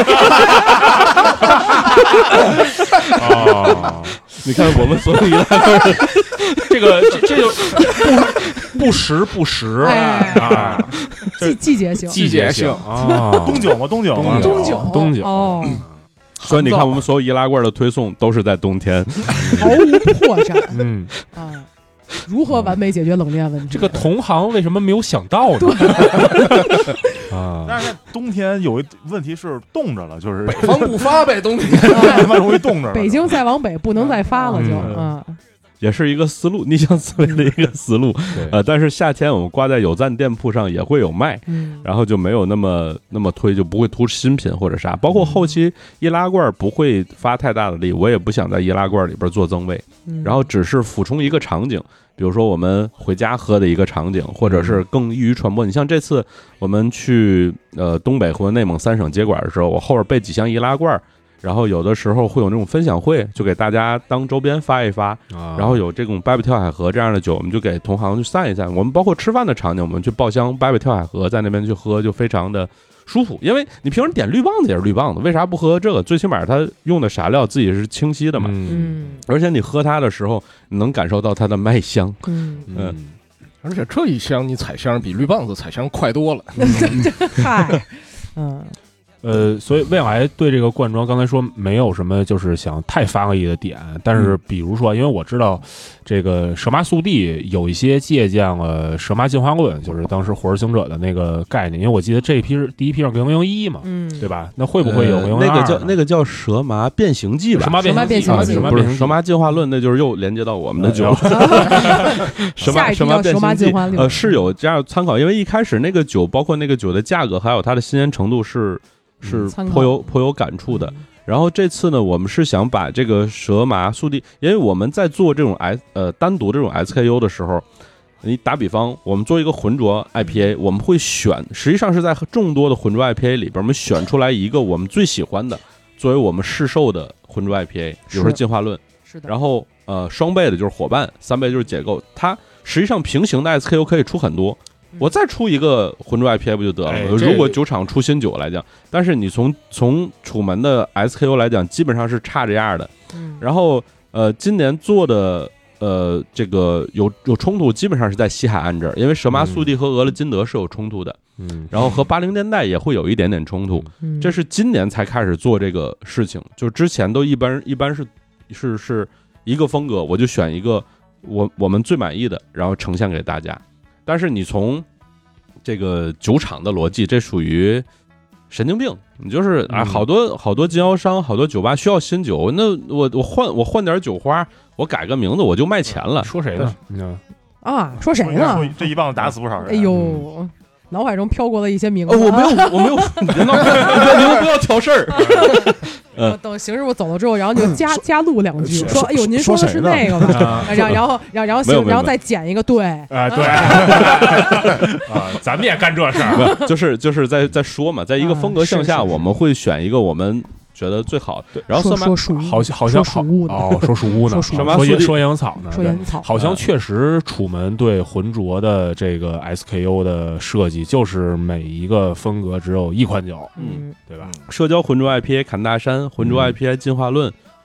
哦， 你看我们所有易拉罐， 这个这这就不不时不时啊， 季季节性， 季节性啊， 冬酒嘛，冬酒嘛， 冬酒， 冬酒哦。 所以你看，我们所有易拉罐的推送都是在冬天， 毫无破绽。 嗯啊。如何完美解决冷链问题？ 这个同行为什么没有想到呢？啊！ 但是冬天有一问题是冻着了，就是北方不发呗，冬天他妈容易冻着了。 北京再往北不能再发了，就啊。 也是一个思路，逆向思维的一个思路。呃，但是夏天我们挂在有赞店铺上也会有卖， 嗯， 然后就没有那么那么推，就不会突新品或者啥。包括后期易拉罐不会发太大的力，我也不想在易拉罐里边做增味， 嗯、 然后只是俯冲一个场景，比如说我们回家喝的一个场景，或者是更易于传播。你像这次我们去呃东北或者内蒙三省接管的时候，我后边备几箱易拉罐。然后有的时候会有那种分享会，就给大家当周边发一发。 啊、 然后有这种巴比跳海河这样的酒，我们就给同行去散一散。我们包括吃饭的场景，我们去爆箱巴比跳海河，在那边去喝，就非常的舒服。因为你平时点绿棒子也是绿棒子，为啥不喝这个？最起码它用的傻料自己是清晰的嘛。 嗯， 而且你喝它的时候，你能感受到它的麦香。 嗯嗯， 而且这一箱你采香比绿棒子采香快多了。 嗨，嗯。 呃，所以未来对这个罐装，刚才说没有什么就是想太发力的点，但是比如说，因为我知道这个蛇麻速递有一些借鉴了蛇麻进化论，就是当时火之行者的那个概念，因为我记得这一批是第一批是零零一嘛， 嗯， 对吧？那会不会有零零二、 呃？那个叫那个叫蛇麻变形记吧？ 蛇麻变形记， 不是蛇麻进化论，那就是又连接到我们的酒。蛇麻蛇麻变形记，呃，是有这样参考，因为一开始那个酒，包括那个酒的价格，还有它的新鲜程度是。是颇有颇有感触的。然后这次呢，我们是想把这个蛇麻速递，因为我们在做这种 S 呃单独这种 S K U 的时候，你打比方，我们做一个浑浊 I P A， 我们会选，实际上是在众多的浑浊 I P A 里边，我们选出来一个我们最喜欢的，作为我们试售的浑浊 I P A， 比如说进化论， 是的。 然后呃双倍的就是伙伴，三倍就是解构，它实际上平行的 S K U 可以出很多。我再出一个浑浊 I P A 不就得了？ 哎、 如果酒厂出新酒来讲，但是你从从楚门的 S K U 来讲，基本上是差这样的。 嗯、 然后呃，今年做的呃这个有有冲突，基本上是在西海岸这儿，因为蛇麻速递和俄勒金德是有冲突的。 嗯， 然后和八零年代也会有一点点冲突。 嗯， 这是今年才开始做这个事情，就之前都一般一般是是是一个风格，我就选一个我我们最满意的，然后呈现给大家。但是你从这个酒厂的逻辑，这属于神经病。你就是啊，好多好多经销商、好多酒吧需要新酒，那我我换我换点酒花，我改个名字，我就卖钱了。 说谁呢？嗯啊，说谁呢？ 这一棒子打死不少人。 哎呦，脑海中飘过了一些名字。 哦，我没有，我没有，你们不要挑事儿。 嗯，等邢师傅走了之后，然后就加加录两句，说：“哎呦，您说的是那个吧？”然后，然后，然后，然后邢，然后再剪一个对啊，对啊，咱们也干这事儿， 就是就是在在说嘛，在一个风格向下，我们会选一个我们觉得最好的。然后说说属好像好像属乌哦，说属乌呢，说说烟草呢， 说烟草， 好像确实楚门对浑浊的这个 S K U 的设计，就是每一个风格只有一款酒， 嗯， 对吧？ 社交浑浊 I P A 坎大山，浑浊 I P A 进化论，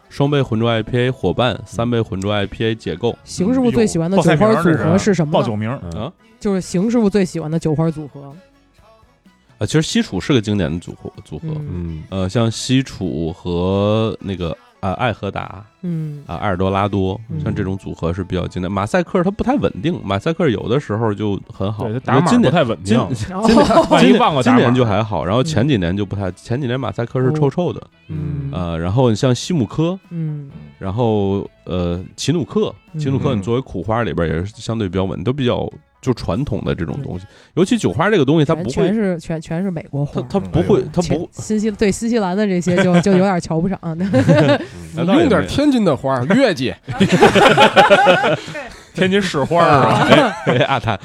双倍浑浊 I P A 伙伴，三倍浑浊 I P A 解构。 邢师傅最喜欢的酒花组合是什么？ 报酒名啊， 就是邢师傅最喜欢的酒花组合。 啊，其实西楚是个经典的组合组合， 嗯， 呃，像西楚和那个啊艾和达， 嗯啊埃尔多拉多，像这种组合是比较经典。马赛克它不太稳定，马赛克有的时候就很好， 打码不太稳定， 今年万一忘了今年就还好，然后前几年就不太，前几年马赛克是臭臭的， 嗯呃，然后你像西姆科， 嗯， 然后呃奇努克，奇努克你作为苦花里边也是相对比较稳，都比较。就传统的这种东西，尤其酒花这个东西，它不会全是全全是美国花， 它它不会，它不新西对新西兰的这些就就有点瞧不上。 你用点天津的花，月季， 天津市花啊， 阿谭，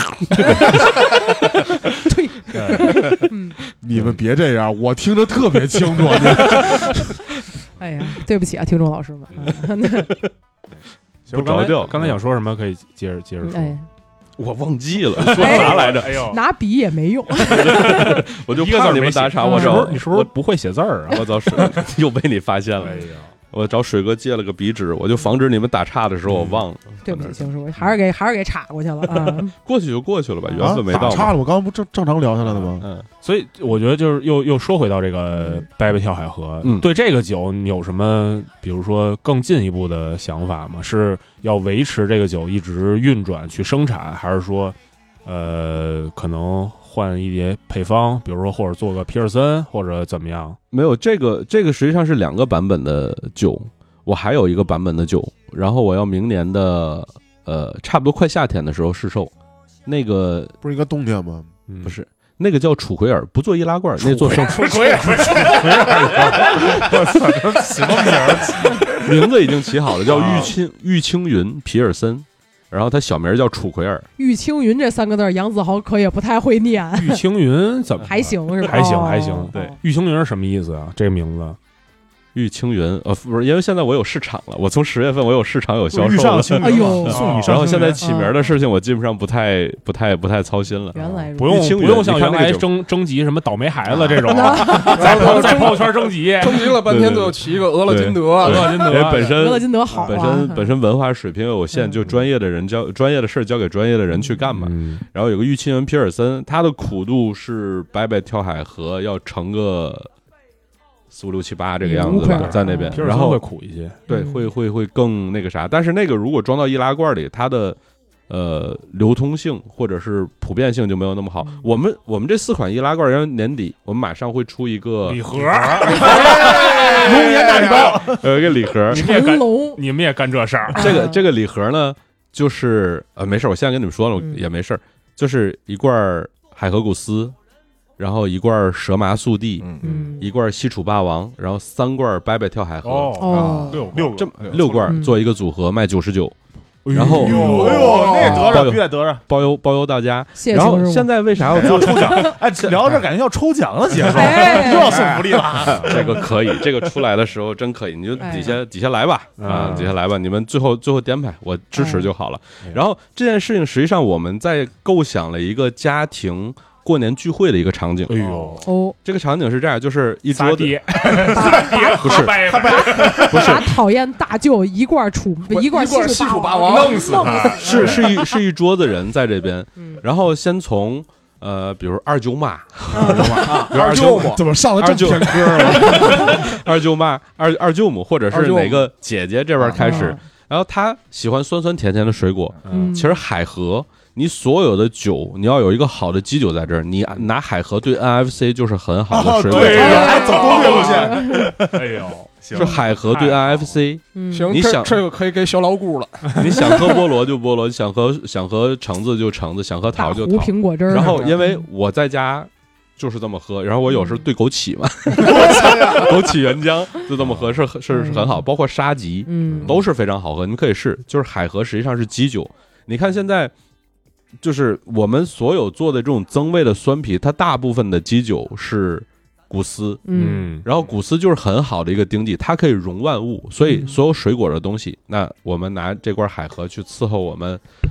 对， 你们别这样，我听着特别清楚。 哎呀，对不起啊，听众老师们。 不着调， 刚才想说什么可以接着接着说。 哎， 我忘记了说啥来着？ 哎呦， 拿笔也没用， 我就怕你们打岔。我找你是不是不会写字儿啊？ 我找水又被你发现了。 哎呀， 我找水哥借了个笔纸，我就防止你们打岔的时候我忘了。 对不起，邢师傅，还是给还是给岔过去了啊。 过去就过去了吧，缘分没到。 打岔了，我刚刚不正正常聊下来的吗？ 嗯， 所以我觉得就是又又说回到这个伯伯跳海河， 嗯， 对这个酒你有什么比如说更进一步的想法吗？是要维持这个酒一直运转去生产，还是说呃可能换一些配方，比如说或者做个皮尔森或者怎么样？ 没有，这个这个实际上是两个版本的酒，我还有一个版本的酒，然后我要明年的呃差不多快夏天的时候试售。那个不是应该冬天吗？ 嗯、不是。那个叫楚奎尔，不做易拉罐，那做生楚奎尔，楚奎尔，我操，起个名儿， 名字已经起好了，叫玉青玉青云皮尔森，然后他小名叫楚奎尔。 玉青云这三个字，杨子豪可也不太会念。 玉青云怎么还行是吧？ 还行还行， 对， 玉青云是什么意思啊？这个名字。 玉青云，呃，不是，因为现在我有市场了，我从十月份我有市场有销售了， 哎呦， 然后现在起名的事情我基本上不太、不太、不太操心了。 原来不用不用像原来征征集什么倒霉孩子这种，在在朋友圈征集， 征集了半天最后起一个俄勒金德， 俄勒金德本身俄勒金德好， 本身本身文化水平有限，就专业的人交专业的事交给专业的人去干嘛。然后有个玉青云皮尔森，它的苦度是白白跳海河要乘个。四五六七八这个样子吧，在那边，然后会苦一些， 对，会会会更那个啥。但是那个如果装到易拉罐里，它的呃流通性或者是普遍性就没有那么好。我们我们这四款易拉罐，然后年底我们马上会出一个礼盒，龙年大礼包， 有一个礼盒。 你们也干，你们也干这事儿。 这个这个礼盒呢，就是呃没事，我现在跟你们说了也没事，就是一罐海河谷斯。然后一罐蛇麻速递， 嗯， 一罐西楚霸王，然后三罐拜拜跳海河， 哦， 六六这六罐做一个组合卖九十九，然后哎呦，那得着，必须得着， 包邮包邮到家。 谢谢。 然后现在为啥要做抽奖？哎，聊到这感觉要抽奖的节目，又要送福利了。 这个可以，这个出来的时候真可以，你就底下底下来吧，啊，底下来吧，你们最后最后编排，我支持就好了。然后这件事情实际上我们在构想了一个家庭。过年聚会的一个场景， 哎呦， 哦， 这个场景是这样，就是一桌子， 不是不是， 把讨厌大舅一罐楚一罐西楚霸王弄死他， 是是一是一桌子人在这边，然后先从呃，比如二舅妈， 二舅母怎么上来这么偏科了？ 二舅妈、二二舅母，或者是哪个姐姐这边开始，然后她喜欢酸酸甜甜的水果，其实海河。你所有的酒，你要有一个好的基酒在这儿。你拿海河对 N F C 就是很好的水果， 还走攻略路线。 哎呦， 是海河对 N F C。 行， 你想这个可以给小老姑了。 你想喝菠萝就菠萝，想喝想喝橙子就橙子，想喝桃就桃。 苹果汁儿。 然后因为我在家就是这么喝，然后我有时候兑枸杞嘛，枸杞原浆就这么喝是是是很好，包括沙棘， 嗯， 都是非常好喝。你们可以试，就是海河实际上是基酒。你看现在。就是我们所有做的这种增味的酸啤，它大部分的基酒是古斯， 嗯， 然后古斯就是很好的一个丁地，它可以容万物，所以所有水果的东西，那我们拿这罐海河去伺候我们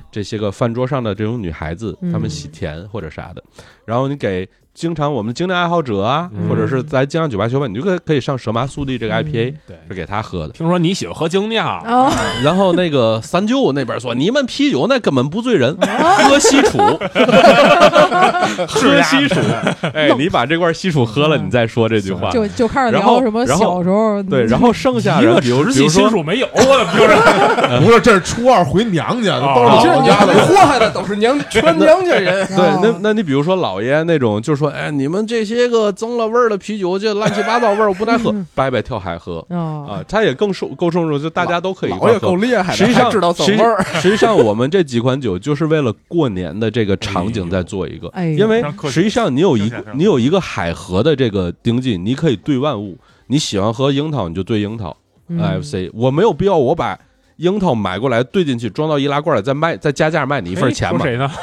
这些个饭桌上的这种女孩子，她们喜甜或者啥的，然后你给经常我们精酿爱好者啊，或者是在精酿酒吧休班，你就可以可以上蛇麻速递这个 I P A， 是给他喝的。 听说你喜欢喝精酿， 然后那个三舅那边说，你们啤酒那根本不醉人，喝西楚，喝西楚。哎，你把这罐西楚喝了，你再说这句话， 就就开始聊什么小时候。 对，然后剩下人，比如比如说没有，我的不是，不是，这是初二回娘家，都是老家的，祸害的都是娘全娘家人。 对，那那你比如说老爷那种，就说，哎，你们这些个增了味儿的啤酒，这乱七八糟味儿，我不耐喝，白白跳海喝啊，它也更受够受众，就大家都可以喝。 老也够厉害的， 实际上知道增味儿。 实际上，我们这几款酒就是为了过年的这个场景在做一个，因为实际上你有一你有一个海河的这个丁记，你可以兑万物。你喜欢喝樱桃，你就兑樱桃 N F C， 我没有必要我把樱桃买过来兑进去，装到易拉罐里，再卖再加价卖你一份钱嘛？ 谁呢？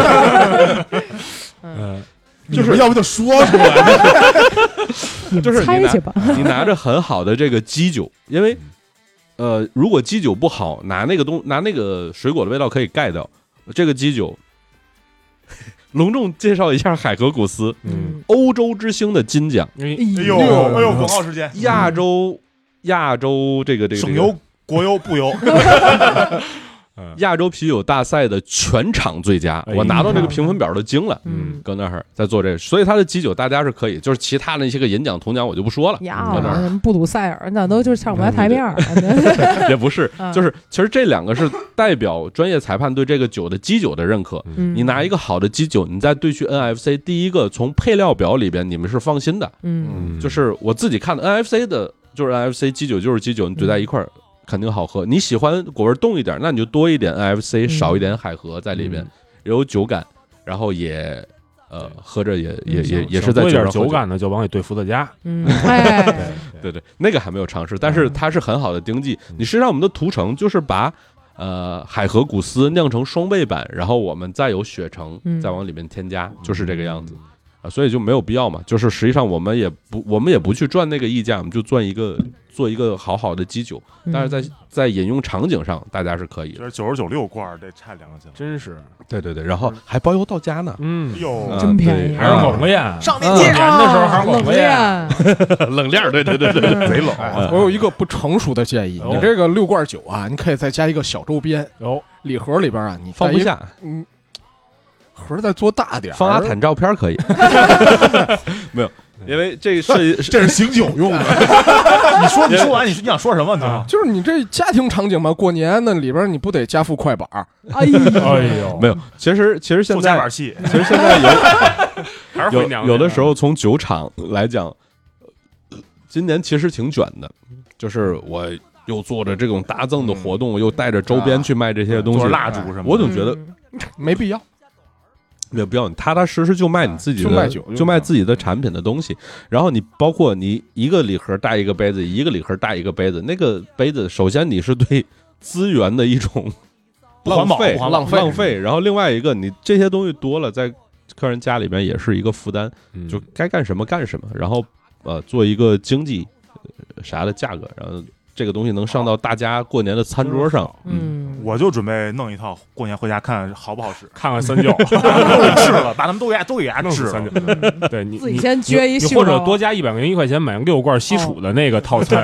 嗯。 就是要不就说出来， 就是猜去吧。 你拿着很好的这个基酒，因为呃，如果基酒不好，拿那个东拿那个水果的味道可以盖掉。这个基酒，隆重介绍一下海河古斯，嗯，欧洲之星的金奖。 哎呦哎呦，广告时间， 亚洲亚洲这个这个省油国油不油。 亚洲啤酒大赛的全场最佳，我拿到这个评分表都惊了。嗯，搁那儿在做这个，所以他的基酒大家是可以，就是其他的那些个银奖、铜奖我就不说了。 呀，布鲁塞尔那都就是上不来台面儿。 也不是，就是其实这两个是代表专业裁判对这个酒的基酒的认可。你拿一个好的基酒，你再对去 N F C， 第一个从配料表里边你们是放心的。嗯，就是我自己看的 N F C 的，就是 N F C 基酒就是基酒，你怼在一块儿。肯定好喝，你喜欢果味重一点，那你就多一点 N F C， 少一点海河在里边，有酒感，然后也呃喝着也也也也是在酒上酒感的，就往里兑伏特加。 嗯，哎， 对对，那个还没有尝试，但是它是很好的丁记。你实际上我们的途程就是把呃海河古斯酿成双倍版，然后我们再有雪橙再往里面添加，就是这个样子啊，所以就没有必要嘛。就是实际上我们也不我们也不去赚那个溢价，我们就赚一个。做一个好好的基酒，但是在在饮用场景上，大家是可以的。 就是九十九六罐，这差两个钱， 真是。 对对对，然后还包邮到家呢。 嗯，哟， 真便宜， 还是猛子宴。 上年年的时候还是猛子宴， 冷链，对对对对，贼冷。 我有一个不成熟的建议，你这个六罐酒啊，你可以再加一个小周边。 哦， 礼盒里边啊，你放不下， 嗯，盒再做大点， 放阿坦照片可以。没有。因为这是这是醒酒用的。 你说你说完，你你想说什么呢？ 就是你这家庭场景嘛，过年那里边你不得加副快板？ 哎呦， 哎呦， 没有。其实其实现在板戏， 其实现在有有有的时候从酒厂来讲，今年其实挺卷的，就是我又做着这种大赠的活动，又带着周边去卖这些东西， 蜡烛什么， 我总觉得没必要。 没有必要，你踏踏实实就卖你自己的，就卖酒，就卖自己的产品的东西。然后你包括你一个礼盒带一个杯子，一个礼盒带一个杯子，那个杯子首先你是对资源的一种浪费， 浪费， 浪费。然后另外一个，你这些东西多了，在客人家里边也是一个负担，就该干什么干什么。然后呃，做一个经济啥的价格，然后。这个东西能上到大家过年的餐桌上， 嗯， 我就准备弄一套，过年回家看好不好使， 看看三舅治了，把他们都给都给他治了。 对你自己先撅一袖， 或者多加一百块钱一块钱买六罐西楚的那个套餐。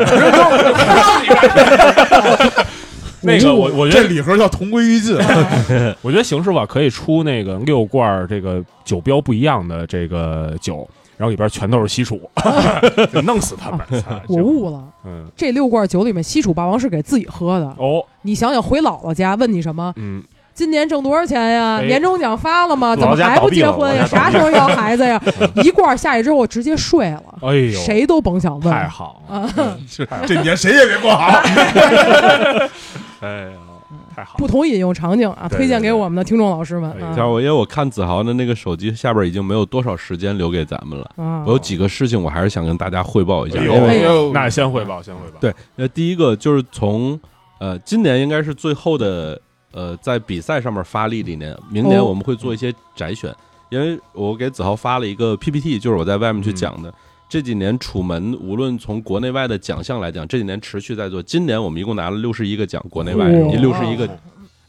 那个我我觉得这礼盒叫同归于尽。 我觉得形式吧可以出那个六罐这个酒标不一样的这个酒。然后里边全都是西楚，弄死他们！ 我悟了，嗯，这六罐酒里面西楚霸王是给自己喝的哦。 你想想，回姥姥家问你什么？ 嗯， 今年挣多少钱呀？ 哎、 年终奖发了吗？怎么还不结婚呀？啥时候要孩子呀？一罐下去之后，我直接睡了。 哎呦， 谁都甭想问。 太好了， 嗯、 这年谁也别过好。 哎呀。太好， 不同饮用场景啊，推荐给我们的听众老师们。 像我，因为我看子豪的那个手机下边已经没有多少时间留给咱们了。我有几个事情，我还是想跟大家汇报一下。因为那先汇报，先汇报。 对，那第一个就是从呃，今年应该是最后的呃，在比赛上面发力的一年，明年我们会做一些摘选，因为我给子豪发了一个 P P T， 就是我在外面去讲的。这几年楚门无论从国内外的奖项来讲，这几年持续在做。今年我们一共拿了六十一个奖，国内外六十一个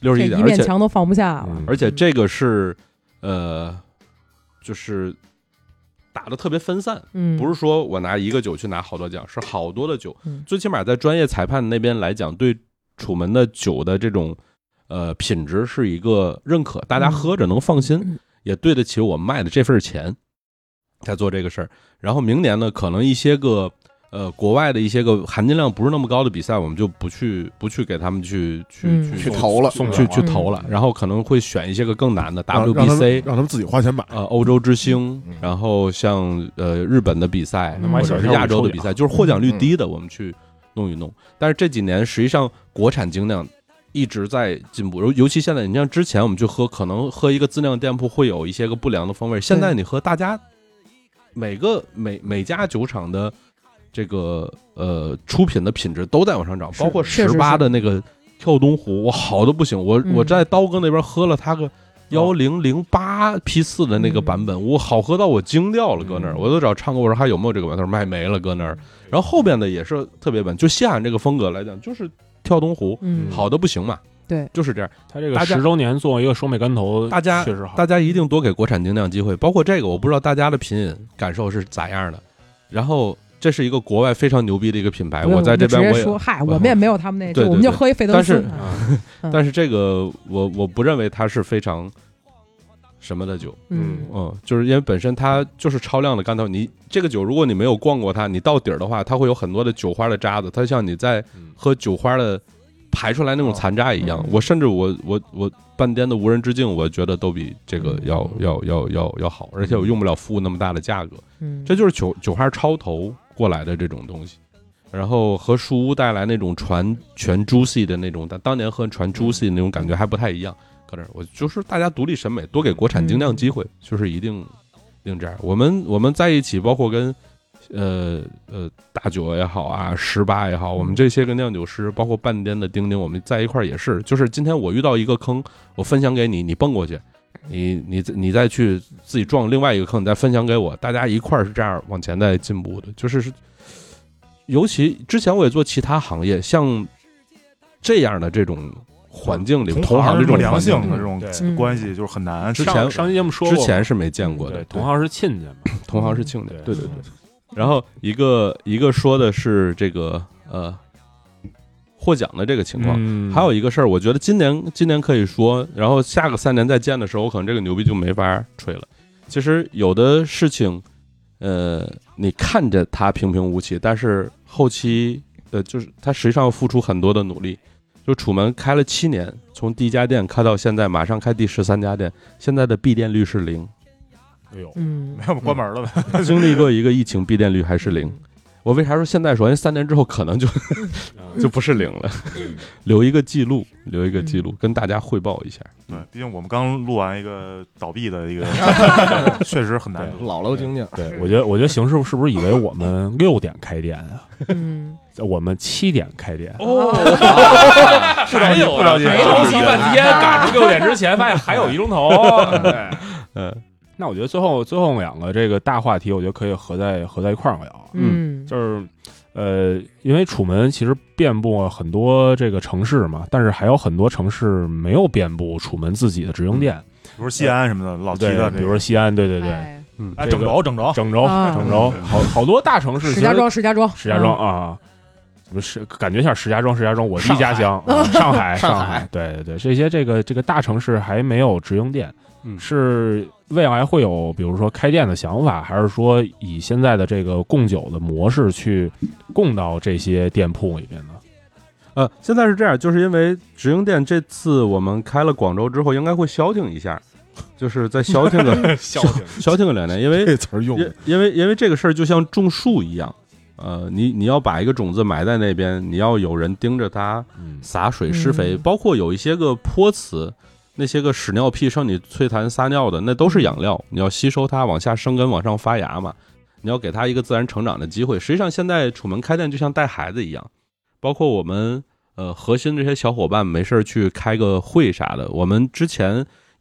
六十一点， 一面墙都放不下了。 而且这个是呃，就是打的特别分散， 嗯， 不是说我拿一个酒去拿好多奖，是好多的酒， 嗯、 最起码在专业裁判那边来讲，对楚门的酒的这种呃品质是一个认可，大家喝着能放心， 嗯、 也对得起我卖的这份钱，才做这个事儿。然后明年呢，可能一些个呃国外的一些个含金量不是那么高的比赛，我们就不去不去给他们去去、 嗯、 去去投了， 送去去投了，然后可能会选一些个更难的 W B C， 让他们自己花钱买。 呃，欧洲之星，嗯、然后像呃日本的比赛， 嗯、 或者是亚洲的比赛，就是获奖率低的，我们去弄一弄。但是这几年实际上国产精酿一直在进步，尤尤其现在，你像之前我们去喝，可能喝一个自酿店铺会有一些个不良的风味，现在你喝，大家每个每每家酒厂的这个呃出品的品质都在往上涨，包括十八的那个跳东湖，我好的不行，我、嗯、我在刀哥那边喝了它个幺零零八 P 四的那个版本，嗯、我好喝到我惊掉了，搁那儿，我都找唱歌我说还有没有这个版，他说卖没了，搁那儿。然后后边的也是特别本，就西安这个风格来讲，就是跳东湖， 嗯、 好的不行嘛。 对， 就是这样。 他这个十周年作为一个双美干头， 大家确实好， 大家一定多给国产精酿机会。包括这个，我不知道大家的品饮感受是咋样的。然后，这是一个国外非常牛逼的一个品牌，我在这边我也说，嗨，我们也没有他们那， 对对对， 我们就喝一费德斯。 但是，嗯、但是这个我我不认为它是非常什么的酒， 嗯嗯，就是因为本身它就是超量的干头。你这个酒，如果你没有逛过它，你到底儿的话，它会有很多的酒花的渣子，它像你在喝酒花的。排出来那种残渣一样， 嗯、 我甚至我我我半颠的无人之境，我觉得都比这个要、嗯、要要要要好，而且我用不了付那么大的价格， 嗯， 这就是酒酒花超投过来的这种东西，然后和树屋带来那种传全 juicy 的那种，但当年和传 juicy 的那种感觉还不太一样，搁这儿我就是大家独立审美，多给国产精酿机会，嗯、就是一定一定这样。我们我们在一起，包括跟。呃呃，大酒也好啊，十八也好，我们这些个酿酒师，包括半颠的丁丁，我们在一块儿也是，就是今天我遇到一个坑，我分享给你，你蹦过去，你你你再去自己撞另外一个坑，你再分享给我，大家一块儿是这样往前在进步的。就是尤其之前我也做其他行业，像这样的这种环境里，同行这种良性的这种关系就是很难。 之前上期节目说过， 之前是没见过的。 同行是亲家嘛， 同行是亲家，对对对。然后一个一个说的是这个呃获奖的这个情况， 嗯、 还有一个事儿，我觉得今年今年可以说，然后下个三年再见的时候，我可能这个牛逼就没法吹了。其实有的事情，呃，你看着它平平无奇，但是后期呃，就是它实际上付出很多的努力。就楚门开了七年，从第一家店开到现在，马上开第十三家店，现在的闭店率是零。 哎呦， 嗯， 没有关门了呗。 经历过一个疫情，闭店率还是零。我为啥说现在说？因为三年之后可能就就不是零了，留一个记录，留一个记录，跟大家汇报一下。 对，毕竟我们刚录完一个倒闭的一个，确实很难。 姥姥经验。 对，我觉得，我觉得邢师傅是不是以为我们六点开店啊？ 嗯， 我们七点开店。 哦， 还有啊，没着急半天，赶着六点之前，发现还有一钟头。嗯。那我觉得最后最后两个这个大话题，我觉得可以合在合在一块儿聊。 嗯， 就是，呃，因为楚门其实遍布很多这个城市嘛，但是还有很多城市没有遍布楚门自己的直营店， 比如西安什么的，老提的， 比如说西安，对对对， 嗯，哎，郑州，郑州， 郑州，郑州，好好多大城市， 石家庄，石家庄， 石家庄啊，不是感觉像石家庄，石家庄，我的家乡，上海，上海，对对对，这些这个这个大城市还没有直营店，是。未来会有比如说开店的想法，还是说以现在的这个供酒的模式去供到这些店铺里面呢？ 呃，现在是这样，就是因为直营店这次我们开了广州之后，应该会消停一下，就是再消停个消停消停个两年，因为这词儿用， 因为因为这个事儿就像种树一样，呃，你你要把一个种子埋在那边，你要有人盯着它洒水施肥， 嗯、 包括有一些个泼词。那些个屎尿屁生你脆痰撒尿的，那都是养料，你要吸收它往下生根往上发芽嘛，你要给它一个自然成长的机会。实际上现在楚门开店就像带孩子一样，包括我们呃核心这些小伙伴没事去开个会啥的，我们之前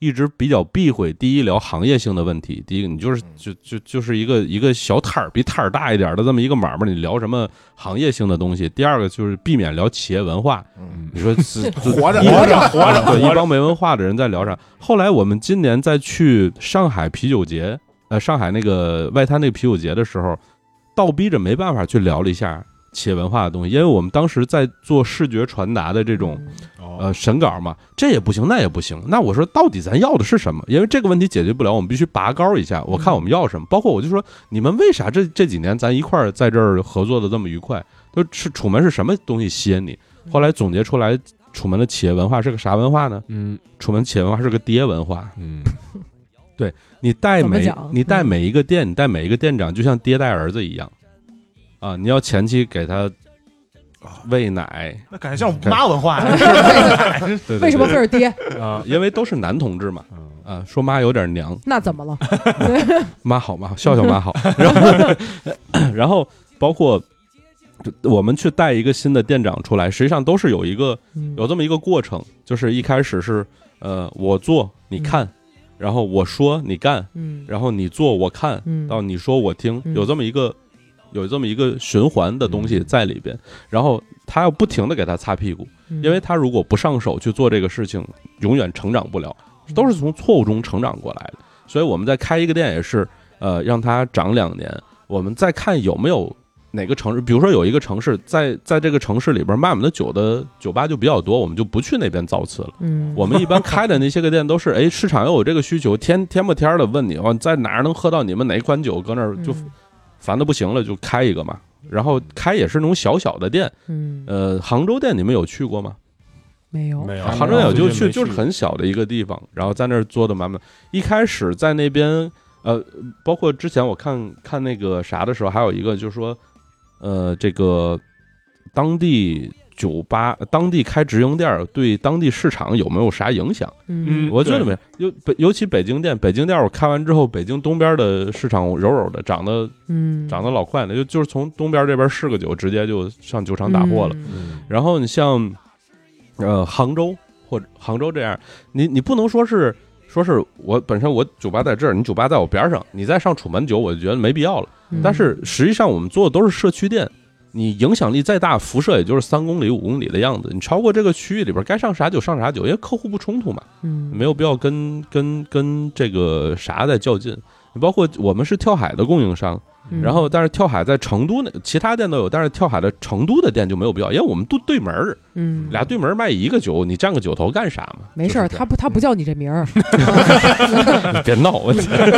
一直比较避讳，第一聊行业性的问题，第一个你就是就就就是一个一个小摊儿，比摊儿大一点的这么一个买卖，你聊什么行业性的东西？第二个就是避免聊企业文化。嗯，你说是活着活着活着， 对，一帮没文化的人在聊啥？后来我们今年再去上海啤酒节，呃，上海那个外滩那个啤酒节的时候，倒逼着没办法去聊了一下企业文化的东西，因为我们当时在做视觉传达的这种呃审稿嘛，这也不行，那也不行。那我说到底咱要的是什么？因为这个问题解决不了，我们必须拔高一下。我看我们要什么，包括我就说你们为啥这这几年咱一块儿在这儿合作的这么愉快？就是楚门是什么东西吸引你？后来总结出来，楚门的企业文化是个啥文化呢？嗯，楚门企业文化是个爹文化。嗯，对你带每你带每一个店，你带每一个店长，就像爹带儿子一样。啊，你要前期给他喂奶， 那感觉像妈文化呀。 对对对，为什么会是爹啊？因为都是男同志嘛。啊，说妈有点娘。 那怎么了？ 妈好妈好，笑笑妈好。然后，然后包括我们去带一个新的店长出来，实际上都是有一个有这么一个过程，就是一开始是呃我做你看。然后我说你干，嗯，然后你做我看，嗯，到你说我听，有这么一个。有这么一个循环的东西在里边，然后他要不停的给他擦屁股，因为他如果不上手去做这个事情，永远成长不了，都是从错误中成长过来的。所以我们在开一个店也是，呃，让他长两年，我们再看有没有哪个城市，比如说有一个城市在在这个城市里边卖我们的酒的酒吧就比较多，我们就不去那边造次了。嗯，我们一般开的那些个店都是，哎，市场又有这个需求，天天不天的问你，哦，在哪儿能喝到你们哪一款酒，搁那儿就。烦的不行了，就开一个嘛。然后开也是那种小小的店，嗯，呃，杭州店你们有去过吗？ 没有， 没有。 杭州店我就去，就是很小的一个地方，然后在那儿做的满满。一开始在那边，呃，包括之前我看看那个啥的时候，还有一个就是说，呃，这个当地酒吧、当地开直营店对当地市场有没有啥影响？嗯，我觉得没有。尤北尤其北京店，北京店我开完之后，北京东边的市场柔柔的，长得嗯长得老快了，就就是从东边这边试个酒，直接就上酒厂打货了。嗯、然后你像呃杭州或者杭州这样，你你不能说是说是我本身我酒吧在这儿，你酒吧在我边上，你再上楚门酒，我就觉得没必要了。嗯、但是实际上我们做的都是社区店。你影响力再大，辐射也就是三公里、五公里的样子。你超过这个区域里边，该上啥酒上啥酒，因为客户不冲突嘛，嗯，没有必要跟跟跟这个啥在较劲。包括我们是跳海的供应商，然后但是跳海在成都那其他店都有，但是跳海的成都的店就没有必要，因为我们都对门儿，嗯，俩对门卖一个酒，你占个酒头干啥嘛？ 没事儿，他不他不叫你这名儿， 别闹，我。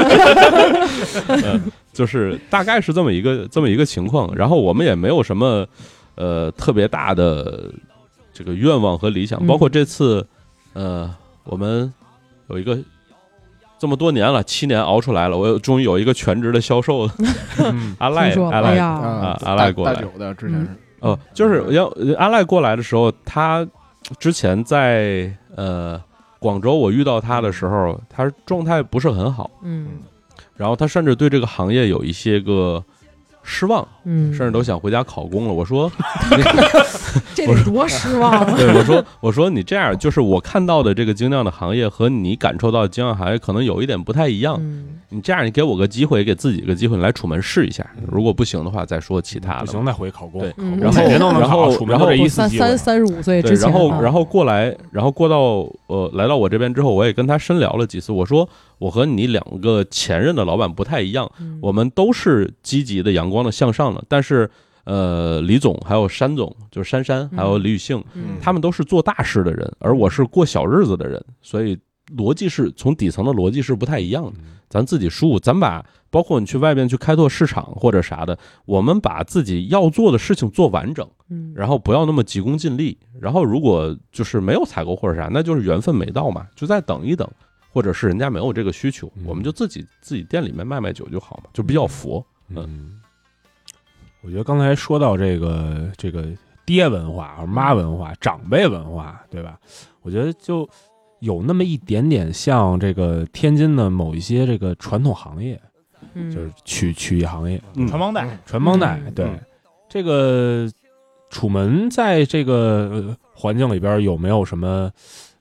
就是大概是这么一个这么一个情况，然后我们也没有什么呃特别大的这个愿望和理想，包括这次呃我们有一个这么多年了，七年熬出来了，我终于有一个全职的销售阿赖阿赖啊阿赖过来的，之前是哦，就是要阿赖过来的时候，他之前在呃广州我遇到他的时候，他状态不是很好，嗯。然后他甚至对这个行业有一些个失望，嗯，甚至都想回家考公了。我说， 这得多失望啊！ 对，我说，我说你这样，就是我看到的这个精酿的行业和你感受到的精酿行业可能有一点不太一样。嗯、你这样，你给我个机会，给自己一个机会，来楚门试一下。如果不行的话，再说其他的。 不行，再回考公。 对， 嗯、 然后然后然后这一三三三十五岁之前， 然后然后过来，然后过到呃来到我这边之后，我也跟他深聊了几次。我说。我和你两个前任的老板不太一样，嗯、我们都是积极的、阳光的、向上的。但是，呃，李总还有山总，就是珊珊，还有李宇信，嗯、他们都是做大事的人，而我是过小日子的人，所以逻辑是从底层的逻辑是不太一样的。咱自己舒服，咱把包括你去外边去开拓市场或者啥的，我们把自己要做的事情做完整，嗯，然后不要那么急功近利。然后如果就是没有采购或者啥，那就是缘分没到嘛，就再等一等。或者是人家没有这个需求，我们就自己自己店里面卖卖酒就好嘛，就比较佛。 嗯，我觉得刚才说到这个这个爹文化、妈文化、长辈文化，对吧？我觉得就有那么一点点像这个天津的某一些这个传统行业，嗯、就是曲曲艺行业， 嗯、传帮带， 传帮带。对，嗯、这个楚门在这个环境里边有没有什么？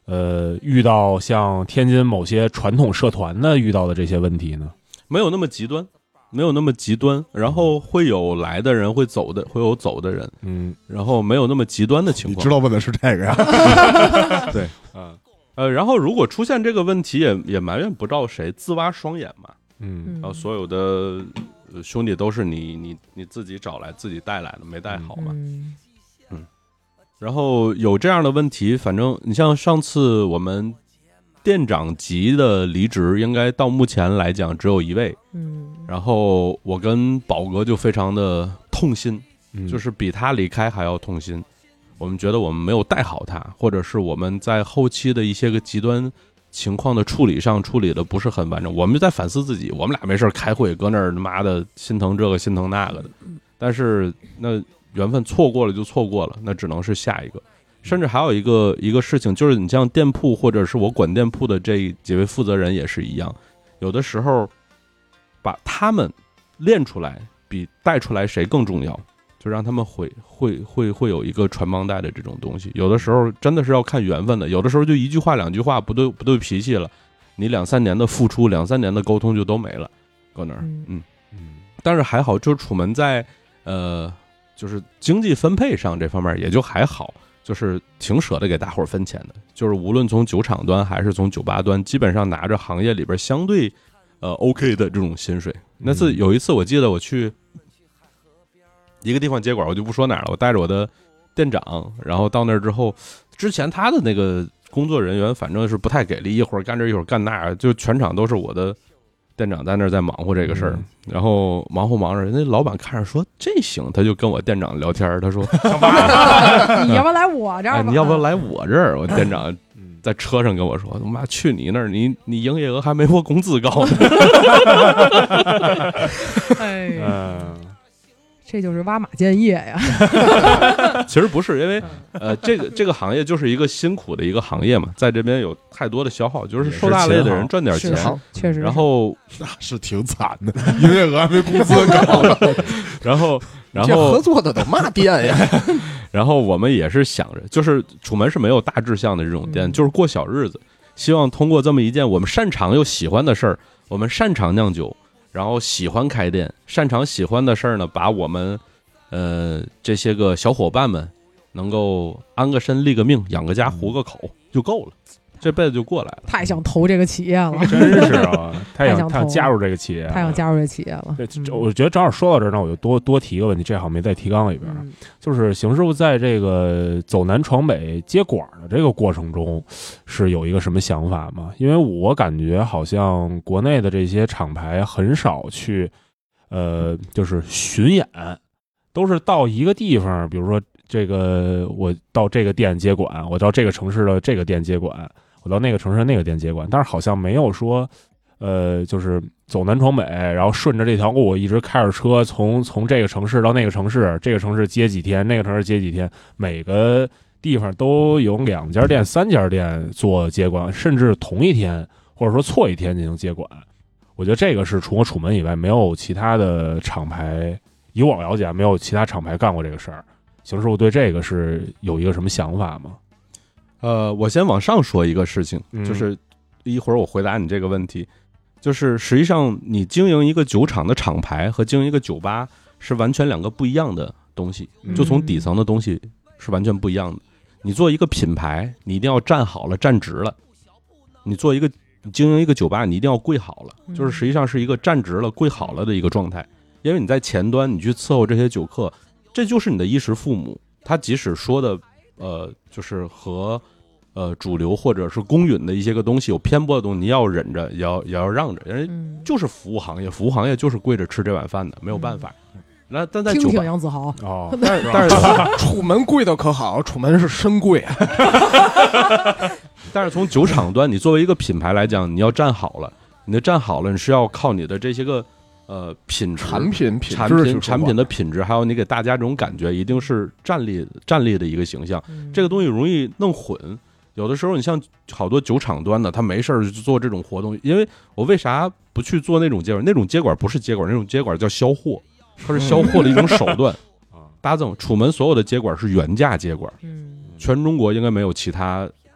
呃，遇到像天津某些传统社团的遇到的这些问题呢？ 没有那么极端，没有那么极端，然后会有来的人，会走的，会有走的人， 嗯， 然后没有那么极端的情况。 你知道问的是这个呀？ 对，啊，呃，然后如果出现这个问题也，也也埋怨不到谁，自挖双眼嘛。 嗯， 然后所有的兄弟都是你你你自己找来自己带来的，没带好嘛。 嗯， 嗯，然后有这样的问题，反正你像上次我们店长级的离职，应该到目前来讲只有一位。 嗯， 然后我跟宝哥就非常的痛心， 嗯就是比他离开还要痛心。我们觉得我们没有带好他，或者是我们在后期的一些个极端情况的处理上处理的不是很完整，我们就在反思自己。我们俩没事开会，搁那儿他妈的心疼这个心疼那个的，但是那缘分错过了就错过了，那只能是下一个。甚至还有一个一个事情，就是你像店铺或者是我管店铺的这几位负责人也是一样，有的时候把他们练出来比带出来谁更重要，就让他们会会会会有一个传帮带的这种东西。有的时候真的是要看缘分的，有的时候就一句话两句话不对不对脾气了，你两三年的付出，两三年的沟通就都没了，搁那儿。嗯嗯。但是还好，就是楚门在呃，就是经济分配上这方面也就还好，就是挺舍得给大伙儿分钱的。就是无论从酒厂端还是从酒吧端，基本上拿着行业里边相对呃 OK 的这种薪水。那次有一次我记得我去一个地方接管，我就不说哪儿了，我带着我的店长，然后到那儿之后，之前他的那个工作人员反正是不太给力，一会儿干这一会儿干那，就全场都是我的店长在那儿在忙活这个事儿、嗯、然后忙活忙着，人家老板看着说这行，他就跟我店长聊天，他说你要不要来我这儿、 哎、你要不要来我这儿？我店长在车上跟我说，他妈去你那儿，你你营业额还没我工资高呢。 哎呀、 嗯这就是挖马建业呀。 其实不是，因为呃，这个这个行业就是一个辛苦的一个行业嘛，在这边有太多的消耗，就是受大累的人赚点钱， 确实， 然后那是挺惨的，营业额还没工资高呢。 然后，然后这合作的都嘛店呀？ 然后我们也是想着，就是楚门是没有大志向的这种店，嗯、就是过小日子，希望通过这么一件我们擅长又喜欢的事儿，我们擅长酿酒。然后喜欢开店，擅长喜欢的事儿呢，把我们，呃，这些个小伙伴们能够安个身、立个命、养个家、糊个口就够了，这辈子就过来了。 太想投这个企业了， 真是啊！太想太想加入这个企业， 太想加入这个企业了。 对，我觉得正好说到这儿，那我就多多提一个问题，这好像没在提纲里边。嗯、就是邢师傅在这个走南闯北接管的这个过程中，是有一个什么想法吗？因为我感觉好像国内的这些厂牌很少去，呃，就是巡演，都是到一个地方，比如说这个我到这个店接管，我到这个城市的这个店接管。我到那个城市那个店接管，但是好像没有说，呃，就是走南闯北，然后顺着这条路一直开着车从从这个城市到那个城市，这个城市接几天，那个城市接几天，每个地方都有两家店、三家店做接管，甚至同一天或者说错一天进行接管。我觉得这个是除了楚门以外，没有其他的厂牌，以我了解，没有其他厂牌干过这个事儿。邢师傅对这个是有一个什么想法吗？ 呃，我先往上说一个事情， 嗯、 就是一会儿我回答你这个问题，就是实际上你经营一个酒厂的厂牌和经营一个酒吧是完全两个不一样的东西，就从底层的东西是完全不一样的。你做一个品牌，你一定要站好了、站直了；你做一个你经营一个酒吧，你一定要跪好了，就是实际上是一个站直了、跪好了的一个状态。因为你在前端，你去伺候这些酒客，这就是你的衣食父母。他即使说的呃，就是和呃，主流或者是公允的一些个东西有偏颇的东西，你要忍着，也要也要让着，因为就是服务行业，服务行业就是跪着吃这碗饭的，没有办法。那、嗯、但在酒吧， 听听杨子豪哦，但是但是楚门跪的可好，楚门是深跪啊。 但是从酒厂端，你作为一个品牌来讲，你要站好了，你的站好了，你是要靠你的这些个呃品质、 产品、品产品、产品的品质，还有你给大家这种感觉，一定是站立站立的一个形象。嗯、这个东西容易弄混。有的时候，你像好多酒厂端的，他没事儿就做这种活动。因为我为啥不去做那种接管？那种接管不是接管，那种接管叫销货，它是销货的一种手段。大赠楚门所有的接管是原价接管，全中国应该没有其他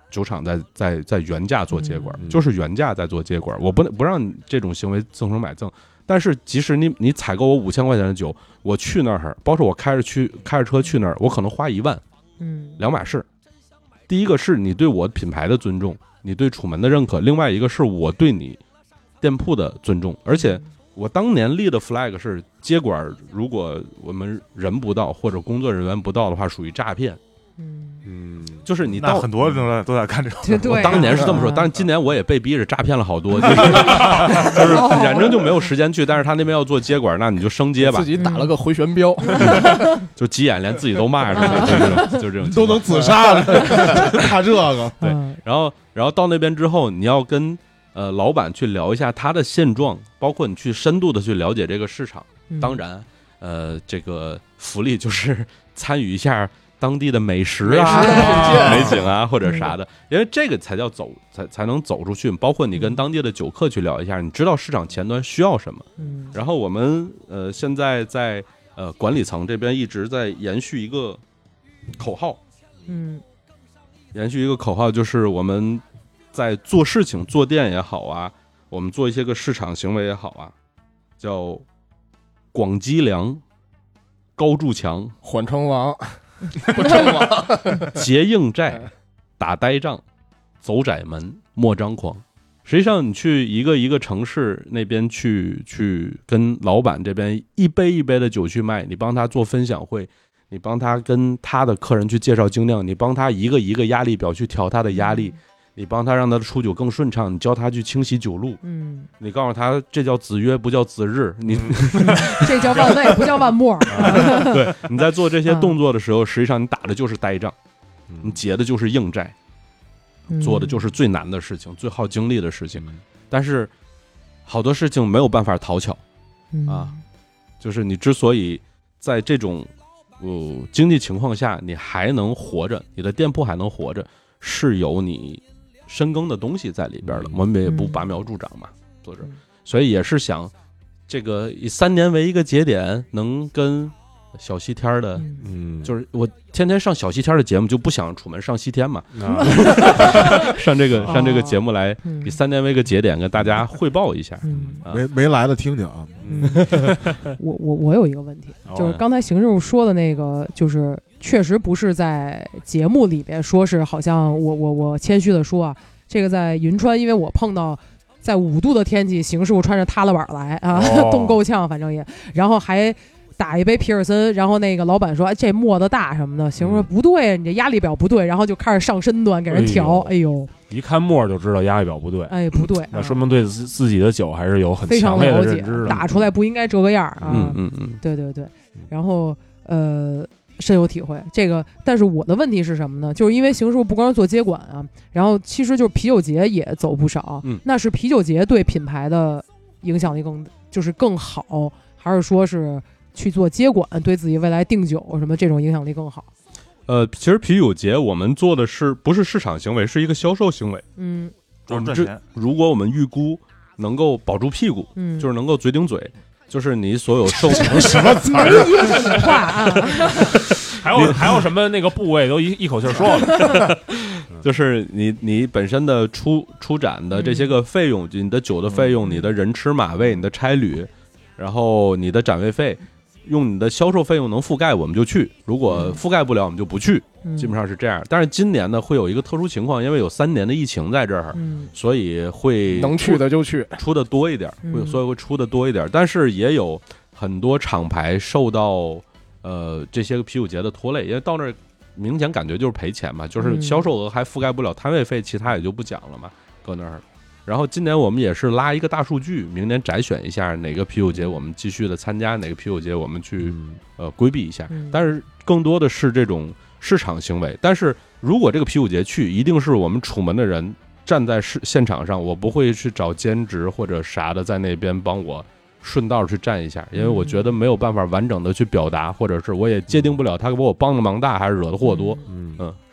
酒厂在在在原价做接管， 嗯、 就是原价在做接管，我不不让这种行为赠送买赠。但是即使你你采购我五千块钱的酒，我去那儿，包括我开着去开着车去那儿，我可能花一万， 嗯， 两码事。第一个是你对我品牌的尊重，你对楚门的认可；另外一个是我对你店铺的尊重。而且我当年立的 flag 是接管，如果我们人不到或者工作人员不到的话，属于诈骗。 嗯嗯， 就是你到很多人都在都在干这种。 对， 我当年是这么说，但是今年我也被逼着诈骗了好多，就是就是反正就没有时间去，但是他那边要做接管，那你就升阶吧， 自己打了个回旋镖， 就急眼连自己都骂着了，就是这种，就是这种都能自杀了，怕这个。 对，然后然后到那边之后，你要跟呃老板去聊一下他的现状，包括你去深度的去了解这个市场。当然，呃，这个福利就是参与一下当地的美食啊、美景啊或者啥的，因为这个才叫走，才才能走出去。包括你跟当地的酒客去聊一下，你知道市场前端需要什么。 嗯， 然后我们呃现在在呃管理层这边一直在延续一个口号， 嗯， 延续一个口号，就是我们在做事情、做店也好啊，我们做一些个市场行为也好啊，叫广积粮、高筑墙、 缓称王。不称王， 结硬债，打呆仗，走窄门，莫张狂。实际上，你去一个一个城市那边去，去跟老板这边一杯一杯的酒去卖，你帮他做分享会，你帮他跟他的客人去介绍精酿，你帮他一个一个压力表去调他的压力，你帮他让他的出酒更顺畅，你教他去清洗酒路， 嗯， 你告诉他这叫子曰不叫子日，你这叫万位不叫万末。 对，你在做这些动作的时候，实际上你打的就是呆仗，你结的就是硬债，做的就是最难的事情，最耗精力的事情。但是好多事情没有办法讨巧啊，就是你之所以在这种呃经济情况下你还能活着，你的店铺还能活着，是有你深耕的东西在里边的，我们也不拔苗助长嘛，做这，所以也是想这个以三年为一个节点，能跟小西天的，嗯，就是我天天上小西天的节目，就不想楚门上西天嘛，啊、上这个上这个节目来， 嗯、 以三年为一个节点，跟大家汇报一下。 嗯啊、 没没来的听听啊。 嗯、我我我有一个问题，就是刚才邢师傅说的那个，就是确实不是在节目里边说是好像我我我谦虚的说啊，这个在银川，因为我碰到。在五度的天气，邢师傅穿着踏拉板来啊，哦、冻够呛，反正也，然后还打一杯皮尔森，然后那个老板说、哎、这沫子大什么的，邢师傅说不对，你这压力表不对，然后就开始上身段给人调，哎呦， 一看沫就知道压力表不对， 哎不对， 那说明对自自己的酒还是有很非常强烈的了解认知的， 打出来不应该这个样啊， 嗯嗯嗯， 对对对，然后呃。深有体会，这个，但是我的问题是什么呢？就是因为邢师傅不光是做接管啊，然后其实就是啤酒节也走不少， 嗯， 那是啤酒节对品牌的影响力更就是更好，还是说是去做接管对自己未来订酒什么这种影响力更好？ 呃，其实啤酒节我们做的是不是市场行为，是一个销售行为， 嗯， 就是赚钱。 如果我们预估能够保住屁股， 嗯， 就是能够嘴顶嘴。就是你所有售什么词儿？ 没话啊！ 还有还有什么那个部位都一一口气说了， 就是你你本身的出出展的这些个费用，你的酒的费用，你的人吃马位，你的差旅，然后你的展位费，用你的销售费用能覆盖我们就去，如果覆盖不了我们就不去，基本上是这样。但是今年呢会有一个特殊情况，因为有三年的疫情在这儿，所以会能去的就去， 出的多一点，会所以会出的多一点。但是也有很多厂牌受到呃这些个啤酒节的拖累，因为到那儿明显感觉就是赔钱嘛，就是销售额还覆盖不了摊位费，其他也就不讲了嘛，搁那儿。然后今年我们也是拉一个大数据，明年摘选一下哪个啤酒节我们继续的参加，哪个啤酒节我们去呃规避一下。但是更多的是这种市场行为。但是如果这个啤酒节去，一定是我们楚门的人站在市现场上，我不会去找兼职或者啥的在那边帮我顺道去站一下，因为我觉得没有办法完整的去表达，或者是我也界定不了他给我帮的忙大还是惹的祸多。嗯嗯，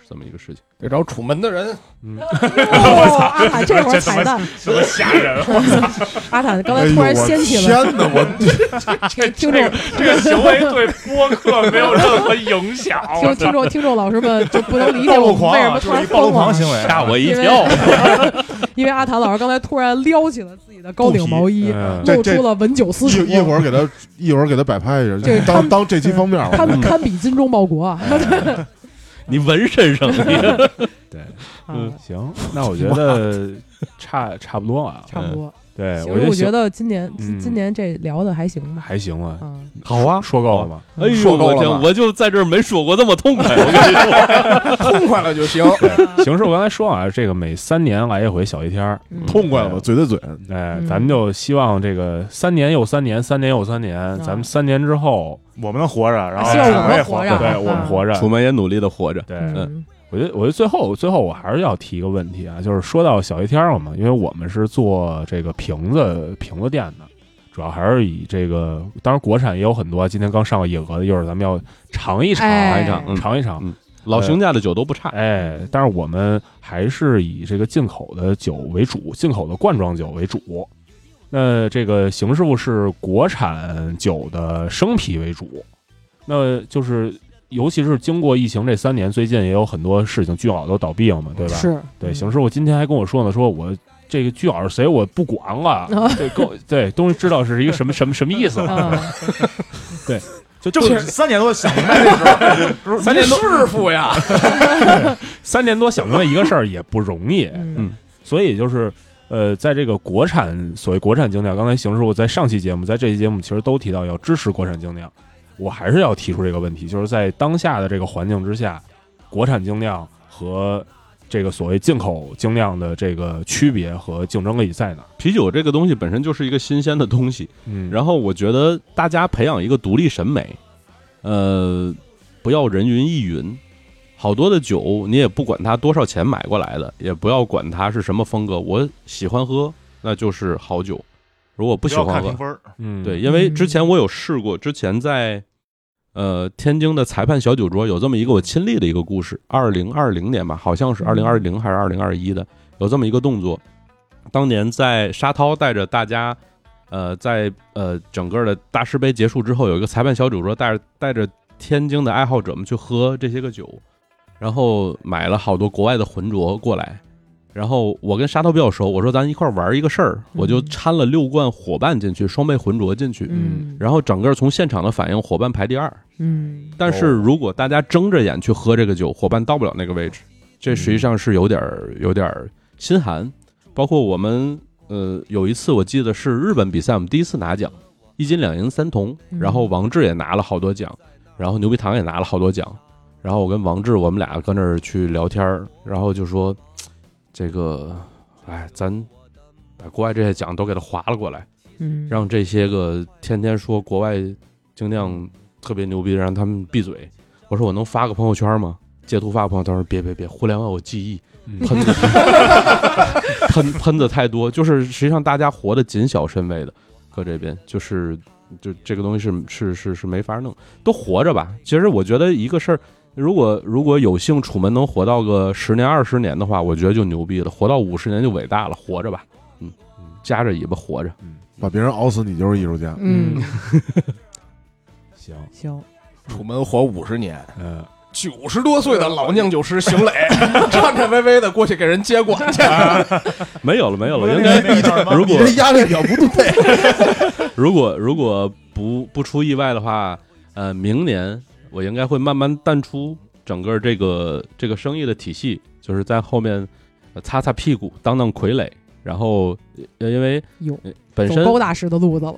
这么一个事情。 得找楚门的人。 嗯，阿坦这会儿彩蛋， 什么吓人！ 阿坦刚才突然掀起了， 天哪！我这听众这个行为对播客没有任何影响。 听听众听众老师们就不能理解我们为什么突然暴露狂疯行为， 吓我一跳。 因为阿坦老师刚才突然撩起了自己的高领毛衣， 嗯露出了文酒私塾。 一一会儿给他一会儿给他摆拍一下，当当这期封面， 堪堪比精忠报国啊！ 你纹身上，你对， 嗯， 行，那我觉得差差不多了， 差不多。 对， 行， 我我觉得今年嗯今年这聊的还行吧？ 还行了。 嗯， 好啊， 说够了吗？ 哎呦， 说够了吧我天，我就在这儿没说过这么痛快。我跟你说， 痛快了就行。 行，是我刚才说啊，这个每三年来一回小一天儿， 嗯痛快了吧？嘴对嘴， 哎， 嗯咱们就希望这个三年又三年，三年又三年，咱们三年之后， 我们能活着，然后希望我们也活着对我们活着。 楚门也努力的活着。 对， 嗯我觉得，我觉得最后最后我还是要提一个问题啊，就是说到小一天儿嘛，因为我们是做这个瓶子瓶子店的，主要还是以这个，当然国产也有很多，今天刚上个野鹅的，一会儿咱们要尝一尝， 哎一尝嗯尝一尝。 嗯老邢家的酒都不差， 哎，但是我们还是以这个进口的酒为主，进口的罐装酒为主。那这个邢师傅是国产酒的生啤为主，那就是尤其是经过疫情这三年，最近也有很多事情，聚宝都倒闭了嘛，对吧？ 是对，邢师傅今天还跟我说呢，说我这个聚宝是谁我不管了，这跟我对终于知道是一个什么什么什么意思了。 啊， 对，就就三年多想明白这事儿， 三年多师傅呀， 三年多想明白一个事儿也不容易， 嗯所以就是呃，在这个国产所谓国产精酿，刚才邢师傅在上期节目，在这期节目其实都提到要支持国产精酿，我还是要提出这个问题，就是在当下的这个环境之下，国产精酿和这个所谓进口精酿的这个区别和竞争力在哪？ 啤酒这个东西本身就是一个新鲜的东西， 嗯， 然后我觉得大家培养一个独立审美，呃，不要人云亦云。好多的酒你也不管它多少钱买过来的，也不要管它是什么风格，我喜欢喝那就是好酒，如果不不要喜欢喝看评分， 嗯， 对，因为之前我有试过，之前在呃天津的裁判小酒桌有这么一个我亲历的一个故事，二零二零年吧，好像是二零二零还是二零二一的，有这么一个动作。当年在沙涛带着大家，呃，在呃整个的大师杯结束之后，有一个裁判小酒桌，带着带着天津的爱好者们去喝这些个酒，然后买了好多国外的浑浊过来。然后我跟沙涛比较熟，我说咱一块玩一个事儿，我就掺了六罐伙伴进去，双倍浑浊进去， 嗯然后整个从现场的反应，伙伴排第二。 嗯， 但是如果大家睁着眼去喝这个酒，伙伴到不了那个位置，这实际上是有点有点心寒。包括我们呃有一次我记得是日本比赛，我们第一次拿奖，一金两银三铜，然后王志也拿了好多奖，然后牛皮糖也拿了好多奖，然后我跟王志我们俩搁那儿去聊天，然后就说这个，哎，咱把国外这些奖都给他划了过来， 嗯， 让这些个天天说国外精酿特别牛逼，让他们闭嘴。我说我能发个朋友圈吗？截图发个朋友圈，他说别别别，互联网有记忆，喷子喷喷子太多，就是实际上大家活得谨小慎微的，搁这边就是就这个东西是是是是没法弄，都活着吧。其实我觉得一个事儿。如果如果有幸楚门能活到个十年二十年的话，我觉得就牛逼了；活到五十年就伟大了。活着吧，嗯，夹着尾巴活着， 嗯， 把别人熬死，你就是艺术家。 嗯， 行行， 楚门活五十年， 嗯， 九十多岁的老酿酒师邢磊，颤颤巍巍的过去给人接管去。 没有了，没有了。应该如果你这压力表不对， 如果如果不不出意外的话，呃，明年我应该会慢慢淡出整个这个这个生意的体系，就是在后面擦擦屁股，当当傀儡。然后，呃，因为有本身走高大师的路子了，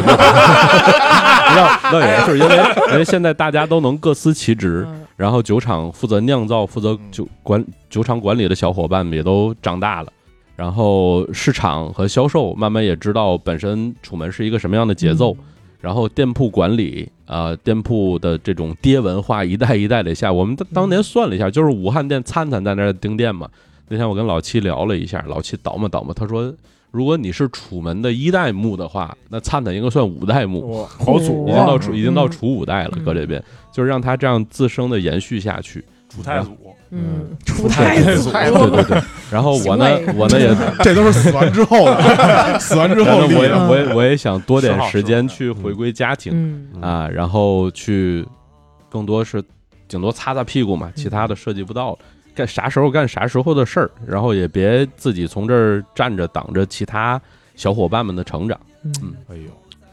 那那也是因为因为现在大家都能各司其职， 嗯然后酒厂负责酿造、负责酒管酒厂管理的小伙伴们也都长大了，然后市场和销售慢慢也知道本身楚门是一个什么样的节奏。 嗯然后店铺管理啊、呃，店铺的这种爹文化一代一代的下，我们当年算了一下，就是武汉店灿灿在那儿盯店嘛。那天我跟老七聊了一下，老七倒磨倒磨，他说，如果你是楚门的一代目的话，那灿灿应该算五代目， 好组已经到楚已经到楚五代了， 嗯搁这边就是让他这样自生的延续下去。 楚太祖， 嗯，楚太祖， 太对对对。然后我呢，我呢也， 这都是死完之后的，死完之后我也的。 我也我也想多点时间去回归家庭嗯啊，然后去更多是顶多擦擦屁股嘛，其他的涉及不到了。干啥时候干啥时候的事儿，然后也别自己从这儿站着挡着其他小伙伴们的成长。 嗯， 哎呦，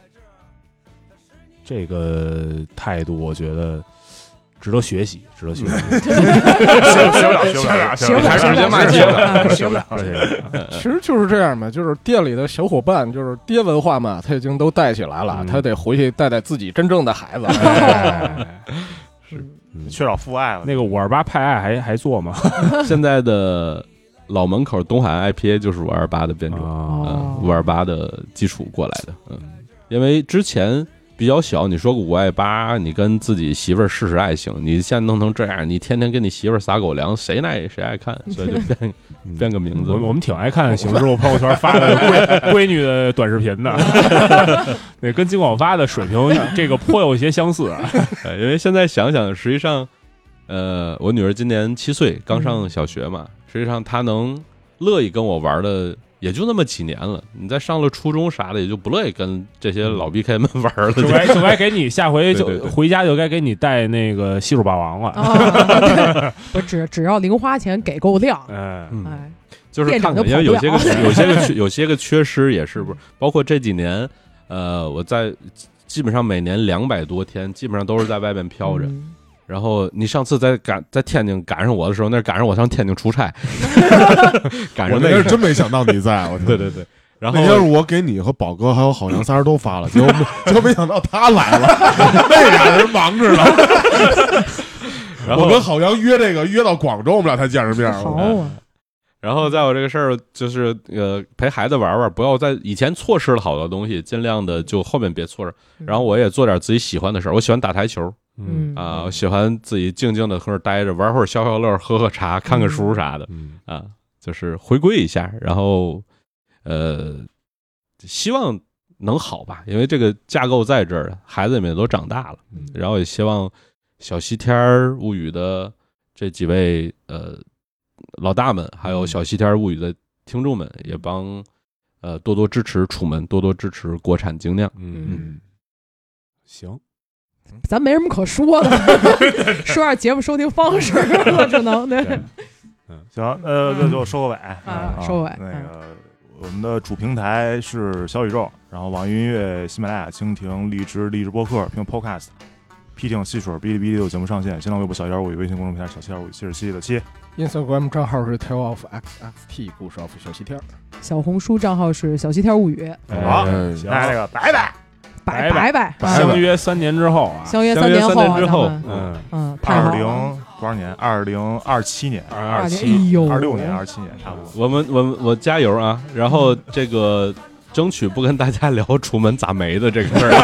这个态度我觉得值得学习，值得学习。 学不了，学不了， 学不了， 还是直接骂街了， 学不了。 其实就是这样嘛，就是店里的小伙伴，就是爹文化嘛，他已经都带起来了， 嗯他得回去带带自己真正的孩子。 是缺少父爱了。 那个五二八派爱还还做吗？ 现在的老门口东海 I P A 就是五二八的变种， 啊， 嗯，五二八的基础过来的，嗯，因为之前比较小，你说个五爱八，你跟自己媳妇儿试试爱行，你现在弄成这样，你天天跟你媳妇儿撒狗粮，谁爱谁爱看，所以就变变个名字。 我我们挺爱看行之后朋友圈发的闺闺女的短视频的，那跟金广发的水平这个颇有些相似啊。 因为现在想想，实际上，呃，我女儿今年七岁，刚上小学嘛，实际上她能乐意跟我玩的。也就那么几年了，你再上了初中啥的，也就不乐意跟这些老 B K 们玩了， 就该就该给你下回就对对对回家就该给你带那个西数霸王了。 啊，不只只要零花钱给够量， 哎， 嗯哎， 就是看看，因为有些个有些个缺有些个缺失也是不是，包括这几年，呃，我在基本上每年两百多天，基本上都是在外面飘着。 嗯然后你上次在赶在天津赶上我的时候，那是赶上我上天津出差，赶上那个我那是真没想到你在，我对对对。然后那天是我给你和宝哥还有好杨仨人都发了，结果结果没想到他来了，那俩人忙着呢。 然后我跟郝阳约这个约到广州，我们俩才见着面。 好啊， 然后在我这个事儿就是呃陪孩子玩玩，不要在以前错失了好多东西，尽量的就后面别错失。然后我也做点自己喜欢的事儿，我喜欢打台球。 嗯啊，我喜欢自己静静的和那儿待着，玩会儿消消乐，喝喝茶，看看书啥的， 嗯啊，就是回归一下，然后呃，希望能好吧，因为这个架构在这儿，孩子们也都长大了，然后也希望小西天儿物语的这几位呃老大们，还有小西天儿物语的听众们，也帮呃多多支持楚门，多多支持国产精酿， 嗯，行。 咱没什么可说的，说下节目收听方式了，只能对。 嗯，行，呃，那就收个尾啊，收尾。 那个我们的主平台是小宇宙，然后网易音乐、喜马拉雅、蜻蜓、荔枝、荔枝播客、并 Podcast、批听、戏水、哔哩哔哩有节目上线，新浪微博小天儿物语，微信公众平台小七点五七十七的七 ，Instagram 账号是 Tale of X X T 故事 of 小西天， 小红书账号是小西天物语。 好， 行， 那这个拜拜。 拜拜拜， 相约三年之后啊， 相约三年后之后， 嗯嗯， 二零多少年？二零二七年， 二二七，二六年，二七年，差不多。 我们我我加油啊！然后这个争取不跟大家聊楚门咋没的这个事儿。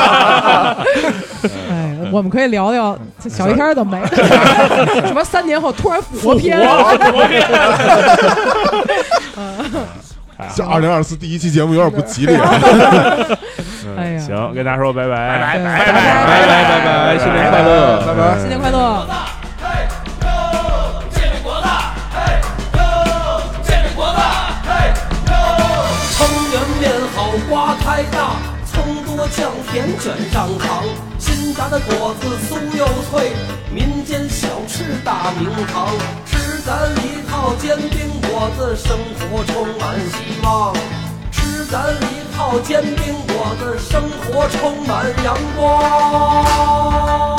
哎，我们可以聊聊小一天怎么没，什么三年后突然复活篇。 这二零二四第一期节目有点不吉利。 哎呀， 行，跟大家说拜拜， 拜拜， 拜拜，拜拜，拜拜，新年快乐， 拜拜， 新年快乐。 建立国大，嘿哟，建立国大，嘿哟，葱圆面好瓜太大，葱多酱甜卷上糖，新炸的果子酥又脆，民间小吃大名堂，吃咱一套煎饼果子，生活充满希望。吃咱一套煎饼果子，生活充满阳光。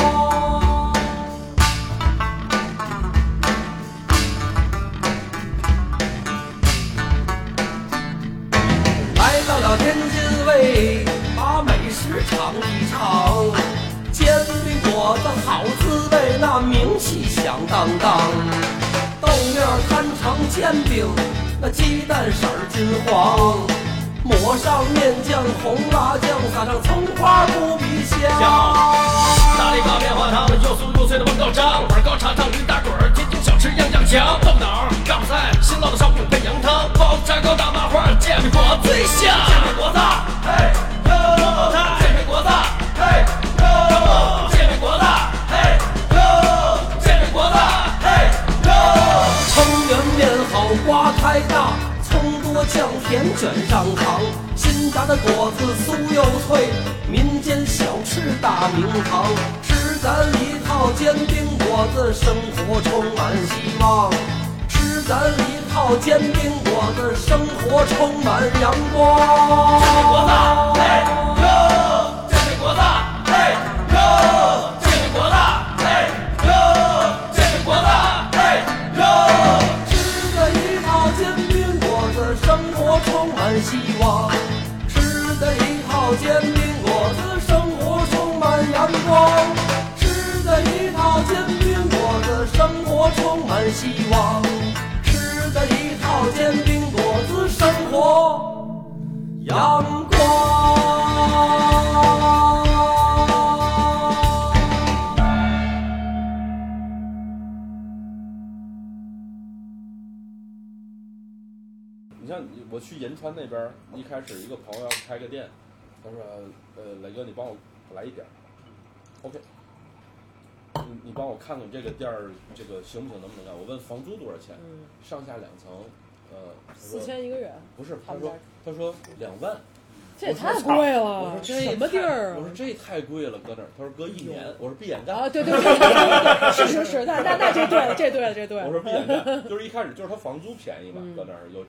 来到了天津卫，把美食尝一尝，煎饼果子好滋味，那名气响当当。豆面摊成煎饼，那鸡蛋色儿金黄。抹上面酱，红辣酱，撒上葱花，不比香。大力大面花汤，又酥又脆的焖高汤，碗高茶烫驴打滚，天津小吃样样强。豆脑、嘎巴菜、新烙的烧饼配羊汤，包子、炸糕、大麻花，煎饼果子最香。煎饼果子，嘿哟，煎饼果子，嘿哟，煎饼果子，嘿哟，煎饼果子。 甜卷上糖，新炸的果子酥又脆，民间小吃大名堂。吃咱一套煎饼果子，生活充满希望。吃咱一套煎饼果子，生活充满阳光。煎饼果子，嘿哟！煎饼果子，嘿哟！煎饼果子，嘿哟！煎饼果子，嘿哟！吃的一套煎饼果子，生活充满希望。吃的一套煎饼果子，生活充满阳光。吃的一套煎饼果子，生活充满希望。吃的一套煎饼果子，生活阳光。 你像我去银川那边，一开始一个朋友要开个店，他说：“呃，磊哥，你帮我来一点 ，OK。”你你帮我看看这个店儿，这个行不行，能不能干？我问房租多少钱？ 嗯、 上下两层，呃， 四千一个月。 不是，他说他说两万， 这也太贵了。 我说这什么地儿？ 我说这太贵了，搁那儿。他说搁一年。我说闭眼干。 啊，对对对对对，是是是，那那那这对了，这对了，这对了。 我说闭眼干，就是一开始就是他房租便宜嘛，搁那儿有